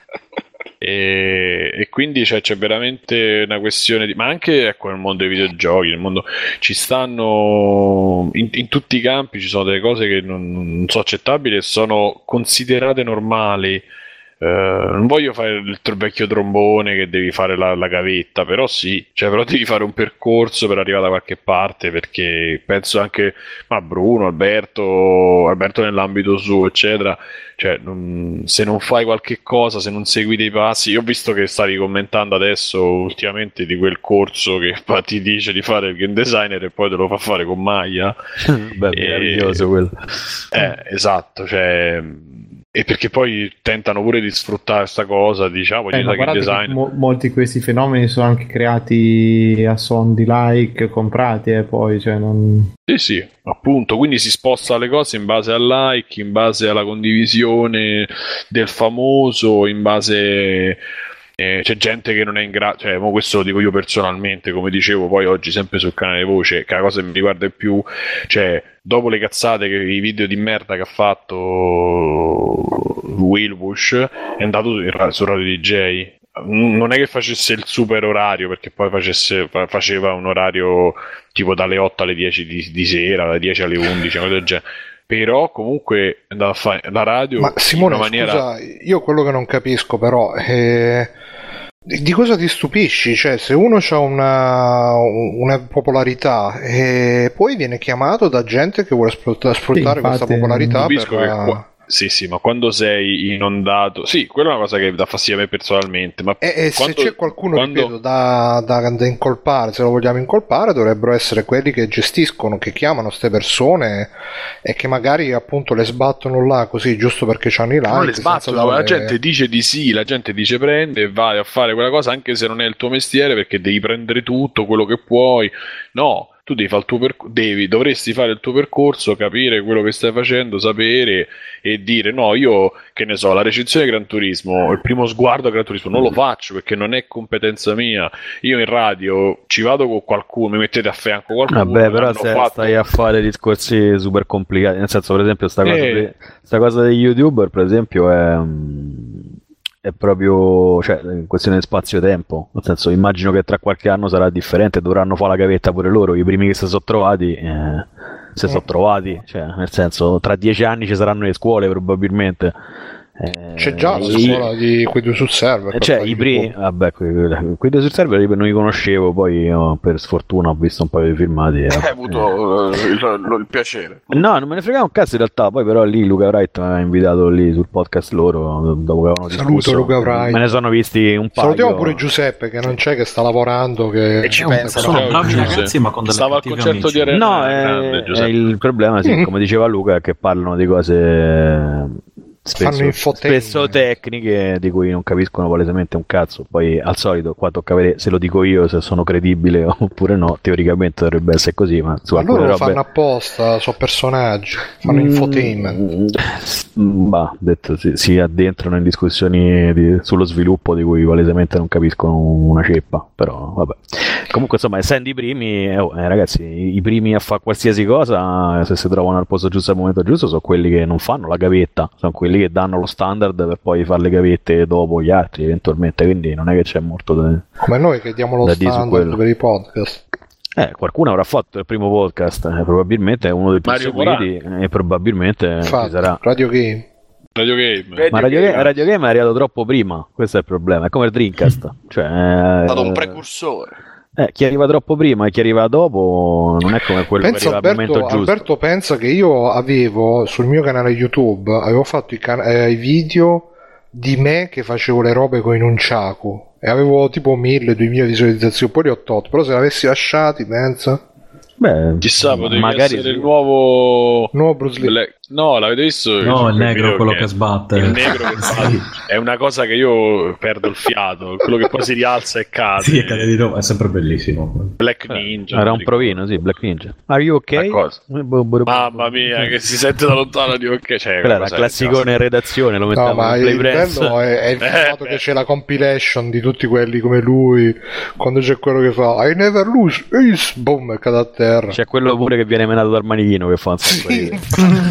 E, e quindi cioè, c'è veramente una questione di... ma anche ecco, nel mondo dei videogiochi, nel mondo ci stanno in, in tutti i campi ci sono delle cose che non, non sono accettabili e sono considerate normali. Uh, non voglio fare il tr- vecchio trombone che devi fare la, la gavetta, però sì, cioè, però devi fare un percorso per arrivare da qualche parte, perché penso anche ma Bruno, Alberto, Alberto nell'ambito suo, eccetera, cioè non, se non fai qualche cosa, se non segui dei passi, io ho visto che stavi commentando adesso ultimamente di quel corso che ti dice di fare il game designer e poi te lo fa fare con Maya. Beh, e... meraviglioso quello. Eh, esatto, cioè... e perché poi tentano pure di sfruttare questa cosa, diciamo, Eh, di ma game guardate design. che mo- molti di questi fenomeni sono anche creati a son di like comprati e poi cioè non... Sì, sì, appunto, quindi si sposta le cose in base al like, in base alla condivisione del famoso, in base eh, c'è gente che non è in grado, cioè mo questo lo dico io personalmente, come dicevo poi oggi sempre sul canale Voce, che la cosa che mi riguarda di più, cioè dopo le cazzate, che i video di merda che ha fatto Will Bush, è andato su Radio D J. Non è che facesse il super orario, perché poi facesse, faceva un orario tipo dalle otto alle dieci di, di sera, dalle dieci alle undici, cosa del genere. Però comunque andava a fare la radio. Ma Simone, in una maniera... scusa, io quello che non capisco però è... di cosa ti stupisci? Cioè, se uno ha una, una popolarità e poi viene chiamato da gente che vuole sfruttare, sfruttare sì, questa infatti, popolarità per... Che qua... Sì, sì, ma quando sei inondato... Sì, quella è una cosa che dà fastidio a me personalmente, ma E, e quando... se c'è qualcuno, quando... ripeto, da, da, da incolpare, se lo vogliamo incolpare, dovrebbero essere quelli che gestiscono, che chiamano ste persone e che magari appunto le sbattono là così, giusto perché c'hanno i like. Non le sbattono, dare... la gente dice di sì, la gente dice prende e vai a fare quella cosa anche se non è il tuo mestiere, perché devi prendere tutto, quello che puoi. No, tu devi fare il tuo percorso, devi, dovresti fare il tuo percorso, capire quello che stai facendo, sapere e dire no, io che ne so, la recensione di Gran Turismo, il primo sguardo a Gran Turismo non lo faccio perché non è competenza mia. Io in radio ci vado con qualcuno, mi mettete a fianco qualcuno. Vabbè, però se fatto... stai a fare discorsi super complicati, nel senso, per esempio, sta cosa, Eh. de- sta cosa degli YouTuber, per esempio, è, è proprio, cioè, in questione di spazio-tempo. Nel senso, immagino che tra qualche anno sarà differente, dovranno fare la gavetta pure loro. I primi che si sono trovati, eh, si sono trovati, cioè, nel senso, tra dieci anni ci saranno le scuole probabilmente. Eh, C'è già la i- scuola di quei due sul server. eh, per cioè, fare i YouTube. primi, vabbè, que- quei due sul server io non li conoscevo, poi io, per sfortuna ho visto un paio di filmati. e- Hai avuto eh, il, il- il piacere. No, non me ne fregava un cazzo in realtà, poi però lì Luca Wright mi ha invitato lì sul podcast loro, dopo che avevano Saluto discusso. Luca Wright. Me ne sono visti un paio. Salutiamo pure Giuseppe che non c'è, che sta lavorando, che E ci non pensa, però- Sono Ciao, bravi Giuseppe. ragazzi, ma con delle Stava al cattive concerto amici. di Arena. No, è, grande, è Giuseppe. il problema, sì, come diceva Luca, è che parlano di cose Fanno spesso, infotainment. spesso tecniche di cui non capiscono palesemente un cazzo. Poi al solito qua tocca vedere se lo dico io, se sono credibile oppure no. Teoricamente dovrebbe essere così, ma su Ma alcune loro lo robe fanno apposta, sono personaggi, fanno infotainment. Mm, bah, detto, si, si addentrano in discussioni di- sullo sviluppo di cui palesemente non capiscono una ceppa, però vabbè. Comunque insomma, essendo i primi, eh, oh, eh, ragazzi, i i primi a fare qualsiasi cosa, se si trovano al posto giusto al momento giusto, sono quelli che non fanno la gavetta, sono quelli che danno lo standard per poi fare le gavette dopo gli altri eventualmente, quindi non è che c'è molto da... Come noi che diamo lo Da dire su standard quello. per i podcast. Eh, qualcuno avrà fatto il primo podcast, eh, probabilmente è uno dei più Mario seguiti e probabilmente ci Infatti, sarà. Radio Game. Radio Game. Vedi Ma Radio che Game, Radio Game è arrivato troppo prima, questo è il problema, è come il Dreamcast, cioè, è stato un eh, precursore. eh, chi arriva troppo prima e chi arriva dopo non è come quello Pensa che arriva al momento Alberto, giusto. Alberto pensa che io avevo sul mio canale YouTube avevo fatto i, can- eh, i video di me che facevo le robe con i nunchaku e avevo tipo mille duemila visualizzazioni, poi li ho tolti, però se l'avessi lasciati pensa Beh, Chissà, potevi magari essere sì. il nuovo... nuovo Bruce Lee. Black- No, l'avete visto? No, il quel negro, video quello che sbatte. Il negro che sbatte. È una cosa che io perdo il fiato. Quello che poi si rialza e cade. Sì, cade di nuovo, è sempre bellissimo. Black Ninja. Era non un provino, sì, Black Ninja. Are you ok? Ma cosa? Eh, boh, boh, boh. Mamma mia, che si sente da lontano di ok. Cioè, Quella era cosa è? classicone in redazione, lo No, mettiamo ma in play il press. bello è, è il Eh, fatto beh. che c'è la compilation di tutti quelli come lui, quando c'è quello che fa I never lose, is, boom, e cade a terra. C'è quello pure che viene menato dal manichino che fa un sacco ridere.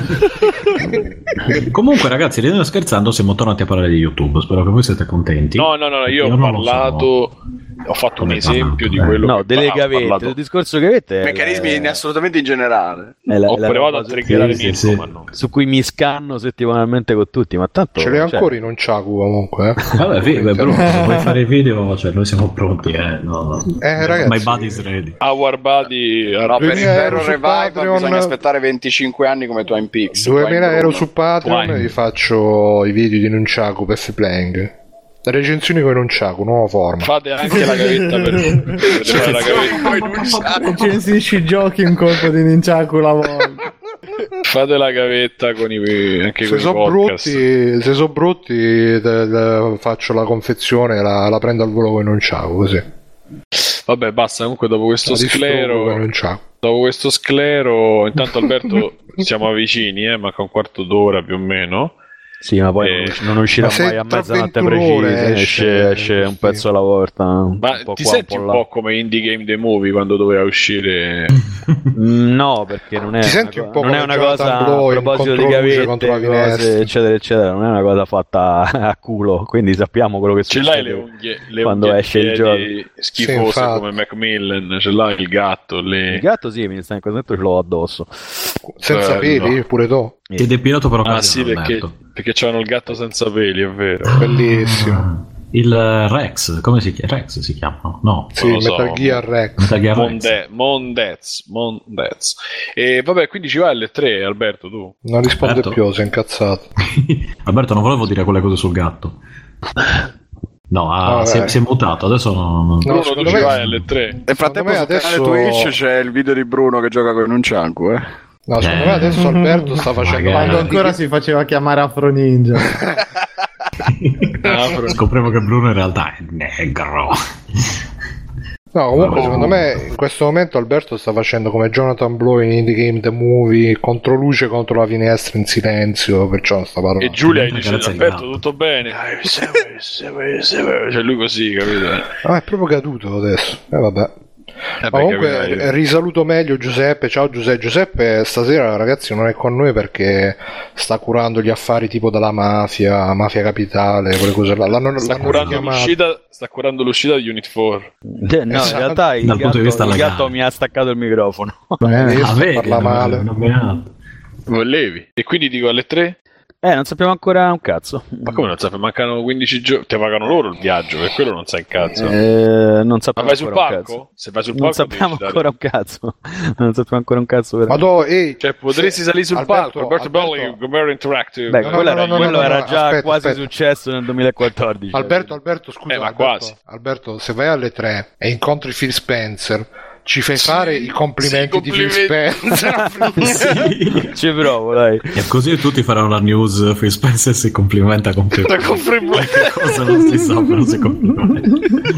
Comunque, ragazzi, ridendo e scherzando, siamo tornati a parlare di YouTube. Spero che voi siete contenti. No, no, no, io ho non lo parlato... so. Ho fatto un Come esempio parlato, di eh. quello No, che... delle Ah, ho gavette, parlato- il discorso gavette è Meccanismi la- in- assolutamente in generale. è la- Ho è la provato a roba su- triggerare sì, Mirko, sì. ma no. su cui mi scanno settimanalmente con tutti, ma tanto Ce l'hai cioè, ancora in un ciacu comunque, eh? Vabbè, fi- beh, però se vuoi fare i video, cioè, noi siamo pronti, eh. No, no. Eh, ragazzi. My body is ready. Our Buddy... No, per il duemila vero euro su revival Patreon. bisogna aspettare venticinque anni come Twin Peaks. duemila Twine euro Bruno. su Patreon Twine. e vi faccio i video di Nunchaku per F-Playing. Recensioni con i Nunchaku, nuova forma. Fate anche la gavetta per... per fare la gavetta. Recensisci i giochi un colpo di Ninjaku la volta. Fate la gavetta con i... anche Se con i sono podcast. brutti, se so brutti te- te- faccio la confezione e la, la prendo al volo con i Nunchaku, così. Vabbè, basta, comunque dopo questo La distruggo con i sclero... Nunchaku. Dopo questo sclero, intanto Alberto siamo vicini, eh, manca un quarto d'ora più o meno. Sì, ma poi Eh, non uscirà ma mai a tra mezzanotte ventuno ore precise, esce, esce, esce un sì. pezzo alla volta. Un Ma po' ti qua, senti un un po' là. po' come Indie Game The Movie quando doveva uscire? Mm, No, perché non è, Ti una, senti co- un po' non è come una Jonathan cosa Blow a in proposito di controluce gavette, contro la cose, finestra. eccetera, eccetera. Non è una cosa fatta a culo, quindi sappiamo quello che Ce succede l'hai le unghie, le quando unghie esce il di gioco. piedi schifose infatti. come Macmillan, ce l'hai il gatto lì. Il gatto sì, mi sta in questo momento ce l'ho addosso. Senza Bello. peli, pure tu. Ti è depilato per Ah occasione, sì, perché, Alberto. perché c'hanno il gatto senza peli, è vero. Bellissimo. Il eh, Rex, come si chiama? Rex si chiama? No. Sì, lo so. Metal Gear Rex. Metal Gear Rex. Monde, Mondez, Mondez. E vabbè, quindi ci vai alle tre, Alberto, tu? Non risponde Alberto? più, si è incazzato. Alberto, non volevo dire quelle cose sul gatto. No, ah, Vabbè. si, è, si è mutato, adesso non... No, Bruno, tu secondo ci me- vai alle tre. Nel frattempo me sul adesso- canale Twitch c'è il video di Bruno che gioca con un cianco, eh. No, secondo Eh. me adesso Alberto sta facendo Magari. Quando una ancora si faceva chiamare Afro Ninja. Ah, però- Scopriamo che Bruno in realtà è negro. No, comunque Oh. secondo me in questo momento Alberto sta facendo come Jonathan Blow in Indie Game The Movie, controluce contro la finestra in silenzio, perciò non sta parlando. E Giulia gli Grazie dice: al Alberto, gatto. tutto bene? Cioè, lui così, capito? Ah, è proprio caduto adesso. Eh vabbè. Eh, Ma beh, comunque capirai. eh, risaluto meglio Giuseppe. Ciao Giuseppe. Giuseppe stasera ragazzi non è con noi perché sta curando gli affari tipo della mafia, Mafia Capitale, quelle cose là. L'hanno, sta l'hanno curando, richiamato. l'uscita, sta curando l'uscita di Unit quattro. Eh, No, Esatto. in realtà il, Dal punto gatto, di vista il legale. gatto mi ha staccato il microfono. Beh, Visto, Ah, vedi, parla non- male. non abbiamo- Volevi. E quindi dico alle tre? Eh, non sappiamo ancora un cazzo. Ma come non sai? Mancano quindici giorni. Ti pagano loro il viaggio, per quello non sai un cazzo. Eh, non Ma sappiamo vai sul ancora un cazzo. palco? Se vai sul Non palco sappiamo devi dare- ancora un cazzo. Non sappiamo ancora un cazzo. Per... Ma do, ehi, Cioè, potresti se- salire sul Alberto, palco. Alberto, Alberto- Belli, Gomer Interactive. Beh, No, quello, no, era, no, no, quello no, era no, già aspetta, quasi aspetta. successo nel duemilaquattordici. Alberto, Alberto, scusa. Eh, ma Alberto, quasi. Alberto, se vai alle tre e incontri Phil Spencer, ci fai fare i complimenti sì, di Phil complimenti. Spencer. Ci provo, dai. E così tutti faranno la news. Phil Spencer si complimenta con Phil. Con Free Play. Cosa non si sa, però si complimenta.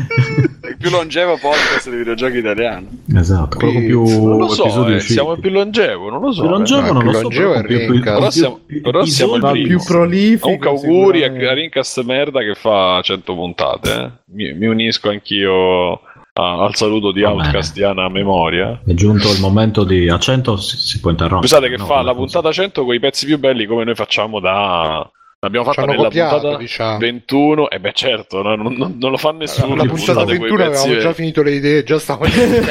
Il più longevo podcast di videogiochi italiano. Esatto, quello con più Non lo so, episodi eh, usciti. siamo il più longevo, non lo so. Più longevo eh, non più lo so, longevo però è con più- Rincast. con Però più siamo- però siamo il episodi- ma primo. più prolifico. Comunque auguri a, sicuramente. a Rincast Merda che fa cento puntate. eh. Mi, mi unisco anch'io a- al saluto di Va bene. Outcastiana a memoria. È giunto il momento di a cento si, si può interrompere. Scusate che no? fa Come la funziona? puntata cento con i pezzi più belli come noi facciamo da... L'abbiamo Ci fatta hanno nella copiato, puntata diciamo. ventuno e beh certo, no, non, non- non lo fa nessuno. La di puntata puntate coi ventuno pezzi avevamo già vecchi. finito le idee, già stavamo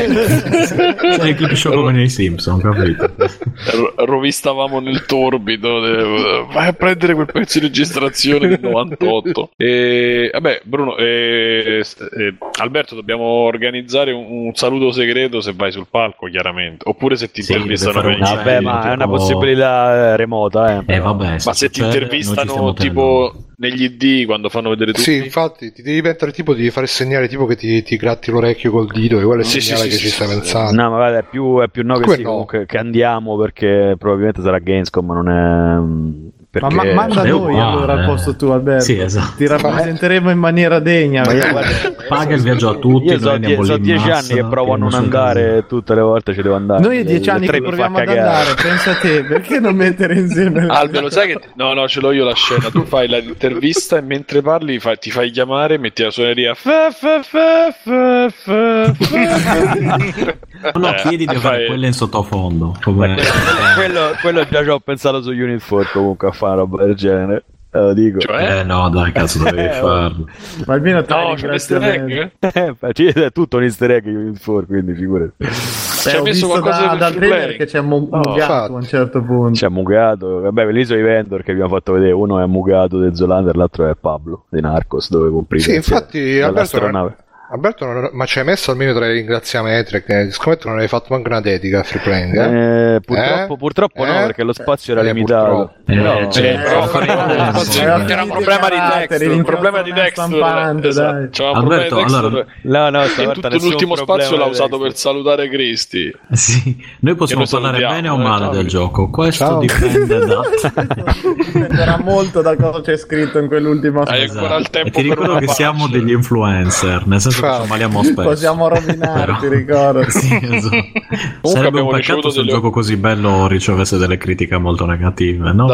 Sei il clip show come nei Simpson, capito? Ro- rovistavamo nel torbido de- vai a prendere quel pezzo di registrazione del novantotto e vabbè Bruno e, e, Alberto dobbiamo organizzare un, un saluto segreto se vai sul palco chiaramente oppure se ti Sì, intervistano deve per fare un- Vabbè, ma è una tipo- possibilità eh, remota, eh. Eh vabbè, ma se ti succede, noi ci intervistano stiamo tipo negli I D quando fanno vedere tutti Sì, infatti ti devi mettere tipo, devi fare il segnale tipo che ti, ti gratti l'orecchio col dito, e quello è il Sì, segnale sì, che sì, ci sì, stai sì. pensando. No, ma guarda, è più, è più no che Come sì, no? comunque, che andiamo perché probabilmente sarà Gamescom, ma non è... mm, Perché... Ma ma- manda È noi uguale. allora al posto tu, Alberto. Sì, esatto. Ti rappresenteremo in maniera degna. Ma io, perché- guarda, Paga il viaggio a tutti. io noi so, die- andiamo so lì in dieci massa, anni che provo a che non so andare, casino. tutte le volte ci devo andare. Noi è dieci Le anni tre che mi proviamo fa ad cagare. andare, pensa te, perché non mettere insieme le- Albe, lo sai che no, no, ce l'ho io la scena. Tu fai l'intervista e mentre parli fai- ti fai chiamare, metti la suoneria. Fa, fa, fa, fa, fa, fa. No, Eh, chiedi di avere fai- quelle in sottofondo. Come... quello, quello già ci ho pensato su Unit quattro comunque a fare una roba del genere. Te lo dico. Cioè? Eh no, dai, cazzo, dovevi Eh, farlo. Ma almeno te No, c'è l'easter egg? Eh, ma ci- è tutto un easter egg Unit quattro, quindi figurati. Ci ha ho messo visto qualcosa da, per dal free trailer play? che c'è mu- No, mugato infatti. a un certo punto. C'è Mugato, vabbè, l'isola di Vendor che abbiamo fatto vedere, uno è Mugato del Zolander, l'altro è Pablo di Narcos, dove compri Sì, infatti, Alberto, l'astronave. Alberto non- ma ci hai messo almeno tra i ringraziamenti, che scommetto non hai fatto manco una dedica a Free Playing, eh? Eh, purtroppo, Eh? purtroppo no, Eh? perché lo spazio era Eh, limitato. Eh, Però- cioè, Eh, però eh, faremo- eh, sì, eh, era un problema di caratteri, texture, un problema di l'inchiostro texture, stampante, esatto. dai. C'era un Alberto, problema di texture. allora- No, no, E stavolta tutto nessun l'ultimo problema spazio l'ha di usato texture. per salutare Cristi. Sì, noi possiamo Che noi parlare salutiamo, bene o eh, male ciao. del gioco. Questo Ciao. dipende da. Dipenderà molto da cosa c'è scritto in quell'ultima Hai frase. ancora il tempo E ti per ricordo una che patch. siamo degli influencer, nel senso che Infatti. ci ammaliamo spesso. Possiamo rovinarti, Però- ricordo. Sì, esatto. Sarebbe abbiamo un ricevuto peccato se un delle- gioco così bello ricevesse delle critiche molto negative, no? Da-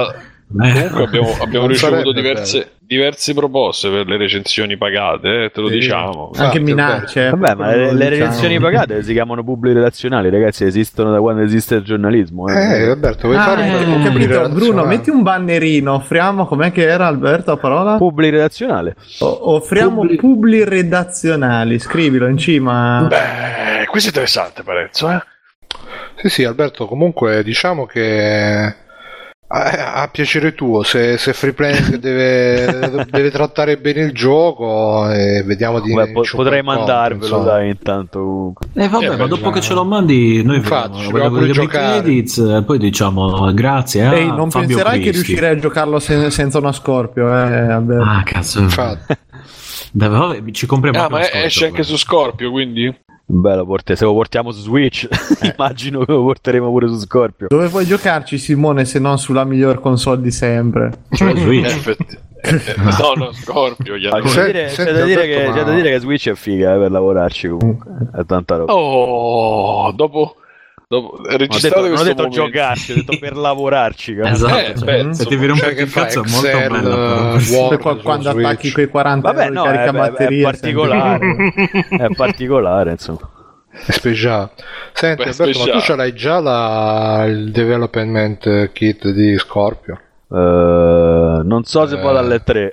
Comunque abbiamo, abbiamo Non ricevuto sarebbe diverse, diverse proposte per le recensioni pagate, eh, te lo Sì. diciamo. Anche Infatti, minacce. Vabbè, ma le, le diciamo. recensioni pagate si chiamano pubbliche redazionali, ragazzi, esistono da quando esiste il giornalismo. Eh. Eh, Alberto, vuoi Ah, fare eh, un ho pubblico capito, relazionale? Bruno, metti un bannerino, offriamo, com'è che era Alberto la parola? Pubbliche redazionale. O- offriamo Publi- publi redazionali, scrivilo in cima. Beh, questo è interessante, Parenzo, eh? Sì, sì, Alberto, comunque diciamo che a, a piacere tuo, se, se Freeplay deve, deve trattare bene il gioco, e vediamo di Beh, po- ci potrei un conto, mandarvelo, insomma. dai, intanto. comunque. Eh vabbè, Eh, ma beh, dopo ma- che ce lo mandi, noi Infatti, vediamo, ci vogliamo dobbiamo vedere i giocare. credits e poi diciamo grazie a Ehi, non Fabio penserai che Cristi. riuscirei a giocarlo sen- senza una Scorpio, eh, Alberto. Ah, cazzo. Infatti. Dai, vabbè, ci compriamo Ah, anche ma lo è- scorcio, esce anche però. su Scorpio, quindi? Beh, lo porti- se lo portiamo su Switch, immagino che lo porteremo pure su Scorpio. Dove vuoi giocarci, Simone, se non sulla miglior console di sempre? Cioè, Switch. Effetti- eh, no, no, Scorpio, Ah, chiaramente. c'è, da Senti, dire, senti, c'è da dire Alberto, che, ma- c'è da dire che Switch è figa eh, per lavorarci comunque. È tanta roba. Oh, dopo... dopo non ho registrate detto, non ho questo detto momento. giocarci, ho detto per lavorarci. cazzo. Esatto, Eh, cioè, beh, se ti viri un cioè po' che il fa cazzo è molto Excel, bella però. eh, Word Qua- quando su attacchi Switch. quei quaranta Vabbè, euro no, di è, è- caricabatterie, è particolare. È particolare, insomma. È speciale. Senti Beh, Alberto, ma speciale. tu ce l'hai già la, il development kit di Scorpio? Eh, non so se vado alle tre.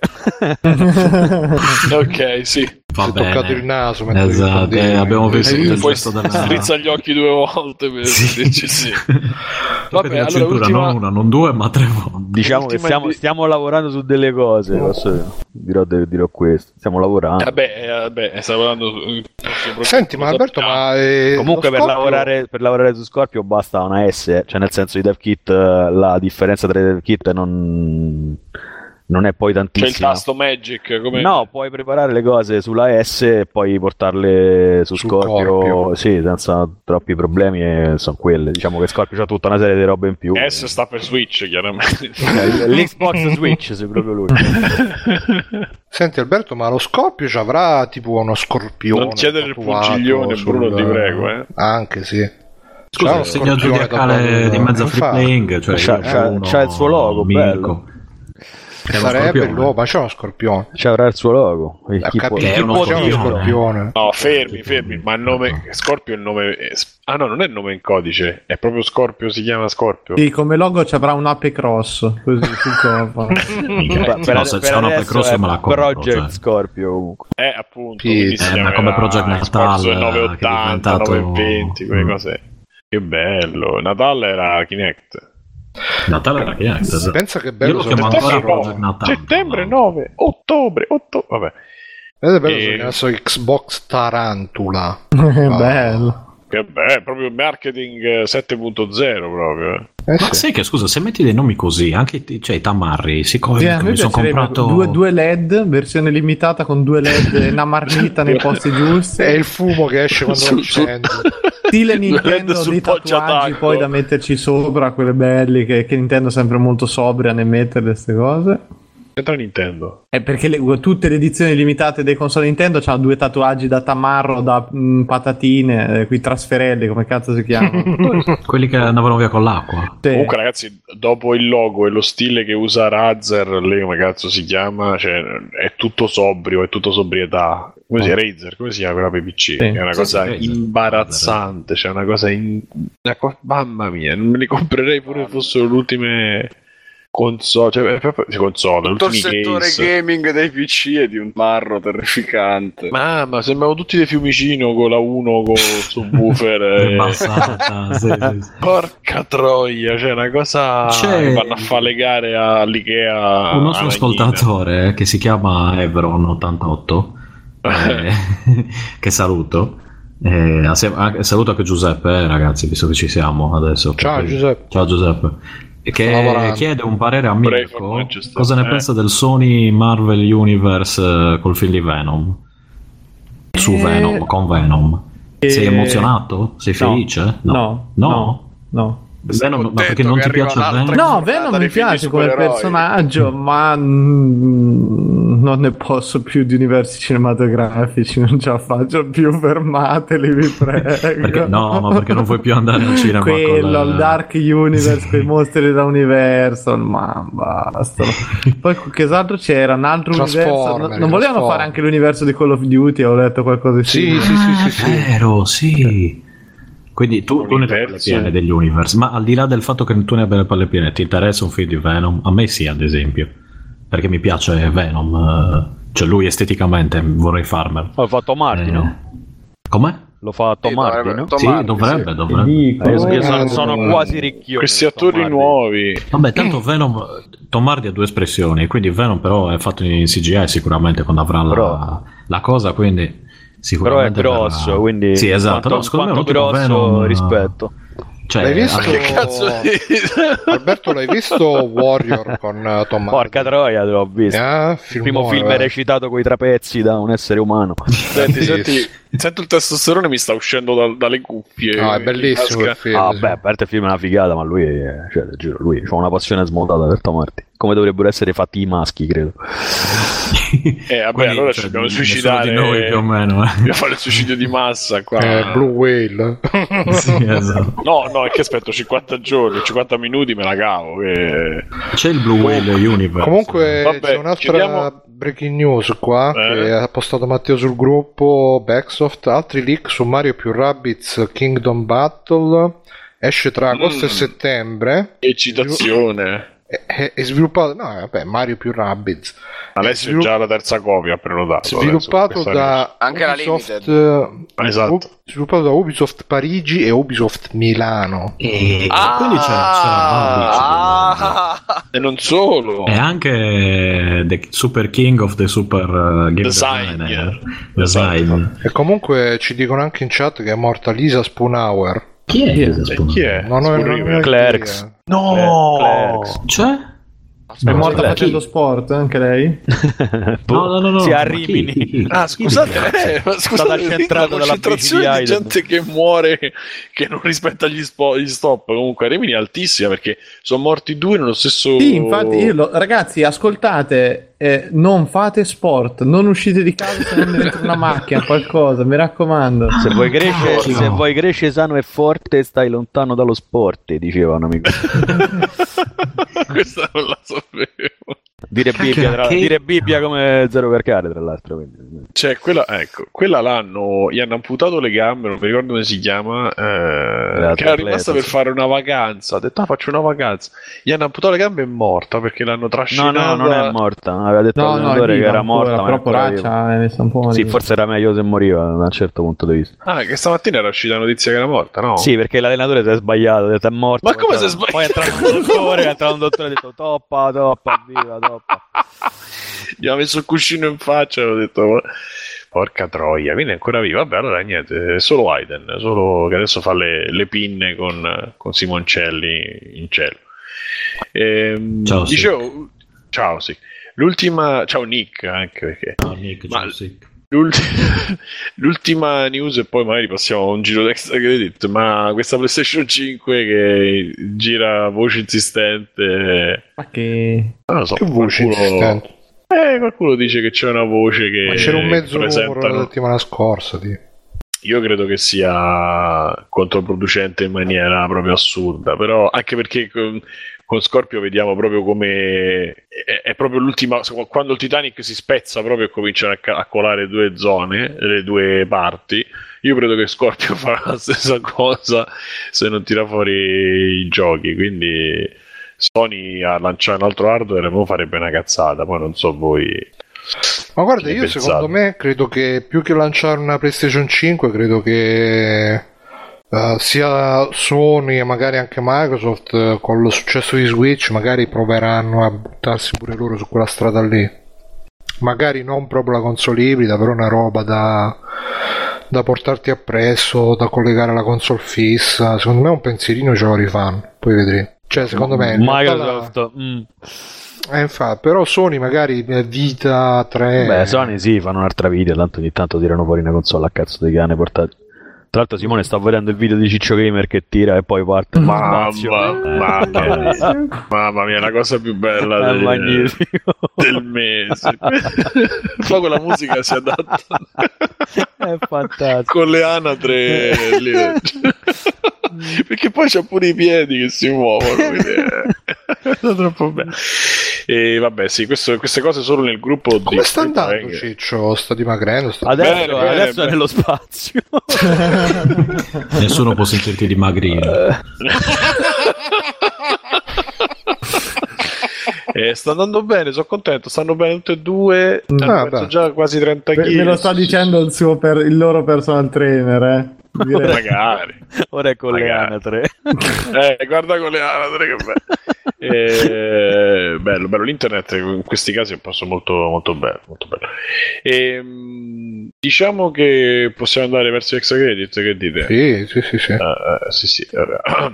Ok, sì. Va Si è bene. toccato il naso mentre Esatto, rispondevi. eh, abbiamo visto Hai il visto? Poi gesto della... strizza gli occhi due volte per Sì. dirci sì. Vabbè, Vabbè, la allora, cintura, ultima- non una, non due, ma tre volte. Diciamo che Ultima stiamo, di- stiamo lavorando su delle cose. Posso, dirò, dirò questo. Stiamo lavorando. Vabbè, eh, vabbè, stavo parlando su- su- Senti, ma Alberto, ma eh, Comunque lo per Scorpio- lavorare, per lavorare su Scorpio basta una S, eh. Cioè nel senso i dev kit, eh, la differenza tra i dev kit non, non è poi c'è il tantissima. tasto Magic come... No, puoi preparare le cose sulla S e poi portarle su Su Scorpio, Scorpio. sì, senza troppi problemi e sono quelle. Diciamo che Scorpio c'ha tutta una serie di robe in più. S sta per Switch, chiaramente. Eh, L'Xbox Switch, se proprio lui. Senti Alberto, ma lo Scorpio ci avrà tipo uno scorpione Non chiedere il tatuato pungiglione, sul- Bruno, ti prego, eh. Anche sì. C'ha Scusa, uno il segno scorpione zodiacale tatuato, di mezzo free infatti. playing, cioè C'ha- io c'ha- uno c'ha il suo logo, amico. bello. È uno Sarebbe scorpione. il logo, ma c'è uno scorpione. C'è avrà il suo logo. Il Ha tipo- capito Che è che uno c'è uno scorpione. scorpione. No, fermi, fermi, ma il nome Scorpio è il nome... Ah no, non è il nome in codice, è proprio Scorpio, si chiama Scorpio. Sì, come logo ci avrà un ape cross così sul corpo. Minchia, Per- no, se per c'è una adesso Cross è me la compro, Project cioè. Scorpio comunque. Eh, appunto, Sì, quindi si eh, ma chiamerà come Project Natal, Scorpio che è novecentottanta, diventato- novecentoventi, quelle Mm. cose. Che bello. Natal era Kinect. Natale era Kinect, esatto. Pensa che Io bello lo sono chiamo messo- ancora Settembre Project nove, Natale. settembre nove, ottobre, ottobre, vabbè. Vedete bello E- sono messo Xbox Tarantula. Bello. Che bello, proprio marketing sette punto zero proprio. eh. Eh Ma sì. sai che scusa, se metti dei nomi così, anche i- cioè, i tamarri, si Sì, cogliano. a me Mi sono piacerebbe comprato due, due L E D, versione limitata con due L E D e una marmita nei posti giusti. È il fumo che esce quando Su- lo su- accendi. Stile L E D Nintendo, sul dei tatuaggi poggiatacco. poi da metterci sopra, quelle belli che, che Nintendo è sempre molto sobria nel mettere queste cose. C'entra Nintendo. È perché le- tutte le edizioni limitate dei console Nintendo hanno due tatuaggi da tamarro, da mh, patatine, eh, quei trasferelli, come cazzo si chiamano? quelli che andavano via con l'acqua. Sì. Comunque ragazzi, dopo il logo e lo stile che usa Razer, lei come cazzo si chiama, cioè è tutto sobrio, è tutto sobrietà. Come si chiama? Razer, come si chiama quella per P C? È una Sì, cosa sì, Razer. imbarazzante, cioè una cosa in... una co- mamma mia, non me li comprerei pure se fossero le ultime console, cioè proprio sì, console, Tutto il ultimi settore case. gaming dei P C è di un marro terrificante. Mamma, sembrano tutti dei Fiumicino con la uno con il subwoofer. È e... passata, sì, sì, sì. Porca troia, cioè una cosa C'è- che vanno a fare le gare all'Ikea. Un nostro a Lagnina. ascoltatore che si chiama Evron ottantotto, eh, che saluto. Eh, assieme- anche- saluto anche Giuseppe, eh, ragazzi, visto che ci siamo adesso. Ciao, Perché- Giuseppe. Ciao Giuseppe. Che lavorando. chiede un parere a Pray for Mirko. Manchester, Cosa ne eh. pensa del Sony Marvel Universe eh, col film di Venom? Su Eh, Venom, con Venom. Sei eh, emozionato? Sei no. felice? No, no, no. Venom, ma contento perché non che ti arriva piace un'altra Venom? No, giornata Venom dei mi film di piace come supereroi. personaggio, ma mm, non ne posso più di universi cinematografici, non ce la faccio più, fermateli, vi prego. Perché, no, ma perché non vuoi più andare al cinema? Quello, con la... il Dark Universe, quei mostri da Universal, ma basta. Poi che altro c'era? Un altro universo? Non, non volevano fare anche l'universo di Call of Duty? Ho letto qualcosa di sì, simile. sì, sì, sì, sì. Vero, sì. Quindi tu, tu ne hai le palle piene degli universe, ma al di là del fatto che tu ne abbia le palle piene, ti interessa un film di Venom? A me sì, ad esempio, perché mi piace Venom, cioè lui esteticamente vorrei farmelo. L'ho fatto Marty, eh, no? Com'è? Lo fa Tom Sì, Hardy, dovrebbe- no? Tom Sì, Hardy, dovrebbe, sì. dovrebbe. Dico, Eh, io sono, eh, sono eh, quasi ricchione. Questi di Tom attori Hardy. nuovi. Vabbè, tanto Venom, Tom Hardy ha due espressioni, quindi Venom però è fatto in C G I sicuramente quando avrà la, Però- la cosa, quindi Però è sicuramente grosso, verrà- quindi sì, esatto, quanto, no, secondo me quanto è un grosso tipo Venom, rispetto. Cioè, L'hai visto? ha- Che cazzo di... Alberto, l'hai visto Warrior con uh, Tom Hardy? Porca troia, te l'ho visto. Ah, Il primo filmone, film eh. recitato coi trapezzi da un essere umano. Senti, Sì. senti, sento il testosterone mi sta uscendo dal- dalle cuffie. No, è bellissimo il Casca. film. Ah, sì. beh, a parte il film è una figata, ma lui, è, cioè, ti giuro, lui ha una passione smodata per Tom Hardy. Come dovrebbero essere fatti i maschi, credo. Eh, vabbè, quindi, allora cioè, ci dobbiamo nessuno suicidare. di noi più o meno, eh. Dobbiamo fare il suicidio di massa qua. Eh, Blue Whale. Sì, esatto. No, no, è che aspetto cinquanta giorni, cinquanta minuti me la cavo. Che... C'è il Blue Whale Universe. Comunque Vabbè, c'è un'altra chiudiamo- breaking news qua Eh. che ha postato Matteo sul gruppo Backsoft. Altri leak su Mario più Rabbids Kingdom Battle. Esce tra agosto Mm. e settembre. che eccitazione. È, è- è sviluppato, no, vabbè, Mario più Rabbids. Alessio è Svilupp- già la terza copia ha prenotato. Sviluppato adesso, da Anche la Ubisoft, Limited. eh, Esatto. U- sviluppato da Ubisoft Parigi e Ubisoft Milano. E Ah, quindi c'è, c'era ah, E non solo. e anche The Super King of the Super uh, Game Design. Designer. Esatto. Design. E comunque ci dicono anche in chat che è morta Lisa Spoonhour. Chi è? E chi è? Non ho, non ho Scorriver. Clerks. idea. No! Clerks. Cioè? È morta Chi? facendo sport anche lei? No, no, no, no. Si ma a chi- Rimini. chi- chi- Ah, chi scusate, di cazzo? eh, ma Stata scusate, accentrata la dalla concentrazione B C di D gente che muore, che non rispetta gli, spo- gli stop. Comunque, a Rimini è altissima perché sono morti due nello stesso. Sì, infatti, io lo- ragazzi, ascoltate, eh, non fate sport, non uscite di casa se non dentro una macchina, qualcosa, mi raccomando. Se vuoi, crescere, cacchio. se vuoi crescere sano e forte, stai lontano dallo sport, diceva un amico. Questa non la sapevo. Dire Cacchio, Bibbia, tra- che- dire Bibbia come zero per care, tra l'altro. Quindi. Cioè, quella, ecco, quella l'hanno, gli hanno amputato le gambe, non mi ricordo come si chiama, eh, che era rimasta per sì. fare una vacanza. Ha detto, ah, faccio una vacanza. Gli hanno amputato le gambe e è morta perché l'hanno No, trascinata. no, non è morta. Aveva detto No, no, è l'allenatore che viva era ancora, morta, ma è però ancora viva. poraccia è messa un po' Sì, malino. forse era meglio se moriva da un certo punto di vista. Ah, che stamattina era uscita la notizia che era morta, no? Sì, perché l'allenatore si è sbagliato, ha detto è morta. Ma poi come si è entra- sbagliato? Poi è entrato un dottore, è entrato un dottore e ha detto toppa, toppa, viva, toppa. Gli ha messo il cuscino in faccia e ho detto, "Ma- porca troia, viene ancora viva. Vabbè, allora niente, è solo Aiden, solo che adesso fa le, le pinne con, con Simoncelli in cielo. Ehm, Ciao, Sick. dicevo, ciao, sì. L'ultima, ciao Nick, anche perché No, Nick, Ma- ciao, sì. l'ulti- l'ultima news e poi magari passiamo a un giro d'extra credit, ma questa PlayStation cinque che gira voce insistente, Ma che... non lo so, Che voce qualcuno- insistente. eh, qualcuno dice che c'è una voce che Ma c'era un mezzo numero la presentano. settimana scorsa. Di... Io credo che sia controproducente in maniera proprio assurda, però anche perché con, con Scorpio vediamo proprio come è, è proprio l'ultima, quando il Titanic si spezza proprio e cominciano a, ca- a colare due zone, le due parti. Io credo che Scorpio farà la stessa cosa se non tira fuori i giochi, quindi Sony a lanciare un altro hardware non farebbe una cazzata, poi non so voi. Ma guarda, Che io pensate? secondo me credo che più che lanciare una PlayStation cinque, credo che eh, sia Sony e magari anche Microsoft, eh, con lo successo di Switch, magari proveranno a buttarsi pure loro su quella strada lì. Magari non proprio la console ibrida, però una roba da, da portarti appresso, da collegare alla console fissa. Secondo me un pensierino ce lo rifanno, poi vedremo. Cioè, secondo me in realtà la- Microsoft. mm. eh, infatti, però Sony magari eh, Vita tre. Beh, Sony sì, fanno un'altra video, tanto ogni tanto tirano fuori una console a cazzo di cane portati. Tra l'altro Simone sta vedendo il video di Ciccio Gamer che tira e poi parte. Mamma, mamma, mia, mamma mia, la cosa più bella È del, magnifico. del mese. Poi quella musica si adatta È fantastico. con le anatre lì. Perché poi c'ha pure i piedi che si muovono, quindi è, è troppo bello. E vabbè, sì, questo, queste cose solo nel gruppo. Come di sta andando Free Ciccio? Sta dimagrendo? Sta... Adesso, Bene, bene, adesso bene. è nello spazio. Nessuno può sentirti dimagrire. Eh, sta andando bene, sono contento, stanno bene tutte e due. Hanno Ah, perso beh. già quasi trenta Me chili. me lo sta dicendo il, suo per, il loro personal trainer, eh. Direi. Magari. Ora è con le Magari. anatre. Eh, guarda con le anatre che bello. Eh, bello, bello. L'internet in questi casi è un passo molto, molto bello, molto bello. E, mh, diciamo che possiamo andare verso extra credit, che dite? Sì, sì, sì, sì. Eh, eh, sì, sì. Allora.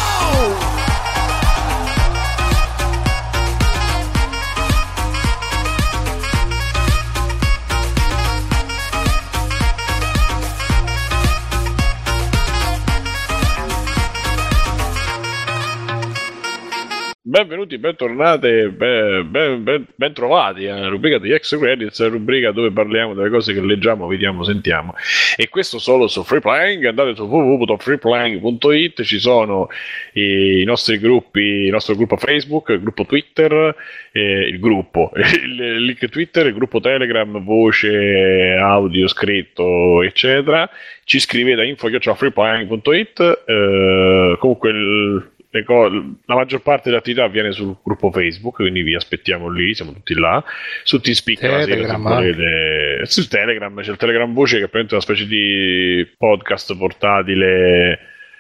Benvenuti, bentornate, ben, ben, ben, ben trovati alla rubrica degli Extra Credits, la rubrica dove parliamo delle cose che leggiamo, vediamo, sentiamo. E questo solo su Freeplaying. Andate su w w w punto freeplaying punto i t, ci sono i nostri gruppi, il nostro gruppo Facebook, il gruppo Twitter, eh, il gruppo, il, il link Twitter, il gruppo Telegram, voce, audio, scritto, eccetera. Ci scrivete a info chiocciola freeplaying punto i t. Eh, comunque il Le co- la maggior parte dell'attività avviene sul gruppo Facebook, quindi vi aspettiamo lì, siamo tutti là. Su Teamspeak la sera, se Telegram, volete. Su Telegram c'è il Telegram Voce, che è praticamente una specie di podcast portatile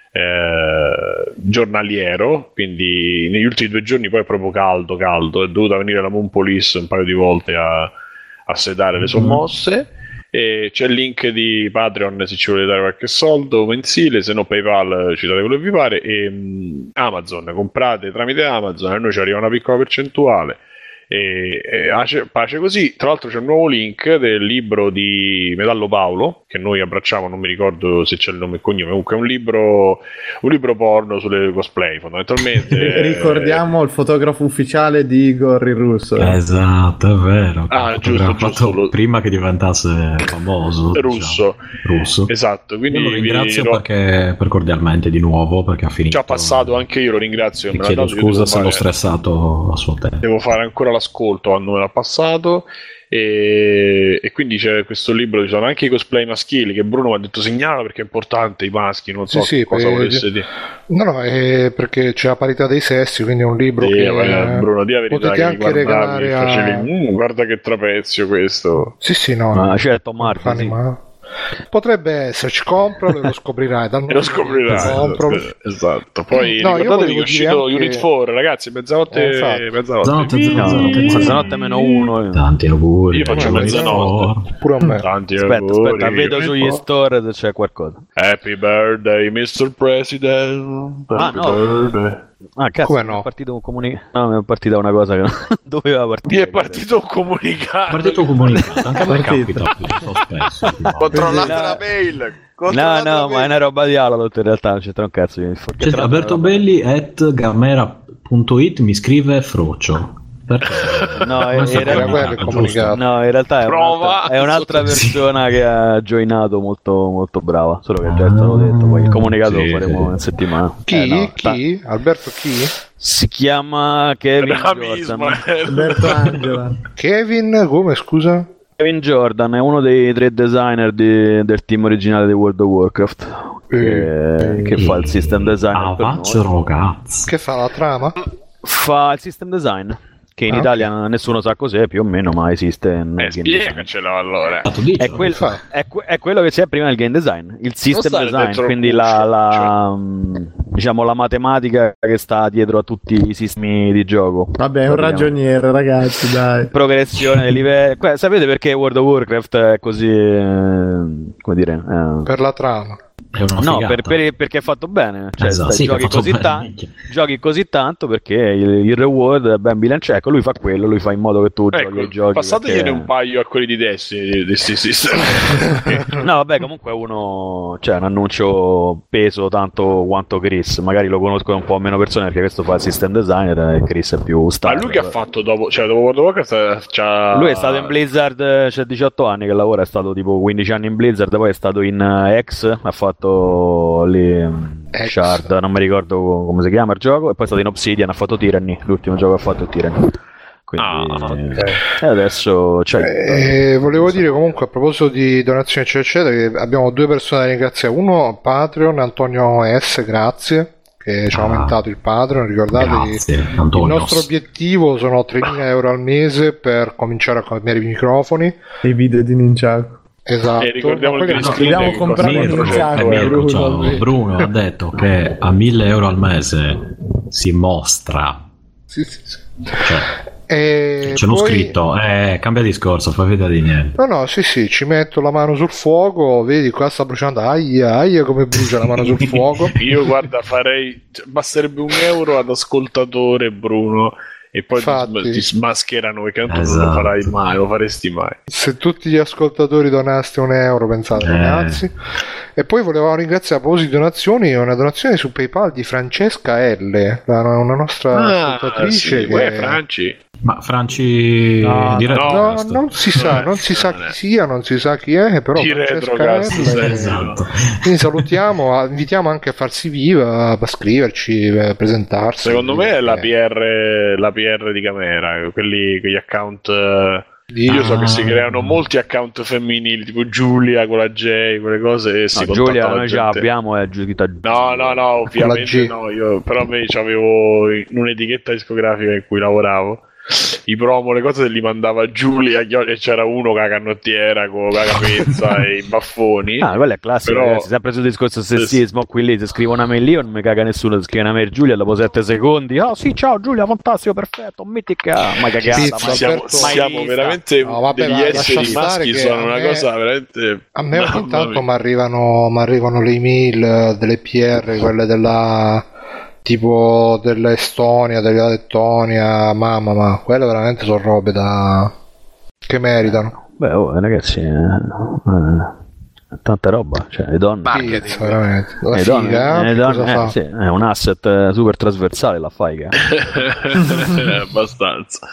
eh, giornaliero, quindi negli ultimi due giorni poi è proprio caldo caldo, è dovuta venire la Moon Police un paio di volte a, a sedare le sommosse. E c'è il link di Patreon se ci volete dare qualche soldo mensile, se no PayPal, ci date quello che vi pare. E um, Amazon, comprate tramite Amazon, a noi ci arriva una piccola percentuale. E, e pace, pace così. Tra l'altro c'è un nuovo link del libro di Metallo Paolo, che noi abbracciamo, non mi ricordo se c'è il nome e cognome, comunque è un libro un libro porno sulle cosplay fondamentalmente. Ricordiamo il fotografo ufficiale di Igor il Russo. Esatto, è vero. Ah, giusto, Fotografato giusto, lo- prima che diventasse famoso. Russo. diciamo. Russo. Esatto, quindi Io lo ringrazio vi- perché, per cordialmente di nuovo, perché ha finito. già passato, anche io lo ringrazio. Mi me l'ha chiedo dato, io scusa devo se l'ho fare- stressato a suo tempo. devo fare ancora l'ascolto quando me l'ha passato. E, e quindi c'è questo libro, ci sono anche i cosplay maschili che Bruno mi ha detto segnala perché è importante, i maschi, non so Sì, sì, cosa per- volesse dire. No, no, è perché c'è la parità dei sessi, quindi è un libro Sì, che eh, Bruno, di la verità potete che anche guardavi, regalare a... facevi, "Mm, guarda che trapezio questo". Sì, sì, no. Ah, no. certo, Marco, Fanno sì. ma- Potrebbe esserci, compralo e lo scoprirai. Dal E lo scoprirai. Compralo. Esatto. Poi No, io ricordatevi volevo che è dire uscito anche- Unit quattro, ragazzi, mezzanotte, Eh, infatti. mezzanotte. Mezzanotte, Sì, mezzanotte, sì. Mezzanotte meno uno. Tanti auguri. Io faccio Buoni mezzanotte. lavori. Pure a me. Tanti Aspetta, auguri. aspetta, vedo Unit sugli quattro. store se c'è qualcosa. Happy birthday, mister President. Ah, Happy no. birthday. Ah, cazzo, Come mi no? è partito un comunicato. No, mi è partita una cosa che non doveva Mi partire. è partito un comunicato. Partito comunicato, anche a me Partito. capita piuttosto spesso. tipo. Controllate No. la mail. No, Controllate la no, ma è mail. una roba di Alalot in realtà, non c'entra un cazzo di info. C'è Alberto Belli at gamera punto it mi scrive Frocio. Perché? No, Non so era come quello il giusto? comunicato. No, in realtà è Prova. un'altra, è un'altra Sì. persona che ha joinato molto, molto brava. Solo che già è stato detto. Poi il comunicato Sì, lo faremo sì. in settimana. Chi? Eh, no, sta- Chi? Alberto chi? Si chiama Kevin Rami Jordan. Ismael. Alberto Angela. Kevin? Come, scusa? Kevin Jordan è uno dei tre designer di- del team originale di World of Warcraft. Che, che fa il system design. Ah, per noi. vaccero cazzo. Che fa la trama? Fa il system design. Che in Ah, Italia nessuno sa cos'è, più o meno, ma esiste nel Eh, game design. spiegacelo allora. Ah, tu dici? È, quel- fa? è, que- è quello che c'è prima del game design, il system stare design, dentro il quindi guscio, la, la, cioè. mh, diciamo la matematica che sta dietro a tutti i sistemi di gioco. Vabbè, è un Praticamente. ragioniere, ragazzi, dai. Progressione dei livelli. Que- Sapete perché World of Warcraft è così, eh, come dire, eh, Per la trama. No, per, per, perché è fatto bene, cioè, esatto, stai, sì, giochi, così ta- giochi così tanto perché il, il reward è ben bilanciato. Ecco, lui fa quello, lui fa in modo che tu ecco, giochi i giochi. Passategliene perché... un paio a quelli di Destiny. Di sti system. No, vabbè, comunque è uno, cioè un annuncio peso tanto quanto Chris. Magari lo conoscono un po' meno persone perché questo fa il system designer e Chris è più star. Ma lui che ha fatto dopo, cioè dopo World of Warcraft c'ha... Lui è stato in Blizzard, c'è diciotto anni che lavora, è stato tipo quindici anni in Blizzard, poi è stato in uh, X, ha fatto lì X. Shard, non mi ricordo come si chiama il gioco, e poi è stato in Obsidian, ha fatto Tyranny, l'ultimo gioco che ha fatto è Tyranny. Quindi, ah, okay. E adesso c'è. Eh, volevo dire comunque a proposito di donazioni eccetera, eccetera, che abbiamo due persone da ringraziare. Uno Patreon, Antonio S, grazie, che ci ha Ah, aumentato il Patreon. Ricordatevi, grazie, Antonio. il nostro obiettivo sono tremila euro al mese per cominciare a cambiare i microfoni. E i video di Ninjago. Esatto. E ricordiamo Ma il quelli- green screen dobbiamo che comprare costa un quattrocento Ninjago, Eh, euro. Mirko, Bruno, ciao. sì. Bruno ha detto che a mille euro al mese si mostra. Sì, sì, sì. Cioè, E c'è uno poi- scritto, eh, cambia discorso, fa finta di niente. No, no, sì, sì, ci metto la mano sul fuoco, vedi qua sta bruciando, aia, aia come brucia la mano sul fuoco. Io guarda farei, cioè, basterebbe un euro ad ascoltatore, Bruno, e poi ti, Infatti. ti smascherano perché tanto non Esatto. lo farai mai, lo faresti mai. Se tutti gli ascoltatori donaste un euro, pensate Eh. ragazzi. E poi volevamo ringraziare a proposito di donazioni, una donazione su PayPal di Francesca L, la- una nostra ascoltatrice sì, che... uè, Franci. Ma Franci No, di no, Retrocast. No, non si sa, non si sa chi sia, non si sa chi è, però Di Francesca Retrocast, L, sì, eh, Esatto. quindi salutiamo, a- invitiamo anche a farsi viva, a scriverci, a presentarsi. Secondo me è la Eh, P R, la P R di Camera, quelli, quegli account. eh, di- Io so Ah. che si creano molti account femminili, tipo Giulia con la J, quelle cose. E si No, contatta Giulia, la noi già gente. abbiamo è Giulia. No, no, no, ovviamente G. no. Io, però me avevo in un'etichetta discografica in cui lavoravo. I promo, le cose li mandava Giulia e c'era uno con la canottiera, con la capezza e i baffoni. Ah, quello è classico, Però- ragazzi, sempre sul discorso sessismo, qui lì se scrivo una mail io non mi caga nessuno, se scrive una mail Giulia dopo sette secondi, oh sì, ciao Giulia, fantastico, perfetto, mitica, ma cagata, Pizza, ma siamo, Alberto- siamo vista. veramente No, vabbè, degli ma esseri lascia stare maschi, che sono a una me- cosa veramente. A me ogni Mamma tanto mia. mi arrivano, m'arrivano le email eh, delle P R, quelle della tipo dell'Estonia, della Lettonia, mamma, ma quelle veramente sono robe da che meritano. Beh, oh, ragazzi, eh, eh, tanta roba, cioè le donne, Pizza, veramente. La le figa, donne, eh, le che donne, cosa eh, fa? sì, è un asset eh, super trasversale la faiga. Abbastanza.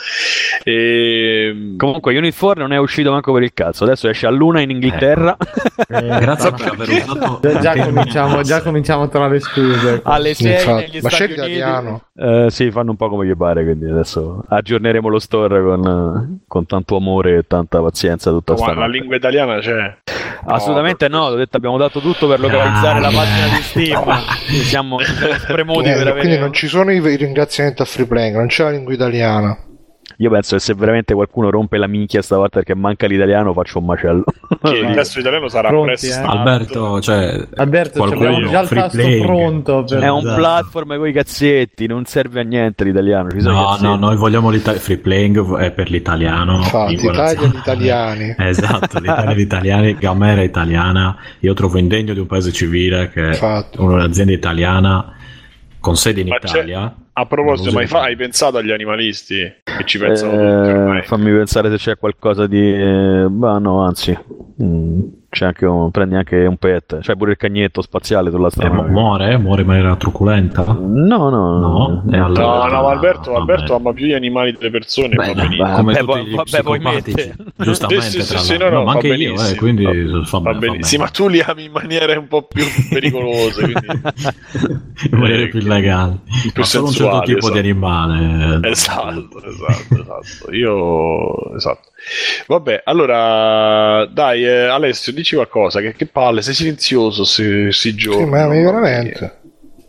E... Comunque Unit quattro non è uscito manco per il cazzo, adesso esce a Luna in Inghilterra Eh, Grazie no, per aver usato già, già il cominciamo, termine già asse. cominciamo a trovare le scuse. alle sei Infatti. negli Ma c'è Stati il Uniti. italiano? Eh, sì, fanno un po' come gli pare, quindi adesso aggiorneremo lo store con, eh, con tanto amore e tanta pazienza tutta Ma la stanotte. lingua italiana c'è? Assolutamente no, ho detto abbiamo dato tutto per localizzare la pagina di Steam. Quindi siamo, siamo spremuti Eh, per avere. quindi non ci sono i, i ringraziamenti a Free Playing, non c'è la lingua italiana. Io penso che se veramente qualcuno rompe la minchia stavolta perché manca l'italiano, faccio un macello. Che il testo italiano sarà Pronti, presto. eh? Alberto, cioè, Alberto, qualcuno, abbiamo già il free tasto playing. pronto per- È un Esatto. platform con i cazzetti, non serve a niente l'italiano. Ci sono i No, cazzetti. no, noi vogliamo l'ita- free playing è per l'italiano. Infatti, lingua Italia nazionale. gli italiani. Esatto, l'Italia gli italiani, Gamera italiana. Io trovo indegno di un paese civile che Infatti. un'azienda italiana con sede in Ma c'è- Italia. A proposito, non ma hai, usa- fa- hai pensato agli animalisti? Che ci pensano tutti Eh, ormai. fammi pensare se c'è qualcosa di. eh, ma no, anzi, mm, c'è anche un, prendi anche un pet, c'è pure il cagnetto spaziale sulla Eh, strada. mu- muore? Muore in maniera truculenta? No, no, No? E no. allora- No, no, ma Alberto, vabbè. Alberto ama più gli animali delle persone. Beh, va benissimo. beh, come vabbè, tutti poi- gli vabbè, poi psicopatici, mette. giustamente, Sì, sì, tra sì, l'altro. no, no, ma fa anche io, benissimo. eh, quindi Va- fa, Va bene, bene. fa Sì, bene. ma tu li ami in maniere un po' più pericolose, quindi... in maniere più illegali, più ma solo un certo sensuali, tipo esatto. di animale. Esatto, esatto, esatto. Io esatto. Vabbè, allora dai, eh, Alessio, dici qualcosa. Che, che palle, sei silenzioso, si, si Sì, giorna. ma veramente.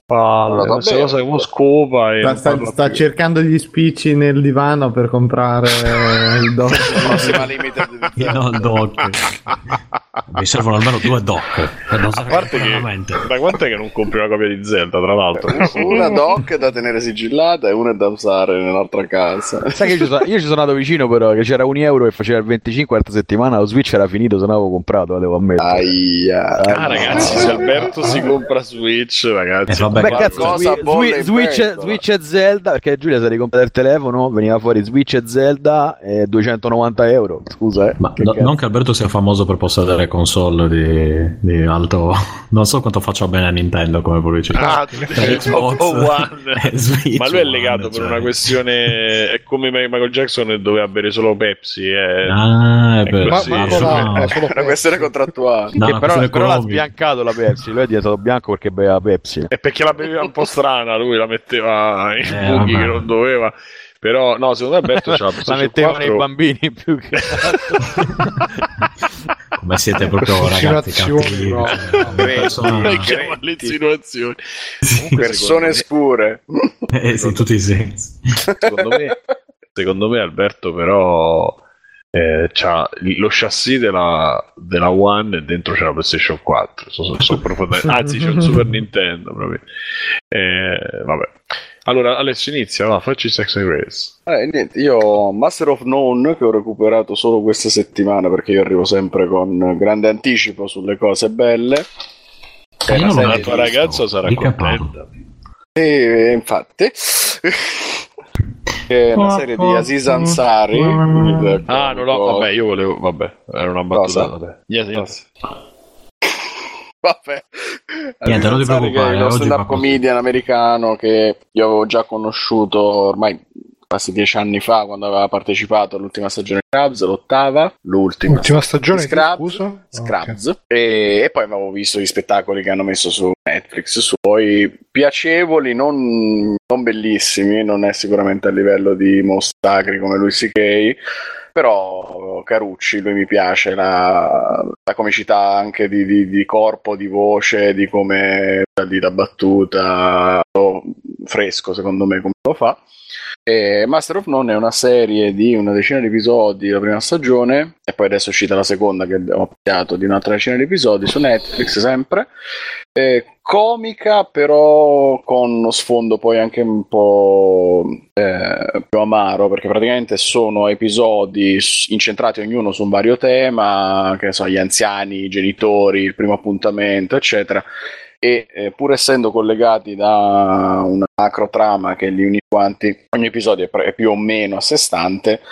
palle, questa cosa che mo scopa e sta, sta, sta cercando gli spicci nel divano per comprare il dock. No, il dock. Mi servono almeno due dock. A parte che da quanto è che non compri una copia di Zelda, tra l'altro? Una dock da tenere sigillata e una da usare nell'altra casa. Sai che io ci, sono, io ci sono andato vicino, però che c'era un euro e faceva il venticinque l'altra settimana, lo Switch era finito, se non avevo comprato, la devo ammettere. Aia. Ah, ragazzi, se Alberto si compra Switch, ragazzi. Eh, vabbè, Beh, cazzo, Switch, Switch, Switch, Switch e Zelda, perché Giulia si è ricomprata il telefono, veniva fuori Switch e Zelda e duecentonovanta euro. Scusa, eh. Ma no, non che Alberto sia famoso per possedere console di, di alto. Non so quanto faccia bene a Nintendo come pubblicità. Ah, Xbox One. Switch, ma lui è legato One, per cioè. Una questione. È come Michael Jackson che doveva bere solo Pepsi. È, ah, è, è, ma, ma la, è solo una questione contrattuale. No, che però, però l'ha economica. sbiancato la Pepsi. Lui è diventato bianco perché beveva Pepsi. È perché la beveva un po' strana. Lui la metteva in eh, buchi vabbè. che non doveva. Però, no, secondo me Alberto c'ha la metteva nei bambini più che come siete proprio ragazzi cattivi, no, no, persona... chiama le insinuazioni. Persone scure. Eh, sì, in tutti i sensi. Secondo me, secondo me Alberto però eh, c'ha lo chassis della, della One e dentro c'è la PlayStation quattro. So, so, so anzi, c'è un Super Nintendo proprio. Eh, vabbè. Allora, Alessio, inizia, va, facci Sex and Grace. Eh, niente, io ho Master of None che ho recuperato solo questa settimana perché io arrivo sempre con grande anticipo sulle cose belle. Eh, io non La l'ho tua visto. ragazza sarà Di che contenta. E infatti è una serie di Aziz Ansari. il Ah, non l'ho, vabbè, io volevo, vabbè, era una battuta. Cosa? Vabbè. Yes, yes. Vabbè, Niente, non ti preoccupare, che è lo oggi stand-up va così. comedian americano che io avevo già conosciuto ormai quasi dieci anni fa quando aveva partecipato all'ultima stagione di Scrubs, l'ottava, l'ultima Ultima stagione di di Scrubs, scusa? Scrubs. E, e poi avevo visto gli spettacoli che hanno messo su Netflix suoi, piacevoli, non, non bellissimi, non è sicuramente a livello di mostacri come Louis C K, però carucci, lui mi piace, la, la comicità anche di, di, di corpo, di voce, di come lì da battuta, fresco secondo me come lo fa. E Master of None è una serie di una decina di episodi la prima stagione e poi adesso è uscita la seconda che ho picchiato di un'altra decina di episodi su Netflix sempre. È comica però con uno sfondo poi anche un po' eh, più amaro perché praticamente sono episodi incentrati ognuno su un vario tema, che ne so, gli anziani, i genitori, il primo appuntamento eccetera. E eh, pur essendo collegati da una macro trama che li unisce quanti, ogni episodio è, pre- è più o meno a sé stante,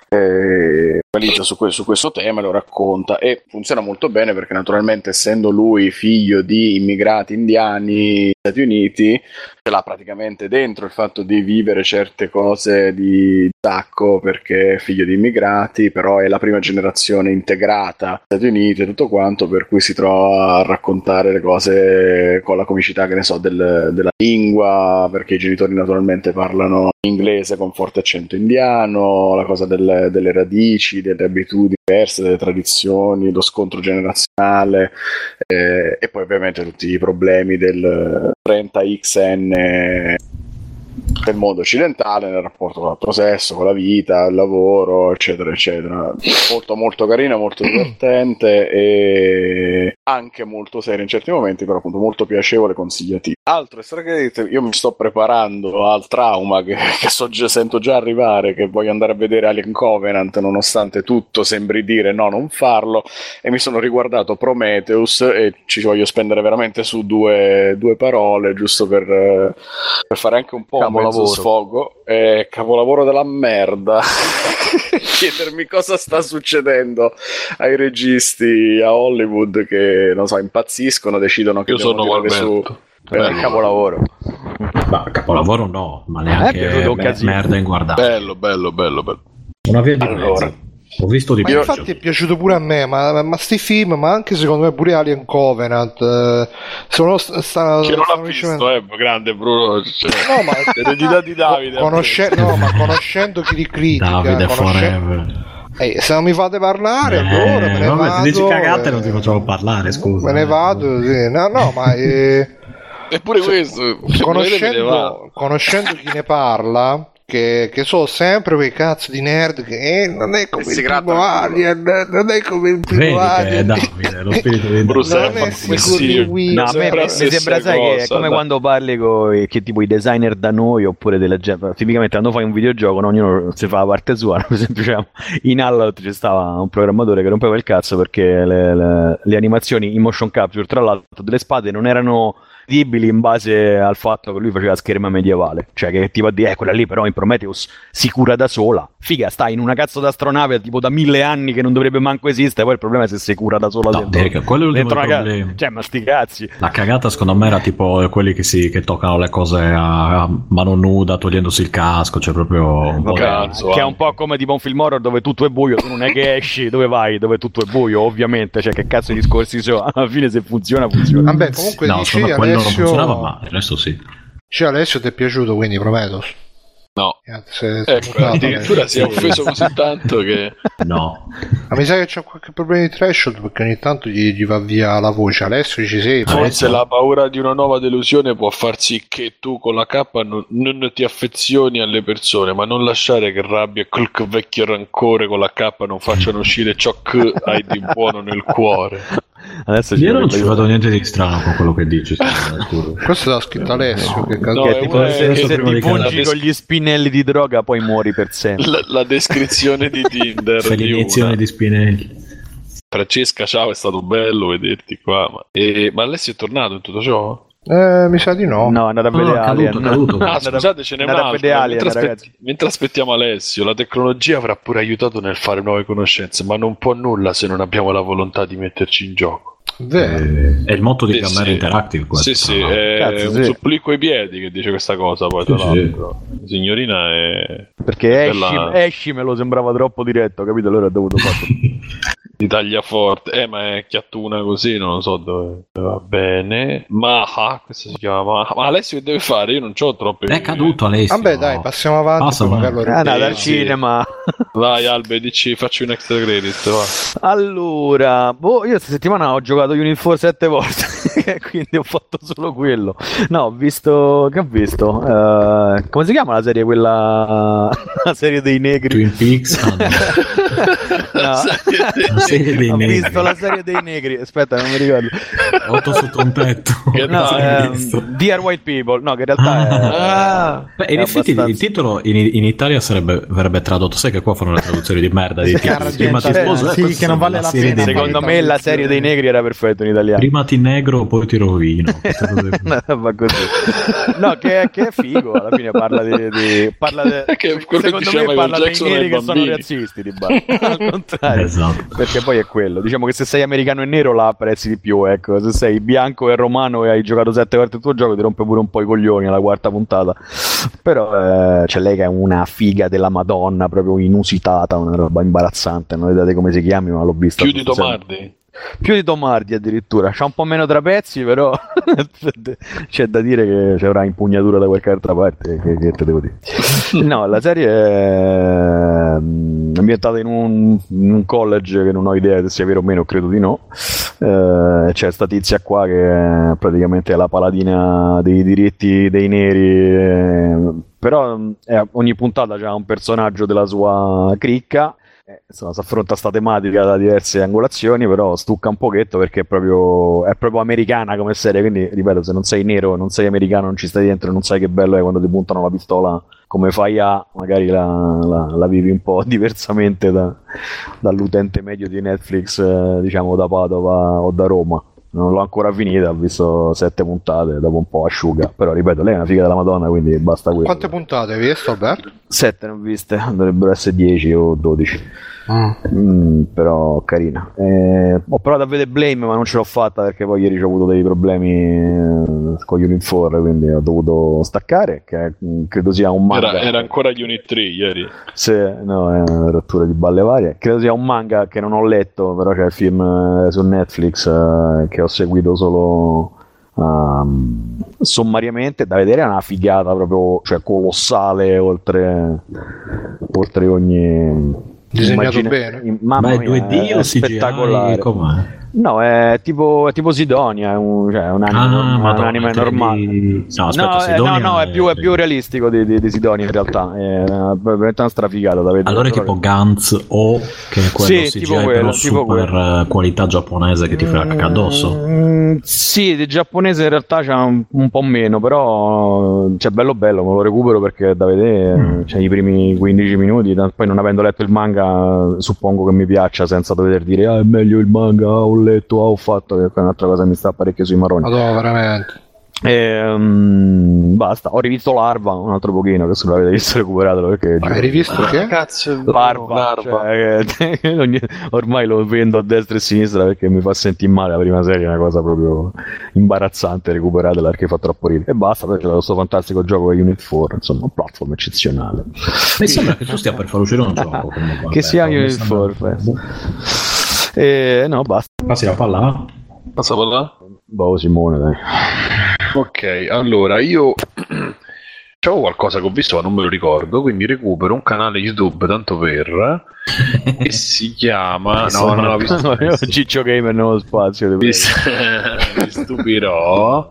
eh, focalizza su, que- su questo tema e lo racconta e funziona molto bene perché naturalmente essendo lui figlio di immigrati indiani negli Stati Uniti ce l'ha praticamente dentro il fatto di vivere certe cose di tacco perché è figlio di immigrati, però è la prima generazione integrata negli Stati Uniti e tutto quanto, per cui si trova a raccontare le cose con la comicità, che ne so, del, della lingua, perché i genitori naturalmente parlano inglese con forte accento indiano, la cosa del, delle radici, delle abitudini diverse, delle tradizioni, lo scontro generazionale eh, e poi ovviamente tutti i problemi del trenta ne del mondo occidentale nel rapporto con l'altro sesso, con la vita, il lavoro, eccetera, eccetera. Molto, molto carina, molto divertente e anche molto seria in certi momenti, però appunto molto piacevole, consigliativa. Altro extra credit, io mi sto preparando al trauma che, che so, già, sento già arrivare, che voglio andare a vedere Alien Covenant, nonostante tutto sembri dire no, non farlo, e mi sono riguardato Prometheus e ci voglio spendere veramente su due, due parole, giusto per, per fare anche un po' un mezzo sfogo. È capolavoro della merda. Chiedermi cosa sta succedendo ai registi a Hollywood che, non so, impazziscono, decidono che io devono sono tirare su per il capolavoro. Ma capolavoro no, ma neanche Eh, me- merda inguardabile. bello, bello, bello, bello. Una via di Allora. mezzo. Ho visto di Ma più. infatti è piaciuto pure a me, ma, ma sti film, ma anche secondo me pure Alien Covenant, eh, sono sta, sta, Che non l'ha stanno visto, ricevendo- eh, grande Bruno. Cioè, No, ma l'eredità di Davide. conosce- no, ma conoscendo chi li critica, Davide conosce- forever. Eh, se non mi fate parlare, Eh, allora me ne vabbè, vado. ti dici cagate e non ti eh, facciamo parlare, scusa. Me ne eh. vado, sì. No, no, ma eh, Eppure questo, conoscendo, conoscendo chi ne parla, che, che sono sempre quei cazzo di nerd che eh, non è come il primo Alien, non è come il primo Alien. Davide, lo spirito di Bruce non è sicuro. No, a me mi sembra, sai, che è come da. quando parli con che tipo i designer da noi, oppure della gente, tipicamente quando fai un videogioco, no? Ognuno si fa la parte sua, no? Per esempio, diciamo, in Fallout c'è stava un programmatore che rompeva il cazzo perché le, le, le animazioni in motion capture, tra l'altro, delle spade non erano in base al fatto che lui faceva scherma medievale, cioè che tipo a dire eh, quella lì però in Prometheus si cura da sola, figa, sta in una cazzo d'astronave tipo da mille anni che non dovrebbe manco esistere, poi il problema è se si cura da sola no, dentro, Derek, quello è l'ultimo problema, ca- cioè ma sti cazzi. La cagata secondo me era tipo quelli che si che toccano le cose a, a mano nuda togliendosi il casco, cioè proprio un po' cazzo, che è un po' come tipo un film horror dove tutto è buio, tu non è che esci, dove vai, dove tutto è buio, ovviamente, cioè che cazzo di discorsi sono, alla fine se funziona funziona. Vabbè, comunque no, dici quello Alessio... non funzionava, ma il resto sì. Cioè Alessio ti è piaciuto quindi Prometheus? No, se, se ecco, addirittura si è offeso così tanto che no. Ma mi sa che c'è qualche problema di threshold perché ogni tanto gli, gli va via la voce. Alessio ci sei? Forse la paura di una nuova delusione può far sì che tu con la K non, non ti affezioni alle persone, ma non lasciare che rabbia e quel vecchio rancore con la K non facciano uscire ciò che hai di buono nel cuore. Adesso io non ci vedo niente di strano con quello che dici. Questo l'ha scritto Alessio. No, che no, che tipo, se, se ti pungi des- con gli spinelli di droga poi muori per sempre. La, la descrizione di Tinder. L'iniezione di spinelli. Francesca, ciao, è stato bello vederti qua. Ma, e, ma Alessio è tornato in tutto ciò? Eh, mi sa di no. No, è andato a vedere no, Alien. Caduto, caduto. Ah, scusate, ce n'è un altro. Mentre, aspetti, mentre aspettiamo Alessio, la tecnologia avrà pure aiutato nel fare nuove conoscenze, ma non può nulla se non abbiamo la volontà di metterci in gioco. Eh, è il motto di sì, Gamera sì. Interactive questo, sì sì è Cazzo, un sì. supplico ai piedi che dice questa cosa poi tra sì, l'altro sì. Signorina è perché è bella... esci, esci me lo sembrava troppo diretto, capito? Allora ho dovuto fare di tagliaforte eh ma è chiattuna così, non lo so dove va bene. Maha, questo si chiama Maha. Ma Alessio che deve fare? Io non c'ho troppe è caduto Alessio. Vabbè dai, passiamo avanti. Passa, magari è andato al cinema. Vai Albe, dici faccio un extra credit, va. Allora, boh, io questa settimana ho giocato Unit four sette volte, quindi ho fatto solo quello. No, ho visto, che ho visto? Uh, come si chiama la serie quella, la serie dei negri? Twin Peaks? No. La serie dei ho negri. visto la serie dei negri, aspetta, non mi ricordo. Otto sotto un tetto. No, ehm, Dear White People, no, che in realtà ah. è, ah. Beh, in effetti abbastanza... il titolo in, in Italia sarebbe, verrebbe tradotto, sai che qua fanno le traduzioni di merda di titoli. Prima ti sposo, sì, che non vale la pena. Secondo me la serie dei negri era perfetta in italiano. Prima ti negro, poi ti rovino. Va così. No, che, che è figo, alla fine parla di, di parla de, che secondo me parla dei neri che sono razzisti di base. Al contrario. Esatto. Perché poi è quello, diciamo che se sei americano e nero la apprezzi di più, ecco, se sei bianco e romano e hai giocato sette volte il tuo gioco ti rompe pure un po' i coglioni alla quarta puntata. Però eh, c'è lei che è una figa della Madonna, proprio inusitata, una roba imbarazzante, non vedete come si chiami, ma l'ho vista più di Tomardi. Più di Tomardi addirittura, c'ha un po' meno trapezzi, però c'è da dire che ci avrà impugnatura da qualche altra parte, che, che te devo dire. No, la serie è ambientata in un, in un college che non ho idea se sia vero o meno, credo di no. Eh, c'è sta tizia qua che è praticamente la paladina dei diritti dei neri, eh, però eh, ogni puntata c'ha un personaggio della sua cricca. Eh, insomma, si affronta sta tematica da diverse angolazioni, però stucca un pochetto perché è proprio, è proprio americana come serie, quindi ripeto, se non sei nero, non sei americano, non ci stai dentro, non sai che bello è quando ti puntano la pistola come fai a, magari la, la, la vivi un po' diversamente da, dall'utente medio di Netflix, eh, diciamo da Padova o da Roma. Non l'ho ancora finita, ho visto sette puntate, dopo un po' asciuga, però ripeto, lei è una figa della Madonna, quindi basta quello. Quante puntate hai visto, Alberto? sette ne ho viste, dovrebbero essere dieci o dodici. Mm. Mm, però carina. Eh, ho provato a vedere Blame, ma non ce l'ho fatta perché poi ieri ho avuto dei problemi eh, con Unit four, quindi ho dovuto staccare, che credo sia un manga. Era, era ancora Unit tre ieri. Sì, no, è una rottura di balle varie. Credo sia un manga che non ho letto, però c'è il film eh, su Netflix eh, che ho seguito solo um, sommariamente. Da vedere è una figata proprio, cioè colossale, oltre, oltre ogni... disegnato immagine... bene. Mamma ma è mia, due D o è spettacolare. C G I? Com'è? No, è tipo, è tipo Sidonia, è un, cioè, un anime, Ah, un, Madonna, un anime normale. intendi- No, aspetta, no, eh, Sidonia no, no, è più, è più realistico di, di, di Sidonia in realtà. È veramente una strafigata da vedere. Allora è tipo Gantz o che è quello Sì, C G I tipo quello, però tipo super quello. eh, qualità giapponese che ti fa cacca addosso. Mm, sì, di giapponese in realtà c'è un, un po' meno, però c'è bello bello, me lo recupero perché è da vedere, Mm. c'è i primi quindici minuti, da- poi non avendo letto il manga suppongo che mi piaccia senza dover dire ah è meglio il manga, ah, ho letto, ah, ho fatto, che è un'altra cosa che mi sta parecchio sui marroni. Madonna, veramente. E, um, basta, ho rivisto Larva un altro pochino, che se non l'avete visto recuperatelo perché Ma hai rivisto che? Cazzo, Larva, larva. cioè, che- ogni- ormai lo vendo a destra e a sinistra perché mi fa sentire male la prima serie, è una cosa proprio imbarazzante, recuperatela perché fa troppo ridere. E basta, poi c'è questo fantastico gioco Unit quattro, insomma, un platform eccezionale. Mi sembra che tu stia per far uscire un gioco comunque, Che sia Alberto, mi Unit sembra- quattro. E no, basta. Passi la palla? Passa per là? Boh, Simone, dai. Ok, allora io c'avevo qualcosa che ho visto ma non me lo ricordo, quindi recupero un canale YouTube tanto per che si chiama no, non l'ho visto. No, io Ciccio Gamer nello spazio. ti Mi, prego. mi stupirò.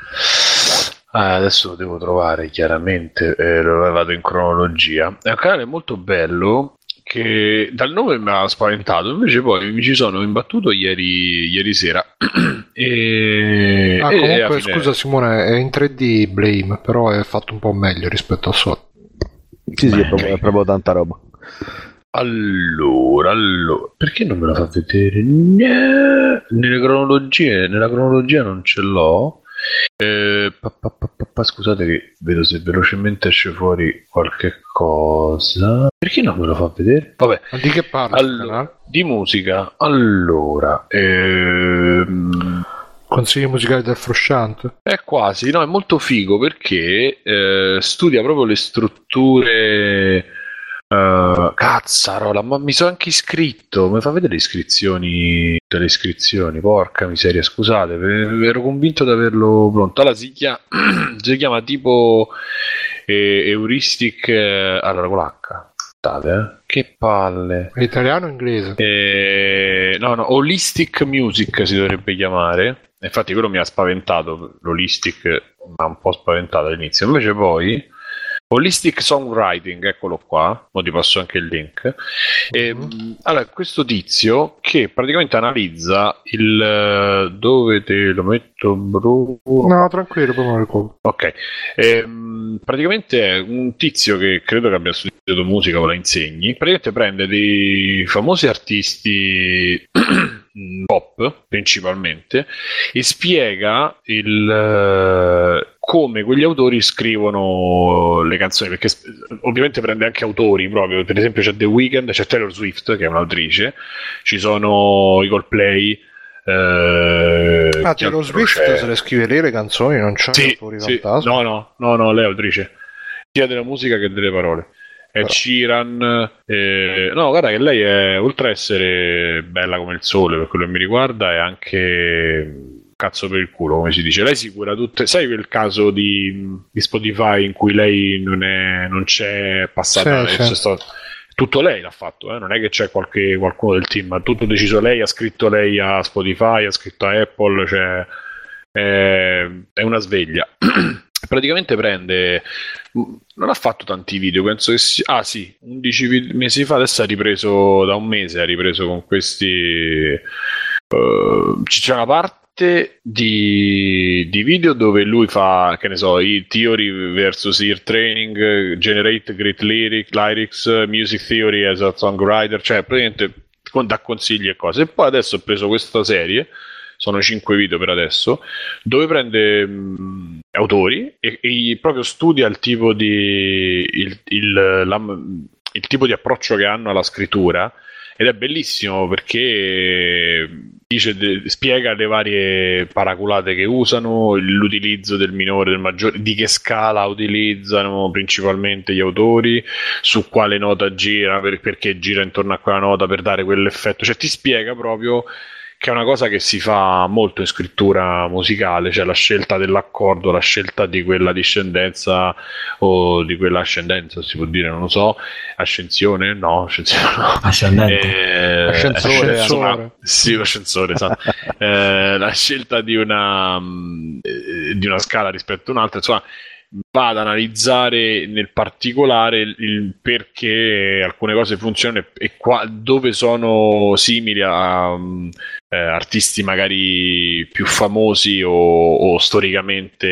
Ah, adesso lo devo trovare chiaramente, eh, lo vado in cronologia. È un canale molto bello che dal nome mi ha spaventato, invece poi mi ci sono imbattuto ieri, ieri sera. e, Ah, e comunque, alla fine- scusa Simone, è in tre D Blame, però è fatto un po' meglio rispetto al solito. Sì, sì, è proprio, è proprio tanta roba. Allora, allora, perché non me la fa vedere? Ne- Nelle cronologie, nella cronologia non ce l'ho. Eh, pa, pa, pa, pa, pa, scusate che vedo se velocemente esce fuori qualche cosa. Perché non me lo fa vedere? Vabbè, Ma di che parla il allora, canale? di musica. Allora, ehm, Consigli musicali del frusciante? è quasi, no, è molto figo perché eh, studia proprio le strutture. Uh, cazzarola, ma mi sono anche iscritto. Mi fa vedere le iscrizioni? Le iscrizioni, porca miseria, scusate, ve- ero convinto di averlo pronto. Allora si chiama, si chiama tipo eh, Heuristic. eh, allora con l'H. Aspettate, eh. Che palle. È italiano o inglese? Eh, no, no, Holistic Music si dovrebbe chiamare. Infatti quello mi ha spaventato, l'Holistic mi ha un po' spaventato all'inizio. Invece poi Holistic Songwriting, eccolo qua, ora ti passo anche il link. E, mh, allora, questo tizio che praticamente analizza il eh, dove te lo metto bro? No, tranquillo, poi me lo ricordo. Ok, Ehm, praticamente è un tizio che credo che abbia studiato musica o la insegni. Praticamente prende dei famosi artisti pop principalmente e spiega il eh, come quegli autori scrivono le canzoni, perché sp- ovviamente prende anche autori proprio, per esempio c'è The Weeknd, c'è Taylor Swift che è un'autrice, ci sono i Coldplay. Eh, Ah, chi Taylor altro Swift c'è? se le scrive lei le canzoni, non c'è Sì, autori sì. fantasma. No, no, no, no, lei è autrice sia della musica che delle parole. È Però. Sheeran. eh, No, guarda che lei è, oltre a essere bella come il sole, per quello che mi riguarda, è anche cazzo per il culo, come si dice. Lei si cura tutte. Sai quel caso di, di Spotify in cui lei non, è, non c'è passata. Sì, c'è sì. stato- tutto lei l'ha fatto, eh? Non è che c'è qualche, qualcuno del team, ha tutto deciso lei, ha scritto lei a Spotify, ha scritto a Apple, cioè è, è una sveglia. Praticamente prende, non ha fatto tanti video, penso che sia, ah sì, undici vid- mesi fa, adesso ha ripreso da un mese, ha ripreso con questi, uh, c'è una parte di, di video dove lui fa, che ne so, i theory versus ear training, generate great lyric, lyrics, music theory as a songwriter, cioè praticamente con- dà consigli e cose. E poi adesso ho preso questa serie, sono cinque video per adesso, dove prende mh, autori e, e proprio studia il tipo di il, il, la, il tipo di approccio che hanno alla scrittura, ed è bellissimo perché dice, de, spiega le varie paraculate che usano, l'utilizzo del minore, del maggiore, di che scala utilizzano principalmente gli autori, su quale nota gira, per, perché gira intorno a quella nota per dare quell'effetto, cioè ti spiega proprio che è una cosa che si fa molto in scrittura musicale, cioè la scelta dell'accordo, la scelta di quella discendenza o di quella ascendenza, si può dire, non lo so, ascensione? No, ascensione no. Ascendente. Eh, Ascensore, insomma, ascensore. sì, ascensore, esatto. eh, la scelta di una, mh, eh, di una scala rispetto a un'altra, insomma, va ad analizzare nel particolare il, il perché alcune cose funzionano e, e qua, dove sono simili a um, eh, artisti magari più famosi o, o storicamente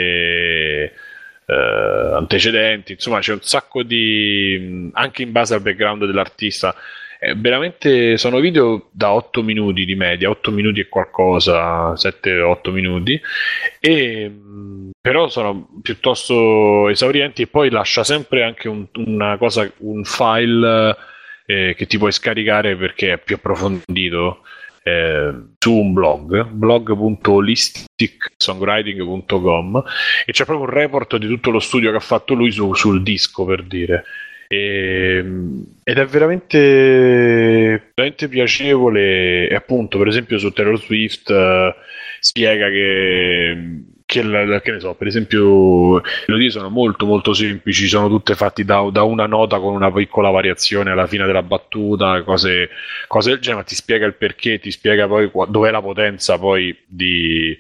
eh, antecedenti. Insomma, c'è un sacco di, anche in base al background dell'artista. Eh, veramente sono video da otto minuti di media, otto minuti e qualcosa, sette otto minuti, e però sono piuttosto esaurienti, e poi lascia sempre anche un, una cosa, un file eh, che ti puoi scaricare perché è più approfondito eh, su un blog, blog punto holistic songwriting punto com, e c'è proprio un report di tutto lo studio che ha fatto lui su, sul disco, per dire. E, ed è veramente, veramente piacevole. E appunto, per esempio, su Taylor Swift uh, spiega che, che, la, che ne so, per esempio, le melodie sono molto molto semplici, sono tutte fatte da, da una nota con una piccola variazione alla fine della battuta, cose, cose del genere, ma ti spiega il perché, ti spiega poi dov'è la potenza poi di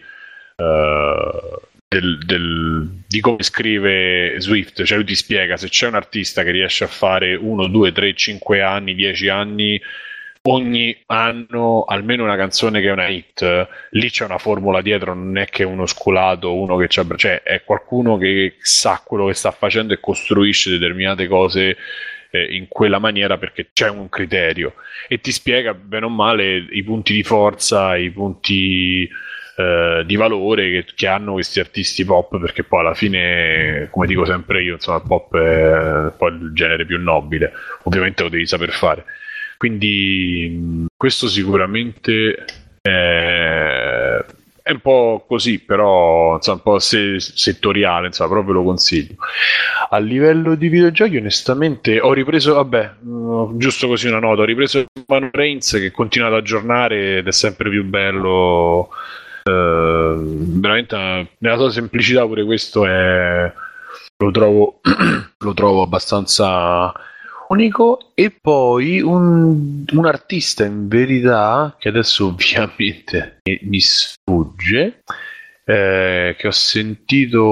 uh, Del, del, di come scrive Swift. Cioè lui ti spiega, se c'è un artista che riesce a fare uno, due, tre, cinque anni, dieci anni, ogni anno almeno una canzone che è una hit, lì c'è una formula dietro, non è che uno sculato, uno che c'ha, cioè è qualcuno che sa quello che sta facendo e costruisce determinate cose eh, in quella maniera perché c'è un criterio, e ti spiega bene o male i punti di forza, i punti Uh, di valore che, che hanno questi artisti pop, perché poi alla fine, come dico sempre io, insomma, il pop è poi il genere più nobile, ovviamente lo devi saper fare, quindi questo sicuramente è, è un po' così, però insomma, un po' se, settoriale, insomma, proprio lo consiglio. A livello di videogiochi, onestamente, ho ripreso, vabbè, uh, giusto così una nota, ho ripreso Manu Reigns, che continua ad aggiornare ed è sempre più bello. Uh, veramente nella sua semplicità, pure questo è, lo trovo lo trovo abbastanza unico. E poi un, un artista in verità che adesso ovviamente mi, mi sfugge, eh, che ho sentito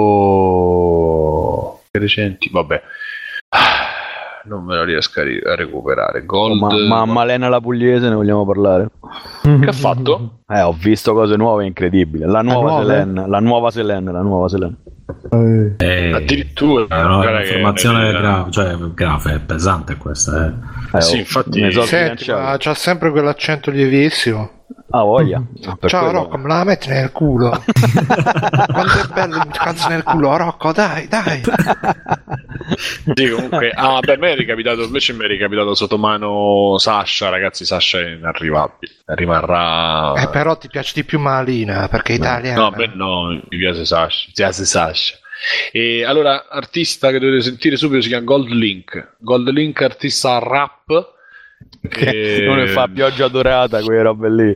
recenti, vabbè, non me lo riesco a, ri- a recuperare. Gold, oh, ma, ma Malena la Pugliese, ne vogliamo parlare? Che ha fatto? Eh, ho visto cose nuove incredibili. La nuova Selene, la nuova Selene, la nuova Selene. Eh, addirittura è un'informazione grave, cioè grave, è pesante questa. Eh. Eh, sì, oh, infatti. so Senti, ma c'ha sempre quell'accento lievissimo. Ah, voglia. Ciao Rocco, me la metti nel culo. Quanto è bello il cazzo nel culo, Rocco, dai, dai. Sì, comunque, ah, beh, mi è ricapitato, invece mi è ricapitato sotto mano Sasha, ragazzi, Sasha è inarrivabile, rimarrà. Eh, però ti piace di più Malina, perché è italiana. No, beh, no, mi piace Sasha, mi piace Sasha. E allora, artista che dovete sentire subito si chiama Gold Link. Gold Link, artista rap. Che non ne fa pioggia dorata, quelle robe lì.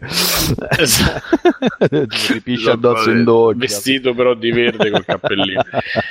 Ti ripisce addosso in doccia. Vestito però di verde col cappellino.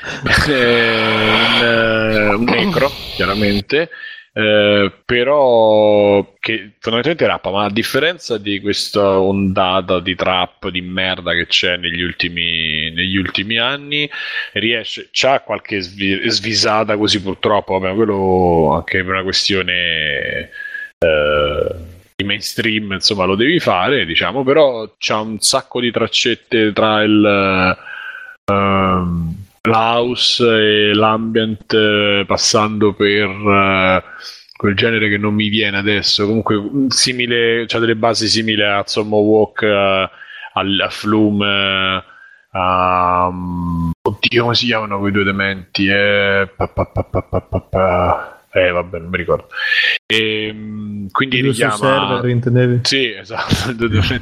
un, un necro, chiaramente. Eh, però che fondamentalmente rappa, ma a differenza di questa ondata di trap di merda che c'è negli ultimi negli ultimi anni, riesce, c'ha qualche svi- svisata così purtroppo, vabbè, quello anche per una questione eh, di mainstream, insomma, lo devi fare, diciamo, però c'ha un sacco di traccette tra il uh, l'house e l'ambient, eh, passando per uh, quel genere che non mi viene adesso, comunque simile, c'ha delle basi simili a Sommo Walk, uh, al, a Flume, uh, um, oddio, come si chiamano quei due dementi, eh, pa, pa, pa, pa, pa, pa, pa. Eh, vabbè, non mi ricordo. E, quindi Due sul richiama server, intendevi? sì, esatto.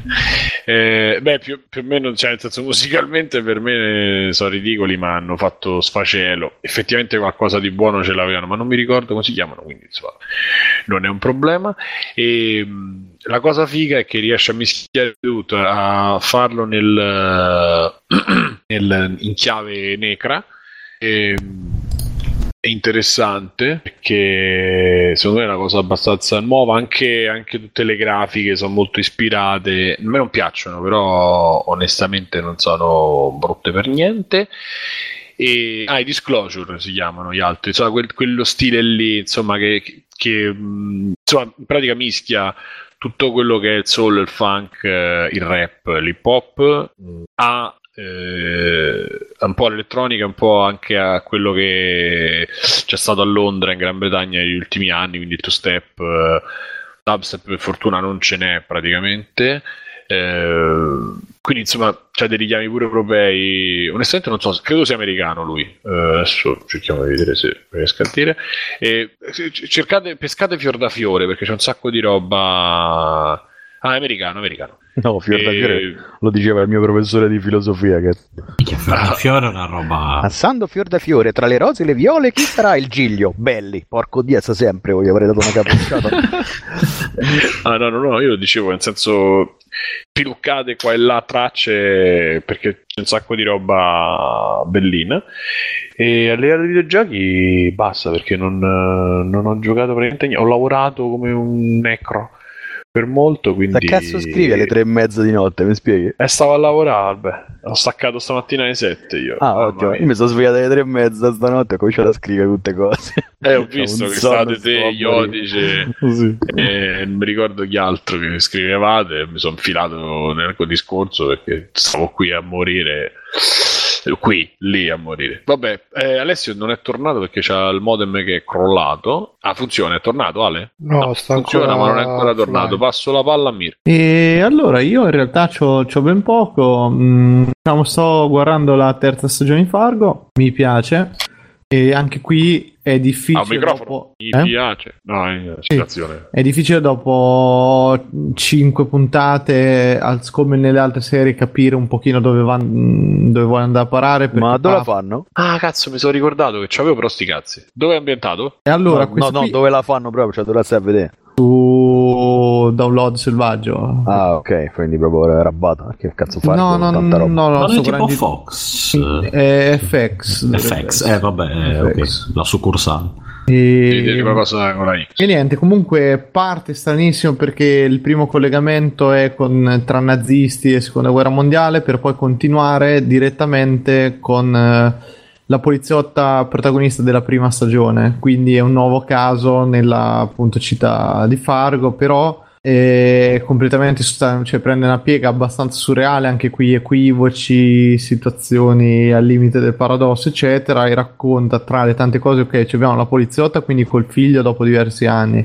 eh, beh, più, più o meno, cioè, nel senso, musicalmente per me sono ridicoli, ma hanno fatto sfacelo. Effettivamente qualcosa di buono ce l'avevano, ma non mi ricordo come si chiamano, quindi insomma, non è un problema. E mh, la cosa figa è che riesce a mischiare tutto, a farlo nel, nel in chiave necra. E, è interessante perché secondo me è una cosa abbastanza nuova, anche, anche tutte le grafiche sono molto ispirate, a me non piacciono, però onestamente non sono brutte per niente. E ah, i Disclosure si chiamano gli altri, insomma, quel, quello stile lì, insomma, che, che insomma, in pratica mischia tutto quello che è il soul, il funk, il rap, l'hip hop a Eh, un po' all'elettronica, un po' anche a quello che c'è stato a Londra in Gran Bretagna negli ultimi anni, quindi il two step, eh, dubstep per fortuna non ce n'è praticamente, eh, quindi insomma c'è dei richiami pure europei. Onestamente non so, credo sia americano lui, eh, adesso cerchiamo di vedere se riesco a dire. E cercate, pescate fior da fiore perché c'è un sacco di roba. Ah, americano, americano. No, fior da E- fiore lo diceva il mio professore di filosofia. Che... Minchia, fior da fiore è una roba. Passando fior da fiore tra le rose e le viole, chi sarà il Giglio? Belli, porco diaz sempre, voglio avrei dato una capocciata. Ah, no, no, no, io lo dicevo nel senso piluccate qua e là tracce perché c'è un sacco di roba bellina. E a livello di videogiochi basta perché non, non ho giocato praticamente niente. Ho lavorato come un necro per molto, quindi Che cazzo scrivi alle tre e mezza di notte, mi spieghi? e stavo a lavorare, beh. Ho staccato stamattina alle sette io. Ah, Mamma ottimo. mia. Io mi sono svegliato alle tre e mezza stanotte e ho cominciato a scrivere tutte cose. Eh, ho C'ho visto un che sonno, state sto te, a Iodice, morire. Sì. e non mi ricordo chi altro che scrivevate. Mi sono infilato nel discorso perché stavo qui a morire. Qui, lì a morire. Vabbè, eh, Alessio non è tornato perché c'ha il modem che è crollato. Ah, funziona, è tornato Ale? No, sta funziona, ancora ma non è ancora offline. tornato. Passo la palla a Mir. E allora io in realtà c'ho, c'ho ben poco. Mm, diciamo, sto guardando la terza stagione di Fargo, mi piace. E anche qui è difficile. Ah, un microfono. dopo- Mi eh? piace. No, è citazione. È difficile dopo cinque puntate, al- come nelle altre serie, capire un pochino dove, van, dove vuole andare a parare. perché Ma dove la fa- fanno? Ah, cazzo, mi sono ricordato che c'avevo però sti cazzi. Dove è ambientato? E allora, no, no, questo no, qui dove la fanno proprio? Cioè, dove la stai a vedere? su Download Selvaggio. Ah, ok, quindi proprio rabata. Che cazzo fai? no, no, tanta no, roba. no, no, Non è sto tipo guardando- Fox. È F X. F X, eh vabbè, eh, ok, F X. la succursale. Devi dire E... qualcosa con la X. e niente, comunque parte stranissimo perché il primo collegamento è con, tra nazisti e seconda guerra mondiale, per poi continuare direttamente con eh, la poliziotta protagonista della prima stagione, quindi è un nuovo caso nella appunto città di Fargo, però è completamente sosta- cioè prende una piega abbastanza surreale, anche qui equivoci, situazioni al limite del paradosso eccetera, e racconta tra le tante cose, ok, ci abbiamo la poliziotta quindi col figlio dopo diversi anni,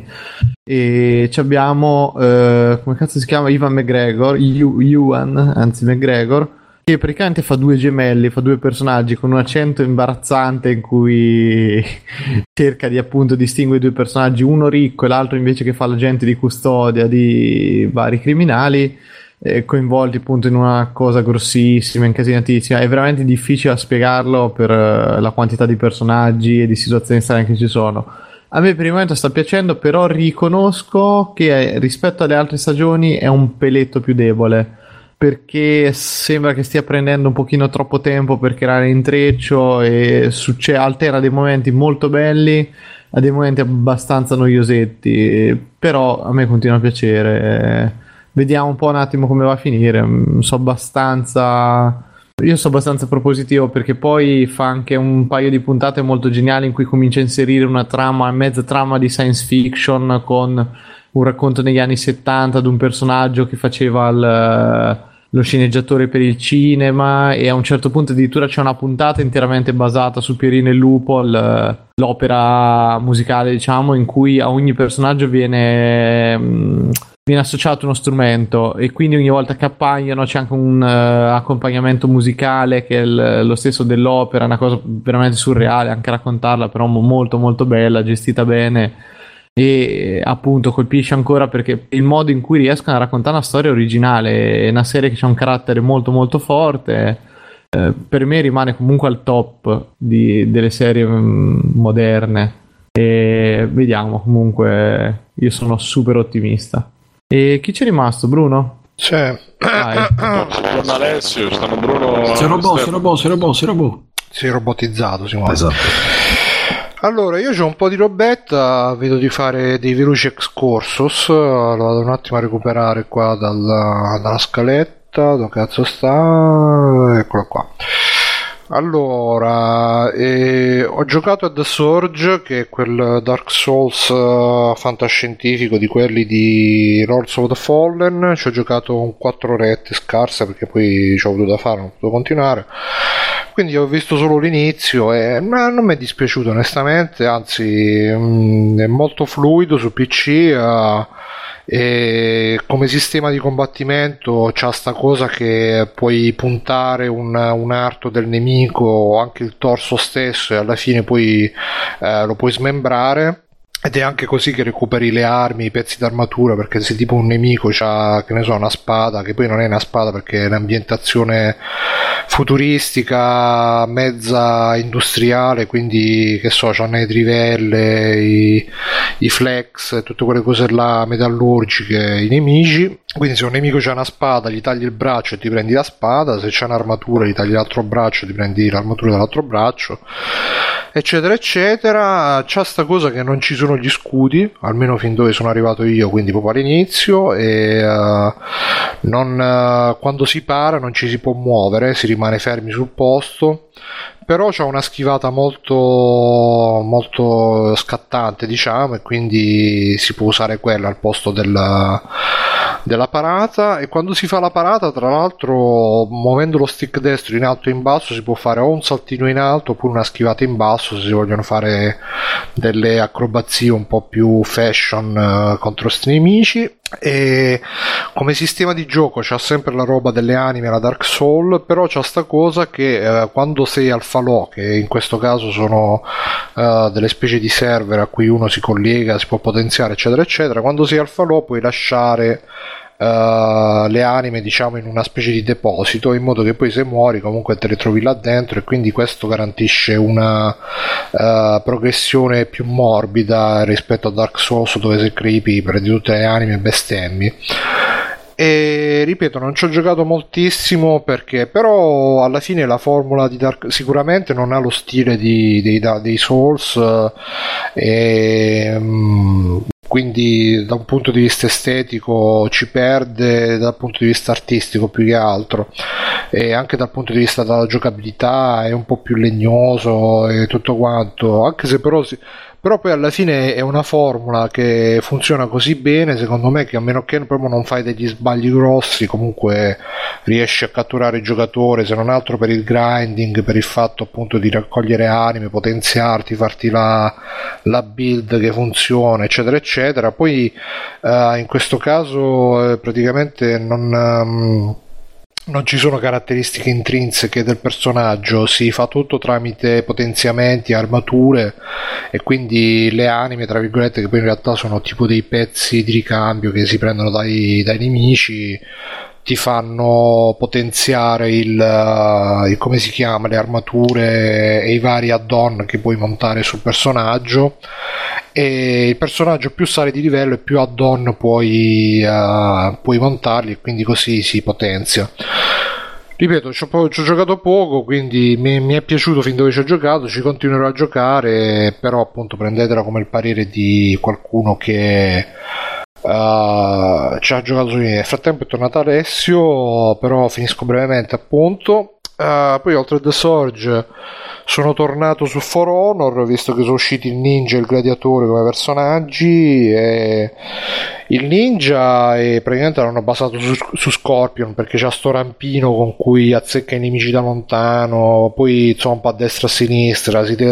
e ci abbiamo eh, come cazzo si chiama, Ivan McGregor, Ew- Ewan anzi McGregor, che praticamente fa due gemelli, fa due personaggi con un accento imbarazzante in cui cerca di appunto distinguere i due personaggi, uno ricco e l'altro invece che fa l'agente di custodia di vari criminali, eh, coinvolti appunto in una cosa grossissima, incasinatissima. È veramente difficile da spiegarlo per eh, la quantità di personaggi e di situazioni strane che ci sono. A me per il momento sta piacendo, però riconosco che eh, rispetto alle altre stagioni è un peletto più debole, perché sembra che stia prendendo un pochino troppo tempo per creare intreccio e succe- altera dei momenti molto belli a dei momenti abbastanza noiosetti, però a me continua a piacere. Vediamo un po' un attimo come va a finire. Mm, so abbastanza io sono abbastanza propositivo, perché poi fa anche un paio di puntate molto geniali in cui comincia a inserire una trama, mezza trama di science fiction, con un racconto negli anni settanta di un personaggio che faceva il, lo sceneggiatore per il cinema, e a un certo punto addirittura c'è una puntata interamente basata su Pierino il Lupo, il, l'opera musicale diciamo, in cui a ogni personaggio viene... Mh, viene associato uno strumento, e quindi ogni volta che appaiono c'è anche un uh, accompagnamento musicale che è il, lo stesso dell'opera, una cosa veramente surreale anche raccontarla, però molto molto bella, gestita bene. e appunto colpisce ancora perché il modo in cui riescono a raccontare una storia originale, è una serie che ha un carattere molto molto forte, eh, per me rimane comunque al top di, delle serie mh, moderne, e vediamo, comunque io sono super ottimista. E chi c'è rimasto, Bruno? C'è Buongiorno Alessio, stanno Bruno. C'è robot, c'è robot, c'è robot, c'è robot. si è robotizzato, si muove. Esatto. Allora, io c'ho un po' di robetta, vedo di fare dei veloci excursus, lo vado un attimo a recuperare qua dalla, dalla scaletta, dove cazzo sta? Eccolo qua. Allora, eh, ho giocato a The Surge, che è quel Dark Souls uh, fantascientifico di quelli di Lords of the Fallen. Ci ho giocato un quattro orette scarse perché poi ci ho avuto da fare, non ho potuto continuare. Quindi ho visto solo l'inizio e ma non mi è dispiaciuto onestamente, anzi mh, è molto fluido su P C. Uh, E come sistema di combattimento c'ha sta cosa che puoi puntare un, un arto del nemico o anche il torso stesso e alla fine poi eh, lo puoi smembrare, ed è anche così che recuperi le armi, i pezzi d'armatura, perché se tipo un nemico c'ha, che ne so, una spada, che poi non è una spada perché è un'ambientazione futuristica mezza industriale, quindi che so, c'hanno le trivelle, i, i flex, tutte quelle cose là metallurgiche, i nemici. Quindi se un nemico c'ha una spada gli tagli il braccio e ti prendi la spada, se c'è un'armatura gli tagli l'altro braccio e ti prendi l'armatura dell'altro braccio, eccetera eccetera. C'ha sta cosa che non ci sono gli scudi, almeno fin dove sono arrivato io, quindi proprio all'inizio, e uh, non, uh, quando si para non ci si può muovere, si rimane fermi sul posto, però c'ha una schivata molto molto scattante, diciamo, e quindi si può usare quella al posto della, della parata. E quando si fa la parata, tra l'altro, muovendo lo stick destro in alto e in basso si può fare o un saltino in alto oppure una schivata in basso, se si vogliono fare delle acrobazie un po' più fashion uh, contro sti nemici. E come sistema di gioco c'ha sempre la roba delle anime, la Dark Soul, però c'ha sta cosa che eh, quando sei al falò, che in questo caso sono uh, delle specie di server a cui uno si collega, si può potenziare eccetera eccetera, quando sei al falò puoi lasciare Uh, le anime, diciamo, in una specie di deposito, in modo che poi se muori comunque te le trovi là dentro, e quindi questo garantisce una uh, progressione più morbida rispetto a Dark Souls, dove se creepy prendi tutte le anime e bestemmi. E ripeto, non ci ho giocato moltissimo perché però alla fine la formula di Dark sicuramente non ha lo stile di, dei, dei Souls, e um, quindi da un punto di vista estetico ci perde, dal punto di vista artistico più che altro, e anche dal punto di vista della giocabilità è un po' più legnoso e tutto quanto, anche se però si, però poi alla fine è una formula che funziona così bene, secondo me, che a meno che proprio non fai degli sbagli grossi comunque riesci a catturare il giocatore, se non altro per il grinding, per il fatto appunto di raccogliere anime, potenziarti, farti la, la build che funziona eccetera eccetera. Poi uh, in questo caso eh, praticamente non... Um, non ci sono caratteristiche intrinseche del personaggio, si fa tutto tramite potenziamenti, armature, e quindi le anime, tra virgolette, che poi in realtà sono tipo dei pezzi di ricambio che si prendono dai, dai nemici, ti fanno potenziare il, il come si chiama, le armature e i vari add-on che puoi montare sul personaggio, e il personaggio più sale di livello e più add-on puoi, uh, puoi montarli, e quindi così si potenzia. Ripeto, ci ho, ci ho giocato poco, quindi mi, mi è piaciuto fin dove ci ho giocato, ci continuerò a giocare, però appunto prendetela come il parere di qualcuno che Uh, ci ha giocato su. Nel frattempo è tornato Alessio, però finisco brevemente appunto. Uh, poi oltre a The Surge sono tornato su For Honor, visto che sono usciti il ninja e il gladiatore come personaggi, e il ninja è, praticamente l'hanno basato su, su Scorpion, perché c'ha sto rampino con cui azzecca i nemici da lontano, poi zompa a destra e a sinistra, si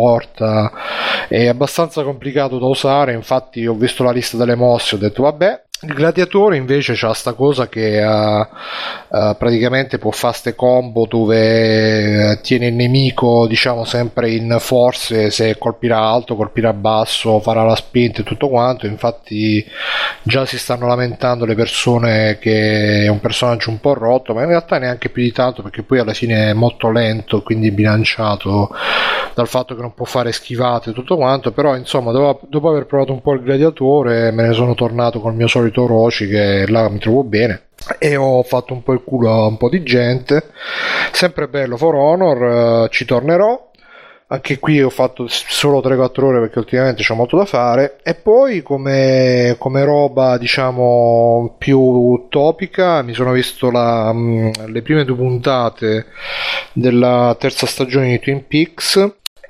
teletrasporta, è abbastanza complicato da usare. Infatti ho visto la lista delle mosse, ho detto vabbè, Il gladiatore invece c'ha sta cosa che uh, uh, praticamente può fare ste combo dove tiene il nemico, diciamo, sempre in forze, se colpirà alto, colpirà basso, farà la spinta e tutto quanto. Infatti già si stanno lamentando le persone che è un personaggio un po' rotto, ma in realtà neanche più di tanto, perché poi alla fine è molto lento, quindi bilanciato dal fatto che non può fare schivate e tutto quanto. Però insomma, dopo, dopo aver provato un po' il gladiatore, me ne sono tornato col mio solito Orochi, che là mi trovo bene, e ho fatto un po' il culo a un po' di gente. Sempre bello For Honor, uh, ci tornerò. Anche qui ho fatto solo tre quattro ore perché ultimamente c'ho molto da fare. E poi come, come roba, diciamo, più topica, mi sono visto la, mh, le prime due puntate della terza stagione di Twin Peaks.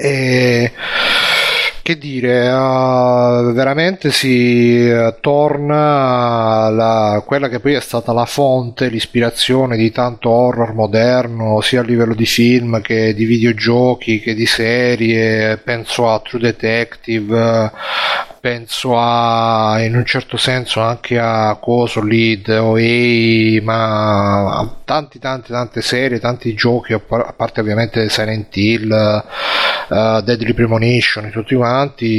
E che dire, uh, veramente si uh, torna alla, quella che poi è stata la fonte, l'ispirazione di tanto horror moderno, sia a livello di film che di videogiochi che di serie. Penso a True Detective, uh, penso a, in un certo senso, anche a Coso, Lead, O A, ma a tanti tanti tante serie, tanti giochi, a parte ovviamente Silent Hill, uh, Deadly Premonition e tutti quanti.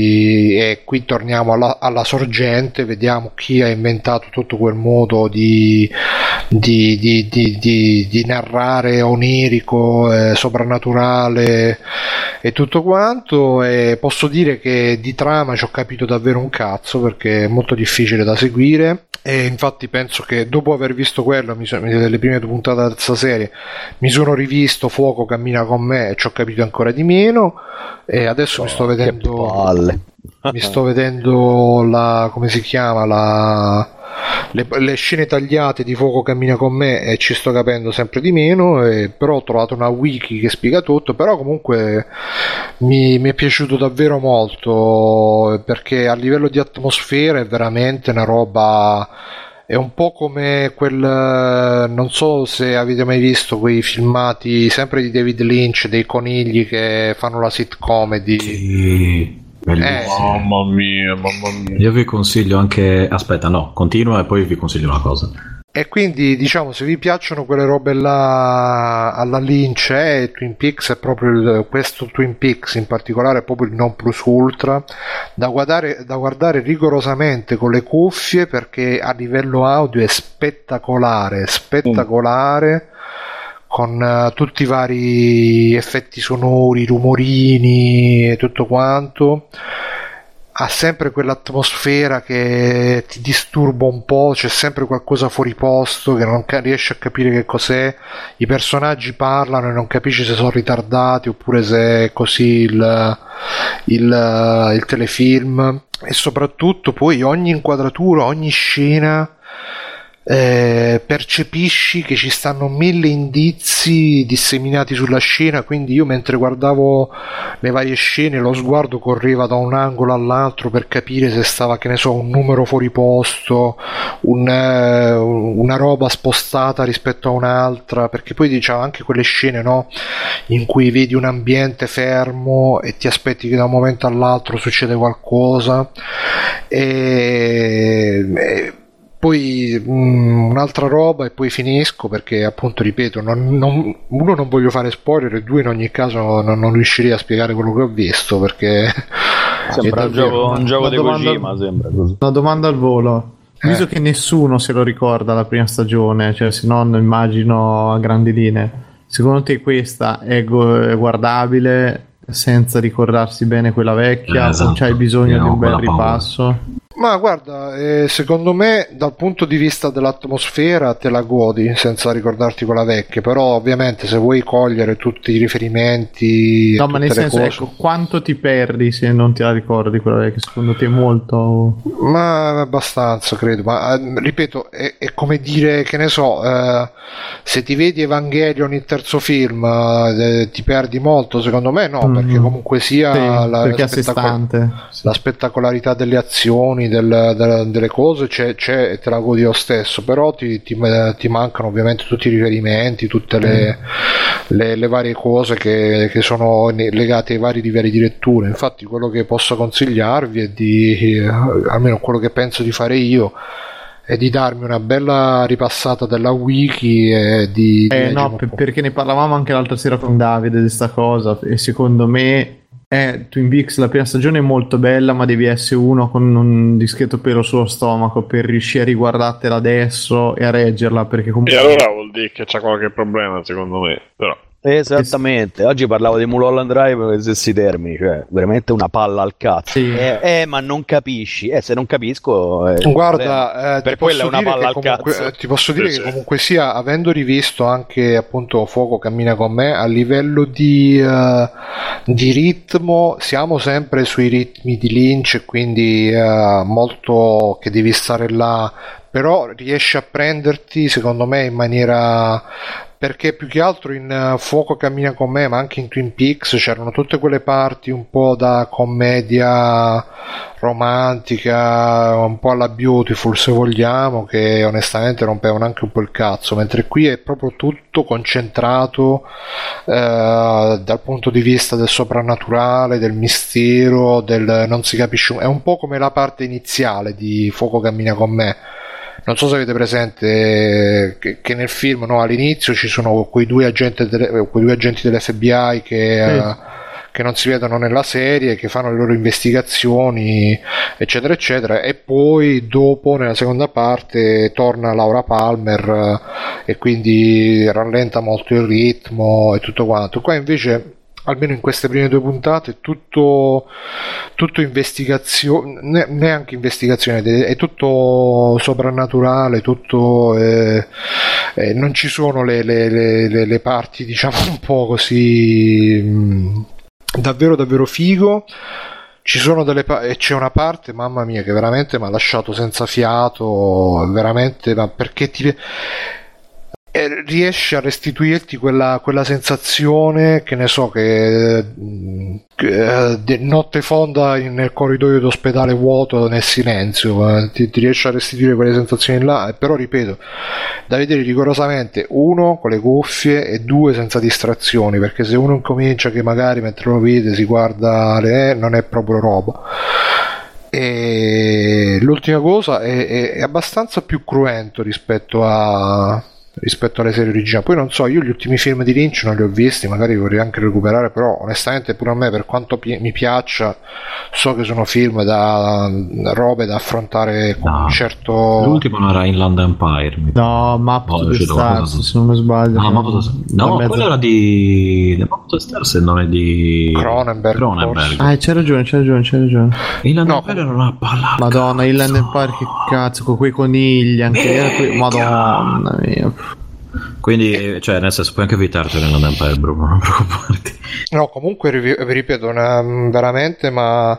E qui torniamo alla, alla sorgente, vediamo chi ha inventato tutto quel modo di, di, di, di, di, di narrare onirico, eh, soprannaturale e tutto quanto. E posso dire che di trama ci ho capito davvero un cazzo, perché è molto difficile da seguire. E infatti penso che dopo aver visto quello, mi sono, delle prime due puntate della terza serie, mi sono rivisto Fuoco cammina con me e ci ho capito ancora di meno. E adesso oh, mi sto vedendo mi sto vedendo la, come si chiama, la le, le scene tagliate di Fuoco cammina con me, e ci sto capendo sempre di meno. E però ho trovato una wiki che spiega tutto. Però comunque mi, mi è piaciuto davvero molto, perché a livello di atmosfera è veramente una roba. È un po' come quel, non so se avete mai visto quei filmati sempre di David Lynch, dei conigli che fanno la sitcomedy. Sì, eh, mamma mia, mamma mia. Io vi consiglio anche, aspetta, no, continua e poi vi consiglio una cosa. E quindi, diciamo, se vi piacciono quelle robe là alla Lynch, eh, Twin Peaks è proprio il, questo Twin Peaks in particolare è proprio il non plus ultra da guardare, da guardare rigorosamente con le cuffie, perché a livello audio è spettacolare, spettacolare. Mm. Con uh, tutti i vari effetti sonori, rumorini e tutto quanto. Ha sempre quell'atmosfera che ti disturba un po', c'è sempre qualcosa fuori posto che non ca- riesci a capire che cos'è. I personaggi parlano e non capisci se sono ritardati oppure se è così il, il, il telefilm. E soprattutto poi ogni inquadratura, ogni scena, Eh, percepisci che ci stanno mille indizi disseminati sulla scena. Quindi io, mentre guardavo le varie scene, lo sguardo correva da un angolo all'altro per capire se stava, che ne so, un numero fuori posto, un, eh, una roba spostata rispetto a un'altra, perché poi diciamo anche quelle scene, no, in cui vedi un ambiente fermo e ti aspetti che da un momento all'altro succede qualcosa. E, e poi mh, un'altra roba, e poi finisco, perché appunto ripeto, non, non, uno, non voglio fare spoiler, e due, in ogni caso non, non riuscirei a spiegare quello che ho visto, perché sembra un gioco, un gioco di domanda, Kojima, sembra così. Una domanda al volo, eh. visto che nessuno se lo ricorda la prima stagione, cioè se non immagino a grandi linee, secondo te questa è, go- è guardabile senza ricordarsi bene quella vecchia, eh, esatto. o c'hai bisogno Io di un bel paura. ripasso? Ma guarda, eh, secondo me dal punto di vista dell'atmosfera te la godi senza ricordarti quella vecchia, però ovviamente se vuoi cogliere tutti i riferimenti, no, ma nel senso, cose... ecco, quanto ti perdi se non ti la ricordi quella vecchia? Secondo te molto? Ma abbastanza, credo, ma eh, ripeto, è, è come dire, che ne so, eh, se ti vedi Evangelion, il terzo film, eh, ti perdi molto? Secondo me no, mm. perché comunque sia sì, la, perché la, spettacol- sì. la spettacolarità delle azioni, Del, del, delle cose c'è, c'è e te la godi lo stesso, però ti, ti, ti mancano ovviamente tutti i riferimenti, tutte le, mm. le, le varie cose che, che sono legate ai vari livelli di lettura. Infatti quello che posso consigliarvi è di, almeno quello che penso di fare io, e di darmi una bella ripassata della wiki e di, di Eh no, per- perché ne parlavamo anche l'altra sera con Davide di sta cosa, e secondo me eh, Twin Peaks la prima stagione è molto bella, ma devi essere uno con un discreto pelo sullo stomaco per riuscire a riguardartela adesso e a reggerla, perché comunque... E allora vuol dire che c'è qualche problema, secondo me, però. Esattamente, oggi parlavo di Mulholland Drive con gli stessi termini, cioè veramente una palla al cazzo. Sì. Eh, eh, ma non capisci, eh, se non capisco. Eh, Guarda, eh, per ti quella è posso una dire palla che al comunque, cazzo. eh, ti posso dire Sì, che sì. comunque sia, avendo rivisto anche appunto Fuoco cammina con me, a livello di, eh, di ritmo siamo sempre sui ritmi di Lynch, quindi eh, molto che devi stare là, però riesce a prenderti secondo me in maniera, perché più che altro in uh, Fuoco cammina con me, ma anche in Twin Peaks c'erano tutte quelle parti un po' da commedia romantica, un po' alla Beautiful se vogliamo, che onestamente rompevano anche un po' il cazzo, mentre qui è proprio tutto concentrato eh, dal punto di vista del soprannaturale, del mistero, del non si capisce, è un po' come la parte iniziale di Fuoco cammina con me. Non so se avete presente che, che nel film, no, all'inizio ci sono quei due agenti, delle, quei due agenti dell'F B I che, Sì. uh, che non si vedono nella serie, che fanno le loro investigazioni, eccetera, eccetera, e poi dopo, nella seconda parte, torna Laura Palmer uh, e quindi rallenta molto il ritmo e tutto quanto. Qua invece, almeno in queste prime due puntate, tutto, tutto investigazione, neanche investigazione, è tutto soprannaturale, tutto eh, eh, non ci sono le, le, le, le parti, diciamo, un po' così mh, davvero davvero figo. Ci sono delle pa- e c'è una parte, mamma mia, che veramente mi ha lasciato senza fiato, veramente, ma perché ti riesce a restituirti quella, quella sensazione, che ne so, che, che de, notte fonda in, nel corridoio d'ospedale vuoto nel silenzio, ti, ti riesce a restituire quelle sensazioni là, però ripeto, da vedere rigorosamente, uno con le cuffie e due senza distrazioni, perché se uno incomincia che magari mentre lo vede si guarda le, non è proprio roba. E l'ultima cosa è, è, è abbastanza più cruento rispetto a rispetto alle serie originali. Poi non so, io gli ultimi film di Lynch non li ho visti, magari vorrei anche recuperare, però onestamente pure a me, per quanto pi- mi piaccia, so che sono film da, da robe da affrontare con No. un certo... L'ultimo non era Inland Empire. Mi... No, Map Oh, to è the uscito Stars, qualcosa. se non mi sbaglio. No, Map to the- no, Una mezza- quello era di The Map to the Stars, il nome di Cronenberg, Cronenberg. Ah, c'hai ragione, c'hai ragione, c'hai ragione. Inland No, Empire era una palla. Madonna, Inland Empire, che cazzo, con quei conigli anche. era que- Madonna mia. Quindi, cioè, nel senso, puoi anche evitarti Inland Empire, Bruno, non preoccuparti. No, comunque vi, vi ripeto, una, veramente, ma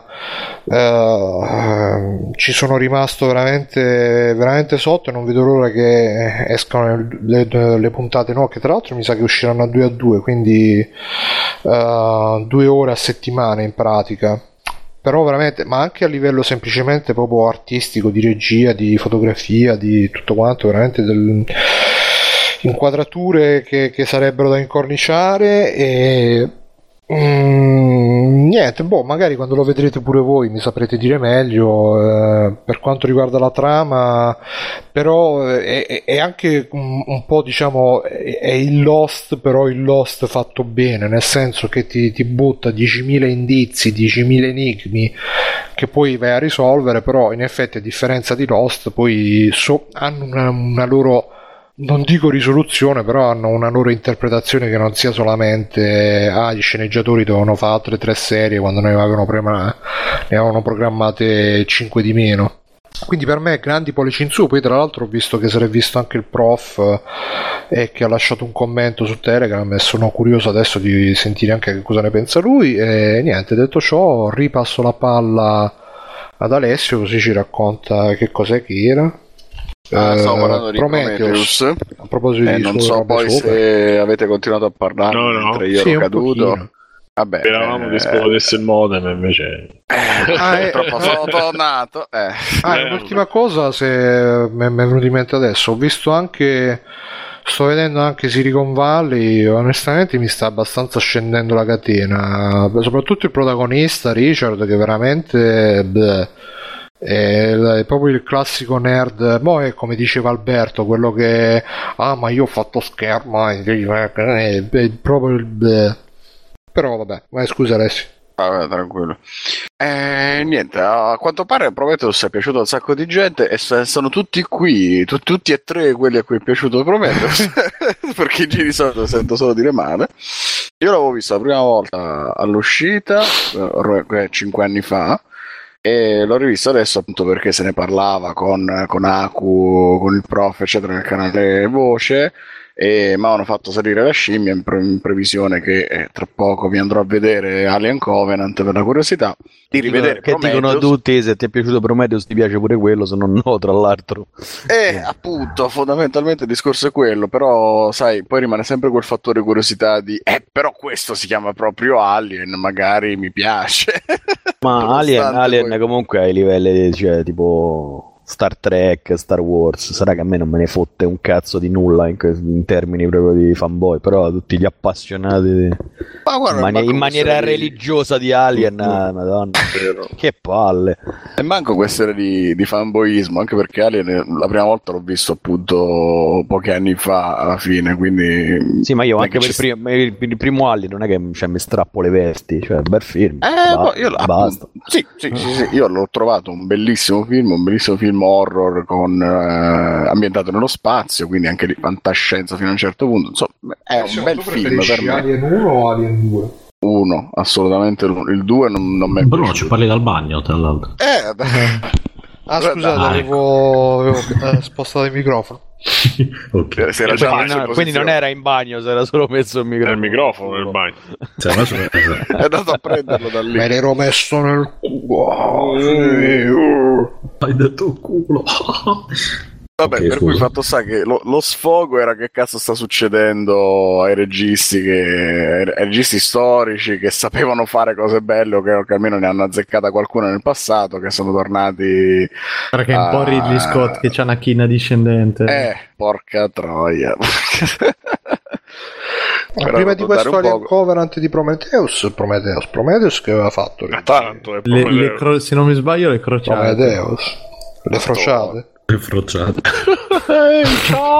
eh, ci sono rimasto veramente, veramente sotto, e non vedo l'ora che escano le, le puntate, no, che tra l'altro mi sa che usciranno a due a due, quindi eh, due ore a settimana in pratica. Però veramente, ma anche a livello semplicemente proprio artistico, di regia, di fotografia, di tutto quanto, veramente del... inquadrature che, che sarebbero da incorniciare e mm, niente, boh, magari quando lo vedrete pure voi mi saprete dire meglio eh, per quanto riguarda la trama, però è, è- è anche un, un po', diciamo, è, è il Lost, però il Lost fatto bene, nel senso che ti, ti butta diecimila indizi, diecimila enigmi che poi vai a risolvere, però in effetti a differenza di Lost poi so- hanno una, una loro, non dico risoluzione, però hanno una loro interpretazione che non sia solamente ah, gli sceneggiatori dovevano fare altre tre serie quando ne avevano, prima, ne avevano programmate cinque di meno. Quindi per me grandi pollici in su. Poi tra l'altro ho visto che si è visto anche il prof eh, e che ha lasciato un commento su Telegram, e sono curioso adesso di sentire anche che cosa ne pensa lui. E niente, detto ciò, ripasso la palla ad Alessio, così ci racconta che cos'è che era. Ah, Eh, stavo parlando di Prometheus. Prometheus. A proposito Eh, di non sue so robe poi sopra. se avete continuato a parlare No, no. mentre io Sì, ero un caduto. pochino. Vabbè, Speravamo eh, che esplodesse il modem, invece. Ah, eh, purtroppo sono tornato. Eh. Ah, Eh, un'ultima cosa, se mi mi è venuto in mente adesso, ho visto anche, sto vedendo anche Silicon Valley, onestamente mi sta abbastanza scendendo la catena, soprattutto il protagonista Richard, che veramente bleh, È, è proprio il classico nerd. Mo' è come diceva Alberto, quello che ah ma io ho fatto schermo, è, è proprio il... Però vabbè, ma scusa Alessio. Ah, tranquillo. Eh, niente, a quanto pare Prometheus è piaciuto a un sacco di gente e sono tutti qui, tu, tutti e tre quelli a cui è piaciuto Prometheus, perché di solito sento solo dire male. Io l'avevo visto la prima volta all'uscita, ormai cinque anni fa, e l'ho rivisto adesso appunto perché se ne parlava con, con Aku, con il prof eccetera nel canale Voce, e mi hanno fatto salire la scimmia in, pre- in previsione che eh, tra poco mi andrò a vedere Alien Covenant per la curiosità di rivedere che Prometheus. Dicono tutti se ti è piaciuto Prometheus ti piace pure quello, se non no tra l'altro eh appunto fondamentalmente il discorso è quello, però sai poi rimane sempre quel fattore curiosità di eh però questo si chiama proprio Alien, magari mi piace. Ma Alien, Alien poi... comunque ai livelli cioè tipo Star Trek, Star Wars, sarà che a me non me ne fotte un cazzo di nulla in, in termini proprio di fanboy, però tutti gli appassionati di... Ma guarda, in, mani- in maniera religiosa di Alien, mm-hmm. ah, madonna, che palle. E manco questione di, di fanboyismo, anche perché Alien la prima volta l'ho visto appunto pochi anni fa alla fine, quindi... Sì, ma io anche per il, prim- il, il primo Alien non è che cioè, mi strappo le vesti, cioè bel film. Eh, ba- io, basta. Sì, sì, sì, sì, io l'ho trovato un bellissimo film, un bellissimo film horror con eh, ambientato nello spazio, quindi anche di fantascienza fino a un certo punto, insomma è un bel film per me. Alien uno o Alien due? Uno, assolutamente l'uno. Il due non, non mi è Bruno, piaciuto. Ci parli dal bagno tra l'altro. Eh, ah scusate, ah, avevo, avevo eh, spostato il microfono. Okay. Si era già quindi, no, quindi non era in bagno, si era solo messo il microfono. Il microfono nel bagno. È andato a prenderlo da lì. Me l'ero messo nel culo. Hai detto culo. Vabbè, Okay, per scusa. cui fatto sta che lo, lo sfogo era che cazzo sta succedendo ai registi che, ai registi storici che sapevano fare cose belle o che, che almeno ne hanno azzeccata qualcuna nel passato, che sono tornati perché è un po' Ridley Scott che c'ha una china discendente. Eh, porca troia. Ma prima di questo Alien Covenant di Prometheus, Prometheus, Prometheus che aveva fatto? Ah, tanto è le, le cro- se non mi sbaglio le crociate. Prometheus, le frociate. Le frociate. Ehi, ciao!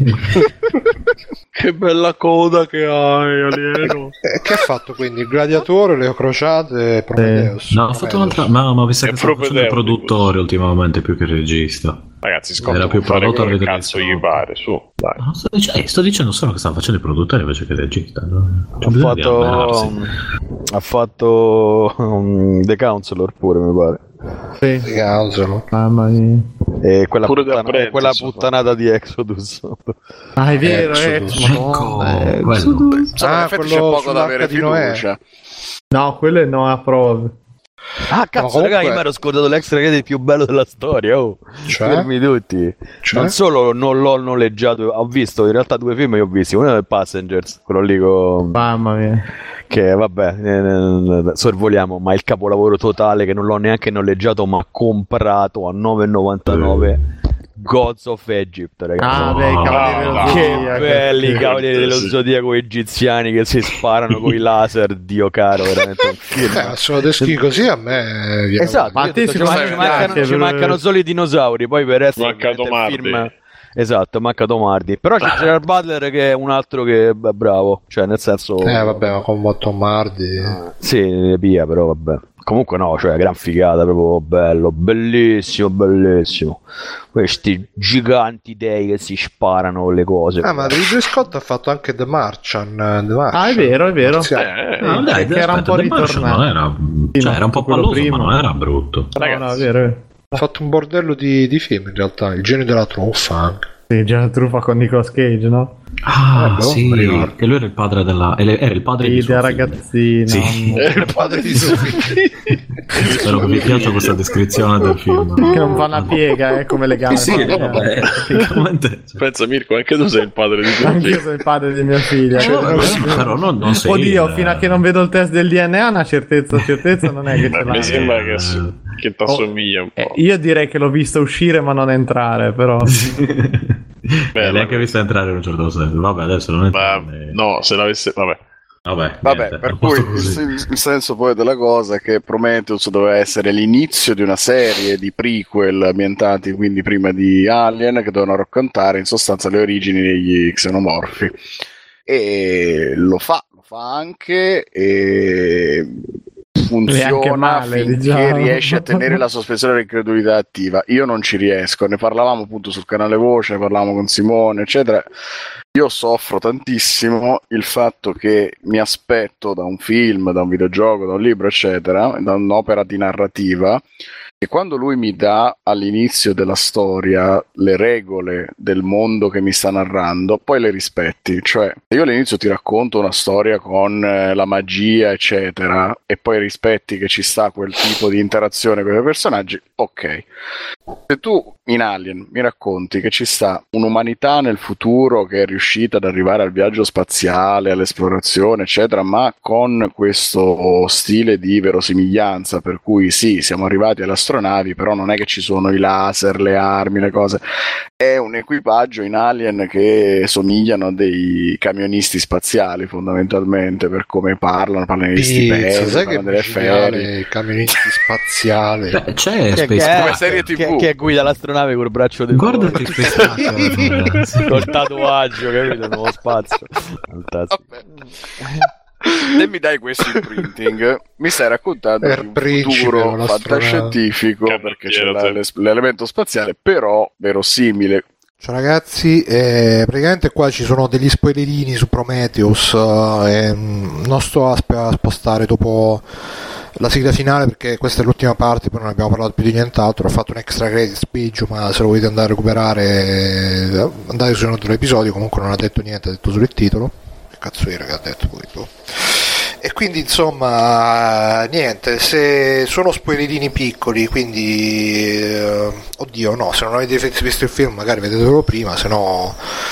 Che bella coda che hai, alieno. E che ha fatto quindi? Il gladiatore, le crociate e Prometheus? No, ha fatto un'altra. Ma, ma mi sa che sta facendo il produttore ultimamente più che il regista. Ragazzi, Scott era più fare prodotto a quello che vedere cazzo gli pare, su, dai. No, sto, dic- eh, sto dicendo solo che stava facendo il produttore invece che il regista. No? Ha fatto, um, ha fatto um, The Counselor pure, mi pare. Sì. The Counselor. Mamma mia. E quella, Pure puttana, Apprentice, quella so. puttanata di Exodus. Ah, è vero, Exodus. Exodus. Ecco, Eh, quello. Insomma, in Ah, effetti c'è quello poco da avere sull'Arca di Noè. fiducia. No, quello è no a prove. Ah, cazzo, comunque... raga, io mi ero scordato l'extra credit più bello della storia. Oh, Cioè? fermi tutti. Cioè? Non solo non l'ho noleggiato, ho visto in realtà due film, li ho visti. Uno è Passengers, quello lì con... Mamma mia. che vabbè, eh, eh, sorvoliamo, ma il capolavoro totale che non l'ho neanche noleggiato, ma comprato a nove e novantanove. Gods of Egypt, ragazzi. Ah, beh, i cavalieri dello Che Zodiaco. belli i Sì. cavalieri dello zodiaco egiziani che si sparano con i laser, Dio caro, veramente un film. Eh, se lo descrivi così a me viene Esatto, Ma io a te ho detto, si ci, manca- man- ci mancano, piace ci per- mancano solo i dinosauri, poi per essere Manca Tomardi. film. Esatto, manca Tomardi. Però c'è Gerard Butler che è un altro che è bravo, cioè nel senso Eh vabbè, ma con Bottom Mardi. sì, via, però vabbè. Comunque no, cioè gran figata, proprio bello, bellissimo, bellissimo. Questi giganti dei che si sparano con le cose. Ah, ma Ridley Scott ha fatto anche The Martian. The Martian. Ah, è vero, è vero. Sì. Eh, No, dai, che era un po' aspetta, The Martian ritornato. non era, Sì, cioè, no, era un po' quello palloso, prima. ma non era brutto. No, no, è vero, è vero. Ha fatto un bordello di, di film in realtà. Il genio della truffa anche. Sì, già la truffa con Nicolas Cage, no? Ah, Eh, boh, sì, mi ricordo. che lui era il padre della. Era il padre Sì, di suo da figlio. ragazzino. Sì. È il padre di suo figlio. Spero che vi piaccia questa descrizione del film. Che non fa una piega, eh, come le gambe. Sì, no, vabbè, tecnicamente. Pensa Mirko, anche tu sei il padre di tuo Anche io figlio. sono il padre di mia figlia. Cioè, però, però non, non sei. Oddio, eh, fino a che non vedo il test del D N A, una certezza, certezza non è che ce Mi l'ha. sembra che, che ti assomiglia un Eh, po'. io direi che l'ho visto uscire ma non entrare, però. Eh, neanche visto entrare in un certo senso. Vabbè, adesso non Ma entrare. no, se l'avesse... Vabbè. Vabbè, Vabbè, niente, per a cui posto il, così. il senso poi della cosa è che Prometheus doveva essere l'inizio di una serie di prequel ambientati quindi prima di Alien, che dovevano raccontare in sostanza le origini degli xenomorfi. E lo fa, lo fa anche e funziona anche male, finché diciamo. riesce a tenere la sospensione dell'incredulità attiva. Io non ci riesco, ne parlavamo appunto sul canale Voce, ne parlavamo con Simone, eccetera. Io soffro tantissimo il fatto che mi aspetto da un film, da un videogioco, da un libro, eccetera, da un'opera di narrativa, e quando lui mi dà all'inizio della storia le regole del mondo che mi sta narrando, poi le rispetti. Cioè, se io all'inizio ti racconto una storia con eh, la magia, eccetera, e poi rispetti che ci sta quel tipo di interazione con i personaggi, ok. Se tu in Alien mi racconti che ci sta un'umanità nel futuro che è riuscita ad arrivare al viaggio spaziale, all'esplorazione, eccetera, ma con questo stile di verosimiglianza, per cui sì, siamo arrivati alle astronavi, però non è che ci sono i laser, le armi, le cose. È un equipaggio in Alien che somigliano a dei camionisti spaziali, fondamentalmente, per come parlano, parlano di stipendi, sai che parlano delle ferie. i camionisti spaziali. Beh, c'è Che- Space che è- Come serie che, tivù. che guida l'astronave col braccio di Guardati Space Tracker. col tatuaggio, capito? Nuovo spazio. Fantastico. Se mi dai questo imprinting, mi stai raccontando Per di un principe, futuro l'astronave. fantascientifico, Che perché c'è cavaliere, la- l'es- l'elemento spaziale, però verosimile. Cioè, ragazzi, eh, praticamente qua ci sono degli spoilerini su Prometheus. Eh, mm, non sto a, sp- a spostare dopo la sigla finale perché questa è l'ultima parte, poi non abbiamo parlato più di nient'altro. Ho fatto un extra credits page, ma se lo volete andare a recuperare, eh, andate su un altro episodio. Comunque non ha detto niente, ha detto solo il titolo. Che cazzo era che ha detto poi? Boh. E quindi insomma niente, se sono spoilerini piccoli, quindi eh, oddio no, se non avete visto il film magari vedetelo prima, se no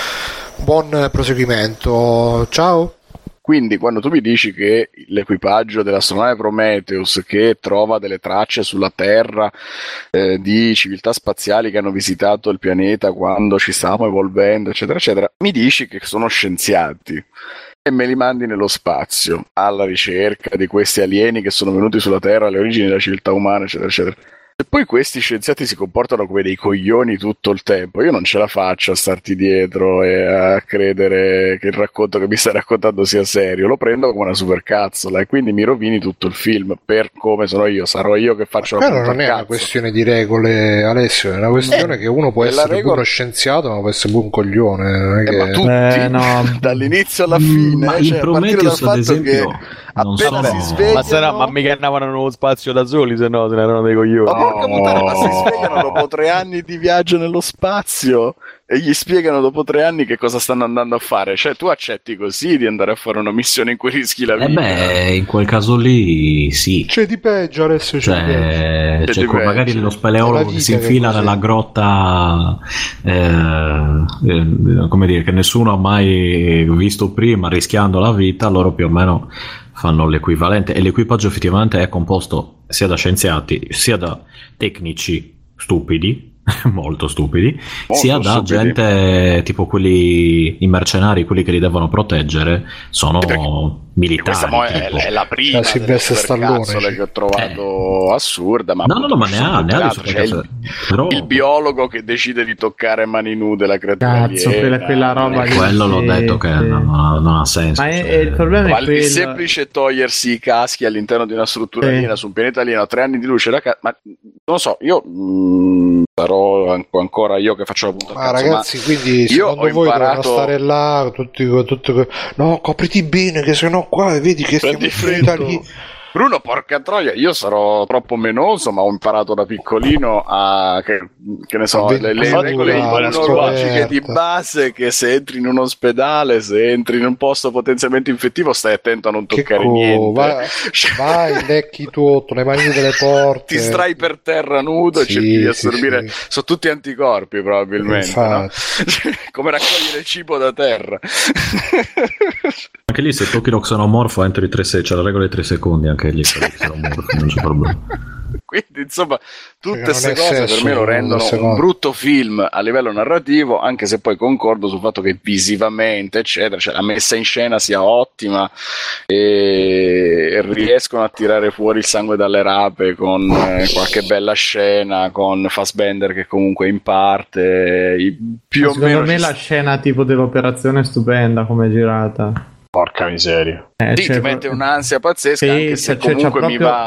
buon proseguimento, ciao. Quindi quando tu mi dici che l'equipaggio dell'astronave Prometheus, che trova delle tracce sulla Terra eh, di civiltà spaziali che hanno visitato il pianeta quando ci stavamo evolvendo, eccetera, eccetera, mi dici che sono scienziati e me li mandi nello spazio alla ricerca di questi alieni che sono venuti sulla Terra, alle origini della civiltà umana, eccetera, eccetera. Se poi questi scienziati si comportano come dei coglioni tutto il tempo, io non ce la faccio a starti dietro e a credere che il racconto che mi stai raccontando sia serio, lo prendo come una supercazzola e quindi mi rovini tutto il film per come sono io, sarò io che faccio la Quello punta non al è una cazzo. questione di regole, Alessio, è una questione Eh, che uno può e la essere regola- uno scienziato ma può essere pure un coglione, non è Eh, che... ma tutti, Eh, no. dall'inizio alla fine, Ma cioè, in a partire dal Prometheus, ad fatto esempio, che non appena sono- si svegliano, Ma, se no, ma mica andavano nello spazio da soli, se no se ne erano dei coglioni. ma porca puttana, ma si Oh. svegliano dopo tre anni di viaggio nello spazio e gli spiegano dopo tre anni che cosa stanno andando a fare. Cioè, tu accetti così di andare a fare una missione in cui rischi la Eh vita? beh, in quel caso lì sì. C'è di peggio, Alessio, c'è di peggio. Cioè, C'è c'è di co- peggio. magari lo È speleologo la che vita si che è infila così. nella grotta, eh, eh, come dire, che nessuno ha mai visto prima, rischiando la vita, loro più o meno fanno l'equivalente. E l'equipaggio effettivamente è composto sia da scienziati, sia da tecnici stupidi, molto stupidi, sia da stupidi. gente tipo quelli, i mercenari, quelli che li devono proteggere, sono Perché militari. Questa mo è, tipo. è la prima Ah, Silvestre delle Stallone, supercazzole sì. che ho trovato assurda, ma No, no, no, ma ne ha, ne ha di c'è il, supercazzole. Però- il biologo che decide di toccare a mani nude la creatura Cazzo, aliena. quella, quella roba Eh, lì. quello l'ho sì, detto che sì. non, ha- non ha senso. Ma è- cioè. è il problema Ma è il quello. semplice togliersi i caschi all'interno di una struttura Sì. aliena su un pianeta alieno a tre anni di luce da ca- ma non so, io mh, sarò an- ancora io che faccio la punta al Ma cazzo, ragazzi, quindi io secondo ho voi imparato- devono stare là tutti, tutti, no, copriti bene che sennò qua vedi che stiamo Prendi in freddo. lì. Bruno, porca troia, io sarò troppo menoso, ma ho imparato da piccolino a che, che ne so, le, le Avventura, regole la immunologiche di scoperta. base, che se entri in un ospedale, se entri in un posto potenzialmente infettivo, stai attento a non Che toccare co- niente. vai, vai, lecchi tutto, le mani delle porte. Ti strai per terra nudo Sì, e cerchi di sì, assorbire. sì. Sono tutti anticorpi, probabilmente. No? Infatti. Come raccogliere cibo da terra. Anche lì se tocchi lo xenomorfo entri tre se- c'è la regola di tre secondi anche lì per il xenomorfo, non c'è problema. Quindi insomma tutte Perché queste non è cose sesso, per me lo non rendono è un brutto film a livello narrativo, anche se poi concordo sul fatto che visivamente eccetera, cioè la messa in scena sia ottima e riescono a tirare fuori il sangue dalle rape con eh, qualche bella scena, con Fassbender che comunque in parte i- più o Secondo meno me ci la scena tipo dell'operazione è stupenda come è girata. Porca miseria. Eh, sì, cioè, ti mette un'ansia pazzesca, sì, anche se cioè, cioè, comunque c'ha mi proprio-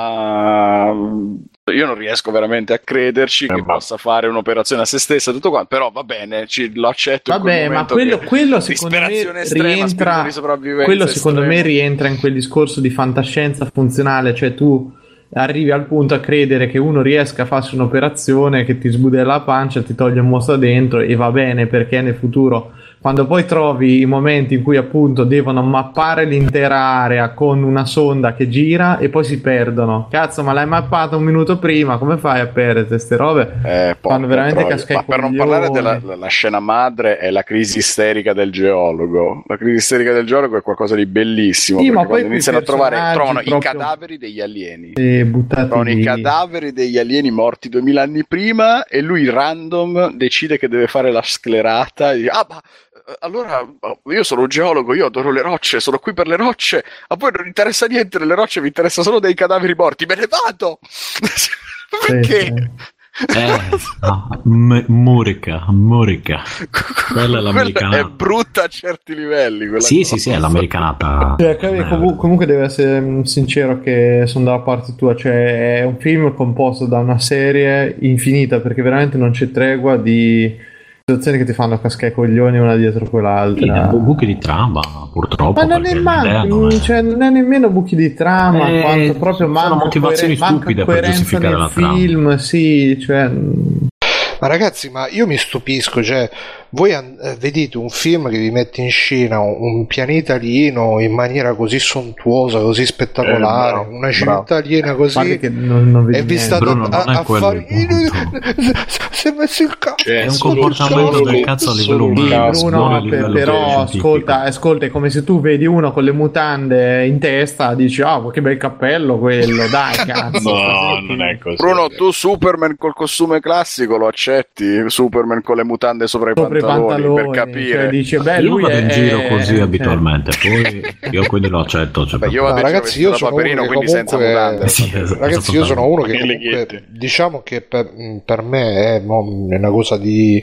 va. Io non riesco veramente a crederci che Eh, ma- possa fare un'operazione a se stessa, tutto quanto, però va bene, ci, lo accetto. in quel Vabbè, ma momento quello, che quello secondo me disperazione estrema, spirito rientra, di sopravvivenza quello secondo me estremo. rientra in quel discorso di fantascienza funzionale, cioè tu arrivi al punto a credere che uno riesca a farsi un'operazione che ti sbudella la pancia, ti toglie un mostro dentro e va bene perché nel futuro, quando poi trovi i momenti in cui appunto devono mappare l'intera area con una sonda che gira e poi si perdono, cazzo, ma l'hai mappata un minuto prima, come fai a perdere queste robe? Eh, porca Fanno veramente troia. cascare Ma i per non coglioni. parlare della la, la scena madre è la crisi isterica del geologo. La crisi isterica del geologo è qualcosa di bellissimo, Sì, perché ma poi quando quei iniziano a trovare personaggi trovano i proprio- cadaveri degli alieni. E buttati Trovano i lì. cadaveri degli alieni morti duemila anni prima e lui random decide che deve fare la sclerata e dice, ah ma eh, allora oh, io sono un geologo, io adoro le rocce, sono qui per le rocce, a voi non interessa niente delle rocce, mi interessa solo dei cadaveri morti, me ne vado. Perché? Sì, sì. Eh, no, M- Murica, Murica. Quella è l'americana. Quella è brutta a certi livelli, quella Sì, cosa. sì, sì, è l'americanata. Cioè, capi- comu- comunque devo essere mm, sincero che sono dalla parte tua, cioè è un film composto da una serie infinita perché veramente non c'è tregua di situazioni che ti fanno cascare i coglioni una dietro Sì, quell'altra. buchi di trama, purtroppo. Ma non perché è, l'idea manco, non è- cioè, non è nemmeno buchi di trama, Eh, quanto proprio sono manca, motivazioni coeren- manca stupide per coerenza giustificare nel la trama. film, sì, cioè mm, Ma ragazzi, ma io mi stupisco, cioè, voi an- eh, vedete un film che vi mette in scena un, un pianeta alieno in maniera così sontuosa, così spettacolare, Eh, bravo, una civiltà aliena così, guardi che non, non vedi e vi niente. state Bruno, a, non è a quello fare... il punto. Si è messo il cazzo! Cioè, È un solo- comportamento solo- del cazzo a livello solo il umano. caso. non Bruno, a per- livello però scientifico. ascolta, ascolta, è come se tu vedi uno con le mutande in testa, dici ah, che bel cappello quello, dai cazzo. No, non è così. Bruno, tu Superman col costume classico lo accetti? Superman con le mutande sopra i Sopra i pantaloni, pantaloni, per capire. cioè, dice, beh, Io lui vado è, in giro è- così cioè, abitualmente, poi io quindi lo accetto. Cioè, Vabbè, io No, vado in giro ragazzi, io vestito da sono paperino, uno che quindi senza comunque- mutande. Sì, esatto, Ragazzi, io sono uno che Che comunque, leghetti. diciamo che per, per me è, mo, è una cosa di,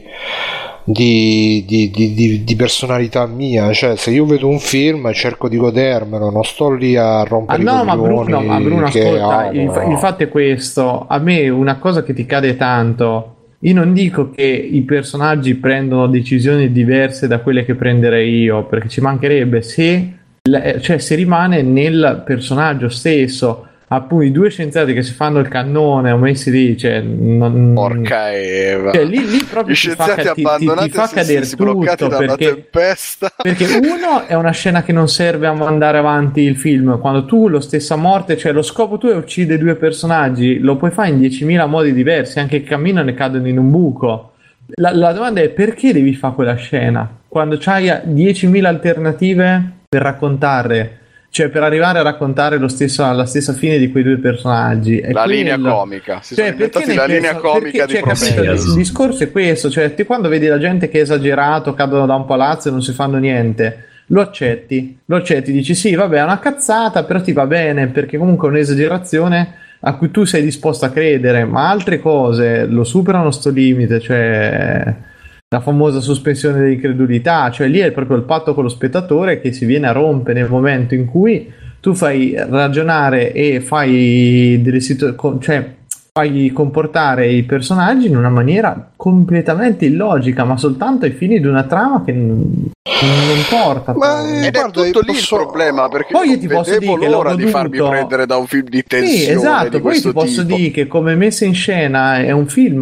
di, di, di, di- di personalità mia, cioè se io vedo un film cerco di godermelo, non sto lì a Ah, rompere no, i ma Bruno, coglioni ma Bruno, che ascolta, amo, il, fa- no. il fatto è questo, a me una cosa che ti cade tanto, io non dico che i personaggi prendono decisioni diverse da quelle che prenderei io, perché ci mancherebbe se, la- cioè, se rimane nel personaggio stesso, appunto i due scienziati che si fanno il cannone o messi lì, cioè, non, Porca Eva. cioè, lì, lì proprio Gli ti fa, scienziati ca- ti, ti, abbandonati ti fa a se cadere stessi, bloccati tutto, da una perché tempesta. perché uno è una scena che non serve a mandare avanti il film, quando tu lo stessa morte, cioè lo scopo tuo è uccidere due personaggi, lo puoi fare in diecimila modi diversi, anche che camminano e cadono in un buco. La, la domanda è perché devi fare quella scena? Quando c'hai diecimila alternative per raccontare, cioè per arrivare a raccontare lo stesso, la stessa fine di quei due personaggi. È La quello. linea comica. Si Cioè, sono perché inventati nei la linea perso- comica perché, di cioè, capito, Prometheus. il discorso è questo, cioè ti quando vedi la gente che è esagerato, cadono da un palazzo e non si fanno niente, lo accetti, lo accetti, dici sì, vabbè, è una cazzata, però ti va bene, perché comunque è un'esagerazione a cui tu sei disposto a credere, ma altre cose lo superano sto limite, cioè la famosa sospensione dell'incredulità, cioè lì è proprio il patto con lo spettatore che si viene a rompere nel momento in cui tu fai ragionare e fai delle situazioni, cioè fai comportare i personaggi in una maniera completamente illogica, ma soltanto ai fini di una trama che non, non porta. Ma, poi. eh, Ed guarda, è tutto lì posso- il problema, perché Poi io non ti posso vedevo dire che l'ora l'ho di farmi goduto. prendere da un film di tensione Sì, esatto, di poi ti questo posso tipo. dire che come messa in scena è un film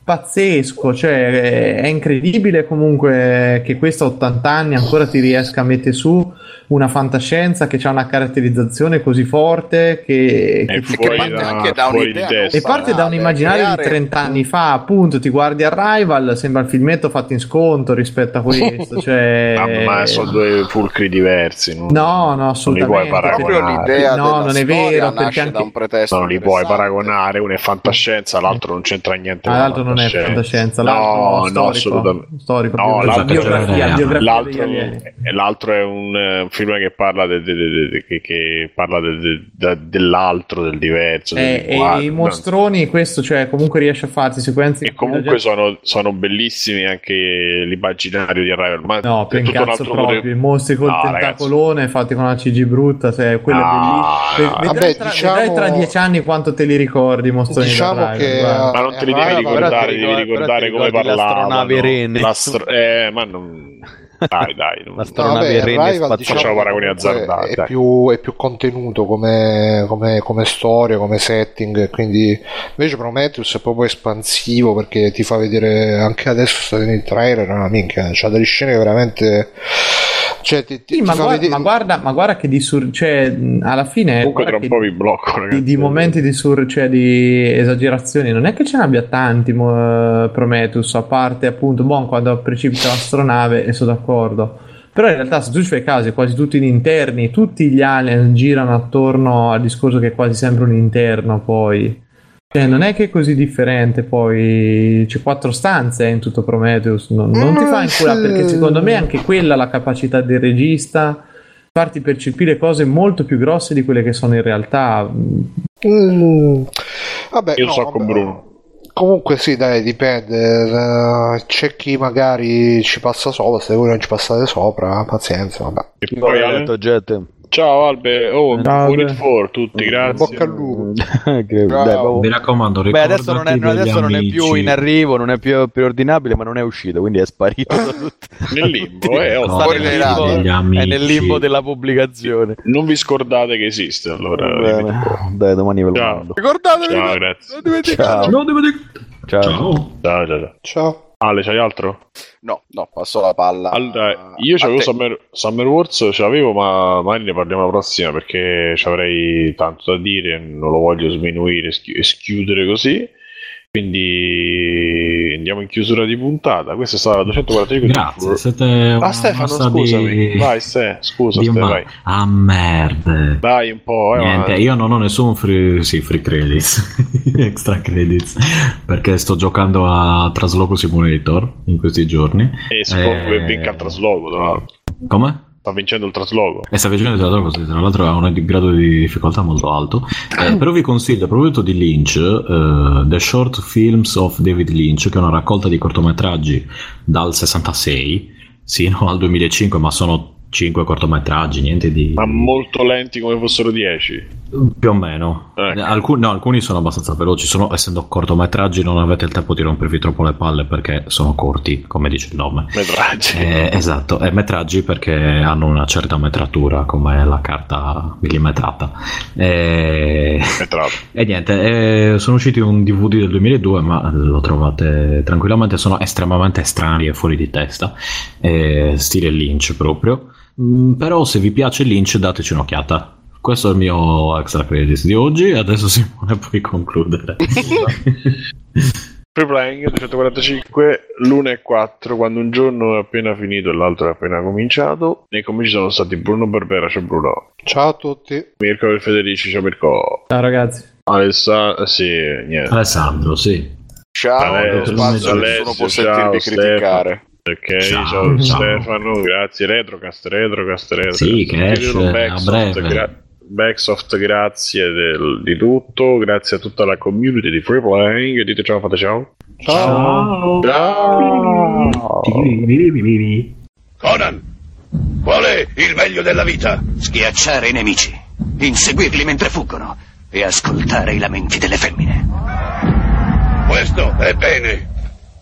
pazzesco, cioè è incredibile comunque che questo a ottanta anni ancora ti riesca a mettere su una fantascienza che ha una caratterizzazione così forte che, che ti fuori da, anche da un'idea e parte da un immaginario creare... di trenta anni fa, appunto. Ti guardi Arrival, sembra il filmetto fatto in sconto rispetto a questo, cioè... ma, ma sono due fulcri diversi, non, no no assolutamente, non li puoi paragonare. L'idea no non è vero, perché anche... da un pretesto non li puoi paragonare, uno è fantascienza, l'altro non c'entra niente, ah, l'altro non è fantascienza, no no assolutamente storico, no, l'altro, biografia, biografia l'altro, l'altro è un uh, film che parla de, de, de, de, che, che parla de, de, de, dell'altro, del diverso, eh, del e i mostroni, questo cioè comunque riesce a farsi sequenze e comunque gente... sono, sono bellissimi anche l'immaginario di Arrival, ma no per cazzo proprio potere... i mostri col no, tentacolone ragazzi. Fatti con una C G brutta, cioè quello no, è bellissimo. Vedrai, Vabbè, tra, diciamo... vedrai tra dieci anni quanto te li ricordi i mostroni, diciamo che ma non te li devi ricordare, devi ricordare come parlava l'astronave eh ma non dai dai non... l'astronave no, Rene diciamo, facciamo paragoni azzardati, è più, è più contenuto come, come, come storia, come setting, quindi invece Prometheus è proprio espansivo perché ti fa vedere, anche adesso sta vedendo il trailer, una minchia, c'ha delle scene veramente, cioè, ti, ti, sì, ti ma, guarda, vedere... ma, guarda, ma guarda che di sur... cioè, alla fine comunque tra un po' vi blocco di, di momenti di sur... cioè di esagerazioni non è che ce ne abbia tanti mo, Prometheus, a parte appunto bon, quando precipita l'astronave e sono d'accordo, però in realtà se tu ci fai caso quasi tutti gli interni, tutti gli alien girano attorno al discorso che è quasi sempre un interno, poi cioè, non è che è così differente, poi c'è quattro stanze in tutto Prometheus, non, non ti fa inculare, perché secondo me anche quella la capacità del regista, farti percepire cose molto più grosse di quelle che sono in realtà. Mm. Vabbè, io no, so vabbè. con Bruno. Comunque sì, dai, dipende. C'è chi magari ci passa sopra, se voi non ci passate sopra, pazienza, vabbè. E poi Ale? Gente. Ciao Albe, oh, buon for tutti, grazie. Bocca al lupo. Che, dai, mi raccomando, beh, adesso non è, adesso non è più in arrivo, arrivo, non è più preordinabile, ma non è uscito, quindi è sparito da tutti. Nel limbo, eh, no, sta nel limbo, è nel limbo della pubblicazione. Non vi scordate che esiste, allora. Bene. Dai, domani ve lo ciao. mando. Ricordatevi. Ciao, grazie. Non ciao. No, ciao. Ciao. Ciao, ciao. Ciao. Ale, c'hai altro? No, no, passo la palla. Allora, io c'avevo Summer, Summer Wars, ce l'avevo, ma magari ne parliamo la prossima perché ci avrei tanto da dire, non lo voglio sminuire e schiudere così. Quindi andiamo in chiusura di puntata. Questa è stata la duecentoquarantacinque. Grazie, siete ah Stefano, scusami di... vai Ste, scusa di Ste, ma... vai. Ah merda. Dai un po', eh, niente, io non ho nessun free, sì, free credits extra credits perché sto giocando a Trasloco Simulator in questi giorni e spero che vinca il trasloco, tra l'altro. Come? Sta vincendo il trasloco e sta vincendo il trasloco, tra l'altro ha un grado di difficoltà molto alto, eh, però vi consiglio a proposito di Lynch uh, The Short Films of David Lynch, che è una raccolta di cortometraggi dal sessantasei sino al duemilacinque, ma sono cinque cortometraggi, niente di... ma molto lenti come fossero dieci più o meno, ecco. Alcuni, no, alcuni sono abbastanza veloci, sono, essendo cortometraggi non avete il tempo di rompervi troppo le palle perché sono corti, come dice il nome. Metraggi. Eh, esatto, e metraggi perché hanno una certa metratura come la carta millimetrata. E, e niente, eh, sono usciti un D V D del duemiladue, ma lo trovate tranquillamente, sono estremamente strani e fuori di testa, eh, stile Lynch proprio. Mm, però se vi piace Lynch dateci un'occhiata. Questo è il mio extra credits di oggi. Adesso Simone puoi concludere. Free Playing duecentoquarantacinque, l'uno e quattro, quando un giorno è appena finito e l'altro è appena cominciato. Nei comici sono stati Bruno Barbera, ciao Bruno. Ciao a tutti. Mirko e Federici, ciao Mirko. Ciao ragazzi. Alessandro, sì, niente. Alessandro, sì. Ciao, Alessio, spazio, nessuno può sentirvi criticare. Ok, ciao, ciao, ciao Stefano, grazie. Retrocast, Retrocast, Retrocast. Sì, che esce a breve. Gra- Backsoft, grazie del, di tutto, grazie a tutta la community di Free Playing. Dite ciao, fate ciao. Ciao. Ciao. Ciao. Conan, qual è il meglio della vita? Schiacciare i nemici, inseguirli mentre fuggono e ascoltare i lamenti delle femmine. Questo è bene.